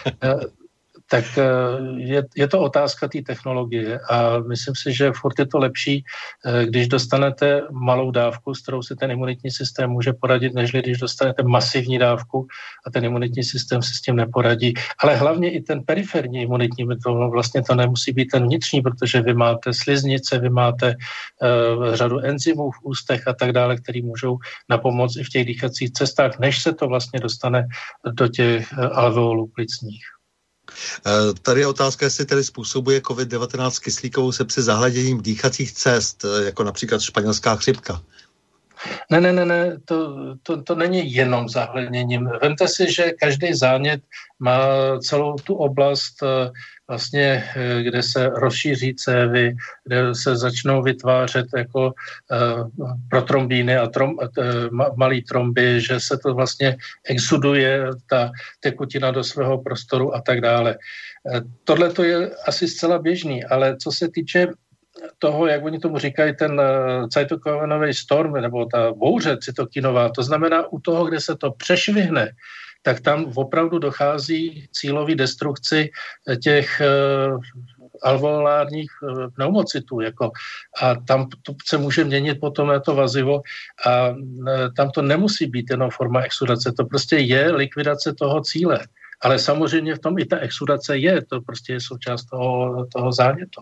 S3: Tak je, je to otázka té technologie a myslím si, že furt je to lepší, když dostanete malou dávku, s kterou si ten imunitní systém může poradit, než když dostanete masivní dávku a ten imunitní systém si s tím neporadí. Ale hlavně i ten periferní imunitní, to vlastně to nemusí být ten vnitřní, protože vy máte sliznice, vy máte uh, řadu enzymů v ústech a tak dále, který můžou napomoct i v těch dýchacích cestách, než se to vlastně dostane do těch alveolů plicních.
S2: Tady je otázka, jestli tedy způsobuje covid devatenáct kyslíkovou sepsi zahleděním dýchacích cest, jako například španělská chřipka.
S3: Ne, ne, ne, ne, to, to, to není jenom zahledněním. Vemte si, že každý zánět má celou tu oblast, vlastně, kde se rozšíří cévy, kde se začnou vytvářet jako uh, protrombíny a trom, uh, malý tromby, že se to vlastně exuduje ta tekutina do svého prostoru a tak dále. Uh, Tohle to je asi zcela běžný, ale co se týče toho, jak oni tomu říkají, ten cytokinový storm, nebo ta bouře cytokinová, to znamená u toho, kde se to přešvihne, tak tam opravdu dochází cílový destrukci těch uh, alveolárních uh, pneumocytů. Jako, a tam to se může měnit potom na to vazivo a uh, tam to nemusí být jenom forma exudace, to prostě je likvidace toho cíle. Ale samozřejmě v tom i ta exudace je, to prostě je součást toho, toho zánětu.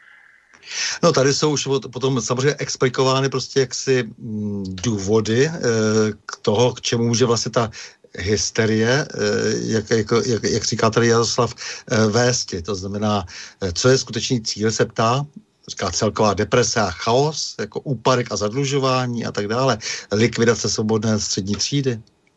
S2: No tady jsou už potom samozřejmě explikovány prostě jaksi důvody e, k toho, k čemu může vlastně ta hysterie, e, jak, jak, jak, jak říká tady Jaroslav, e, vésti. To znamená, e, co je skutečný cíl, se ptá, říká celková deprese a chaos, jako úpadek a zadlužování a tak dále, likvidace svobodné střední třídy.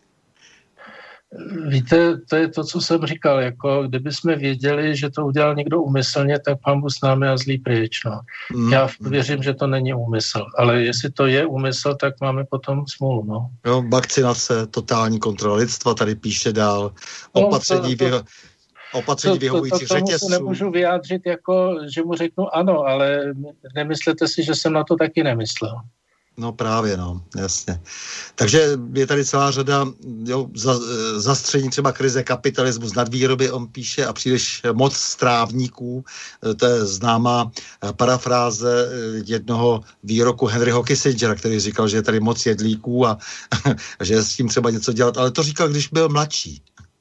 S3: Víte, to je to, co jsem říkal, jako kdyby jsme věděli, že to udělal někdo úmyslně, tak pán Bůh s námi a zlý pryč, no. Mm. Já věřím, že to není úmysl, ale jestli to je úmysl, tak máme potom smůlu, no.
S2: Jo, vakcinace, totální kontrola lidstva, tady píše dál, opatření, no, to, to, opatření vyhovujících řetězců.
S3: To, to, to nemůžu vyjádřit, jako, že mu řeknu ano, ale nemyslete si, že jsem na to taky nemyslel.
S2: No právě, no, jasně. Takže je tady celá řada jo, za, zastření třeba krize kapitalismus nadvýroby, on píše, a příliš moc strávníků. To je známá parafráze jednoho výroku Henryho Kissingera, který říkal, že je tady moc jedlíků a že je s tím třeba něco dělat, ale to říkal, když byl mladší.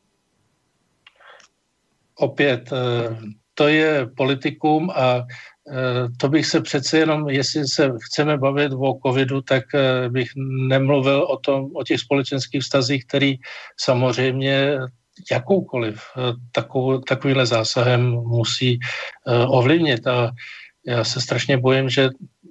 S3: Opět, to je politikum a to bych se přece jenom, jestli se chceme bavit o covidu, tak bych nemluvil o tom, o těch společenských vztazích, který samozřejmě jakoukoliv takovou, takovýhle zásahem musí ovlivnit. A já se strašně bojím, že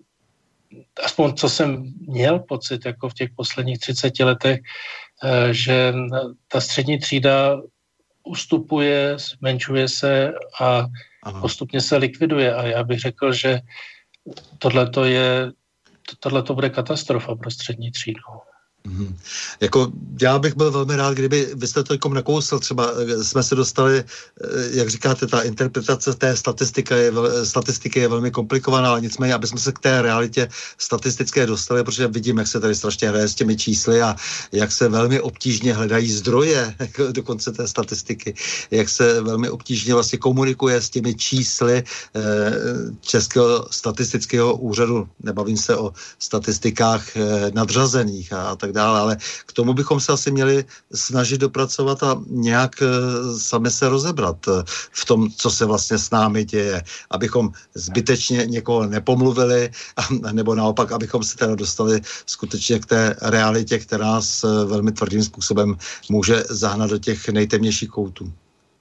S3: aspoň co jsem měl pocit jako v těch posledních třiceti letech, že ta střední třída ustupuje, zmenšuje se a Aha. postupně se likviduje a já bych řekl, že tohleto je, tohleto bude katastrofa pro střední třídu.
S2: Mm-hmm. Jako, já bych byl velmi rád, kdyby vy jste to jako nakousl, třeba jsme se dostali, jak říkáte, ta interpretace té statistiky je, statistiky je velmi komplikovaná, ale nicméně, aby jsme se k té realitě statistické dostali, protože vidím, jak se tady strašně hraje s těmi čísly a jak se velmi obtížně hledají zdroje jako dokonce té statistiky, jak se velmi obtížně vlastně komunikuje s těmi čísly eh, Českého statistického úřadu, nebavím se o statistikách eh, nadřazených a, a tak dále, ale k tomu bychom se asi měli snažit dopracovat a nějak sami se rozebrat v tom, co se vlastně s námi děje, abychom zbytečně někoho nepomluvili, a, nebo naopak, abychom se teda dostali skutečně k té realitě, která nás velmi tvrdým způsobem může zahnat do těch nejtemnějších koutů.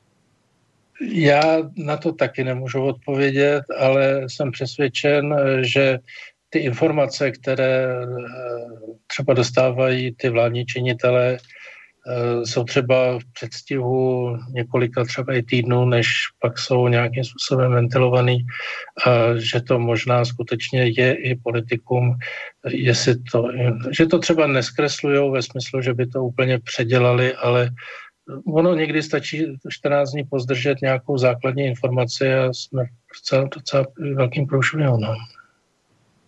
S3: Já na to taky nemůžu odpovědět, ale jsem přesvědčen, že ty informace, které třeba dostávají ty vládní činitelé, jsou třeba v předstihu několika třeba i týdnů, než pak jsou nějakým způsobem ventilovaný, a že to možná skutečně je i politikum, jestli to, že to třeba neskreslujou ve smyslu, že by to úplně předělali, ale ono někdy stačí čtrnáct dní pozdržet nějakou základní informaci a jsme v docela velkým průšvihu. No.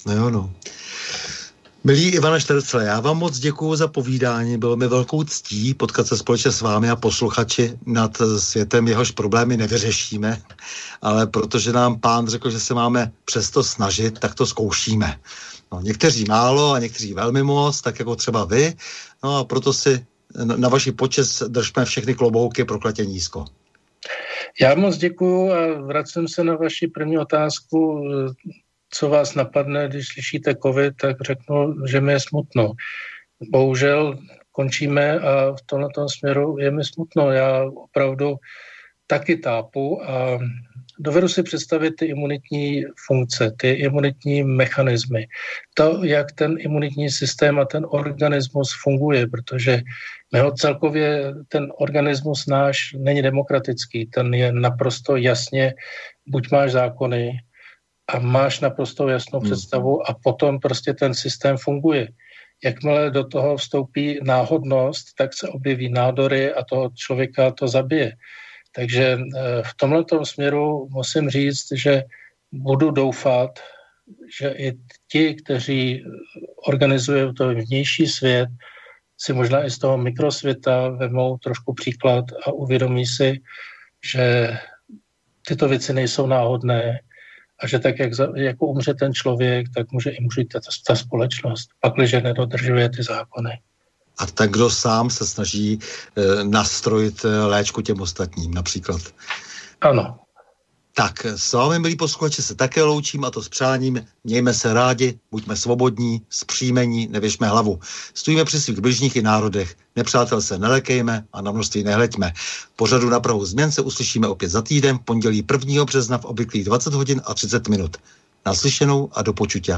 S2: No jo, no. Milí Ivane Štercle, já vám moc děkuju za povídání, bylo mi velkou ctí potkat se společně s vámi a posluchači nad světem, jehož problémy nevyřešíme, ale protože nám pán řekl, že se máme přesto snažit, tak to zkoušíme. No, někteří málo a někteří velmi moc, tak jako třeba vy, no a proto si na vaši počest držme všechny klobouky prokletě nízko.
S3: Já moc děkuju a vracím se na vaši první otázku. Co vás napadne, když slyšíte covid, tak řeknu, že mi je smutno. Bohužel končíme a v tomto směru je mi smutno. Já opravdu taky tápu a dovedu si představit ty imunitní funkce, ty imunitní mechanismy. To, jak ten imunitní systém a ten organismus funguje, protože jeho celkově ten organismus náš není demokratický, ten je naprosto jasně, buď máš zákony, a máš naprosto jasnou představu a potom prostě ten systém funguje. Jakmile do toho vstoupí náhodnost, tak se objeví nádory a toho člověka to zabije. Takže v tomhletom směru musím říct, že budu doufat, že i ti, kteří organizují to vnější svět, si možná i z toho mikrosvěta vemou trošku příklad a uvědomí si, že tyto věci nejsou náhodné, a že tak, jak za, jako umře ten člověk, tak může i umřít ta, ta společnost, pakliže nedodržuje ty zákony.
S2: A tak kdo sám se snaží e, nastrojit léčku těm ostatním například.
S3: Ano.
S2: Tak s vámi, milí posluchači, se také loučím a to s přáním. Mějme se rádi, buďme svobodní, zpříjmení, nevěšme hlavu. Stojíme při svých bližních i národech. Nepřátel se nelekejme a na množství nehleďme. Pořadu Na prahu změn se uslyšíme opět za týden, pondělí prvního března v obvyklých dvacet hodin a třicet minut. Naslyšenou a do počutia.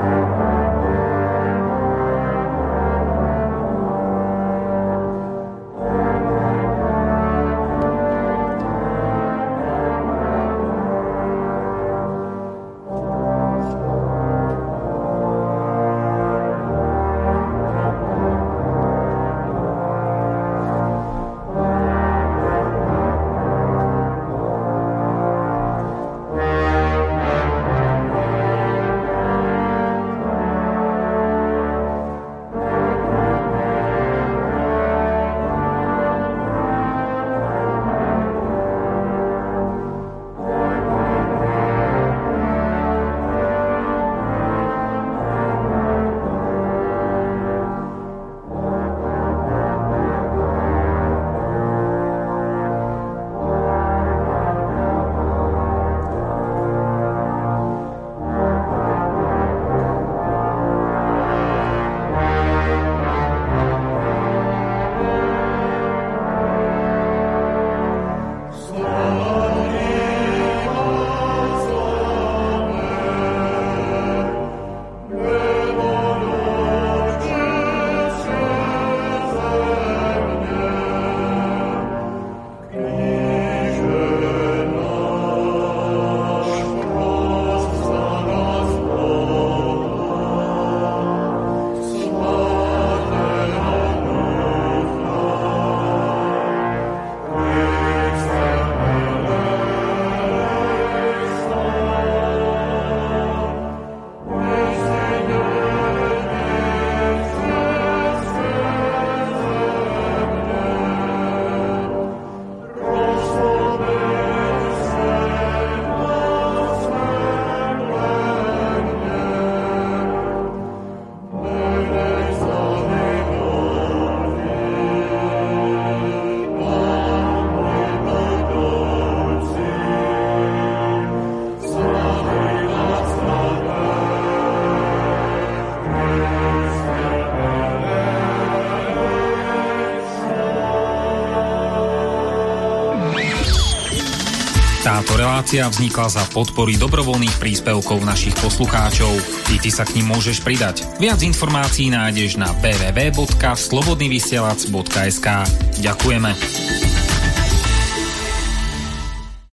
S4: Táto relácia vznikla za podpory dobrovoľných príspevkov našich poslucháčov. I ty sa k nim môžeš pridať. Viac informácií nájdeš na w w w bodka slobodnyvysielac bodka es ka. Ďakujeme.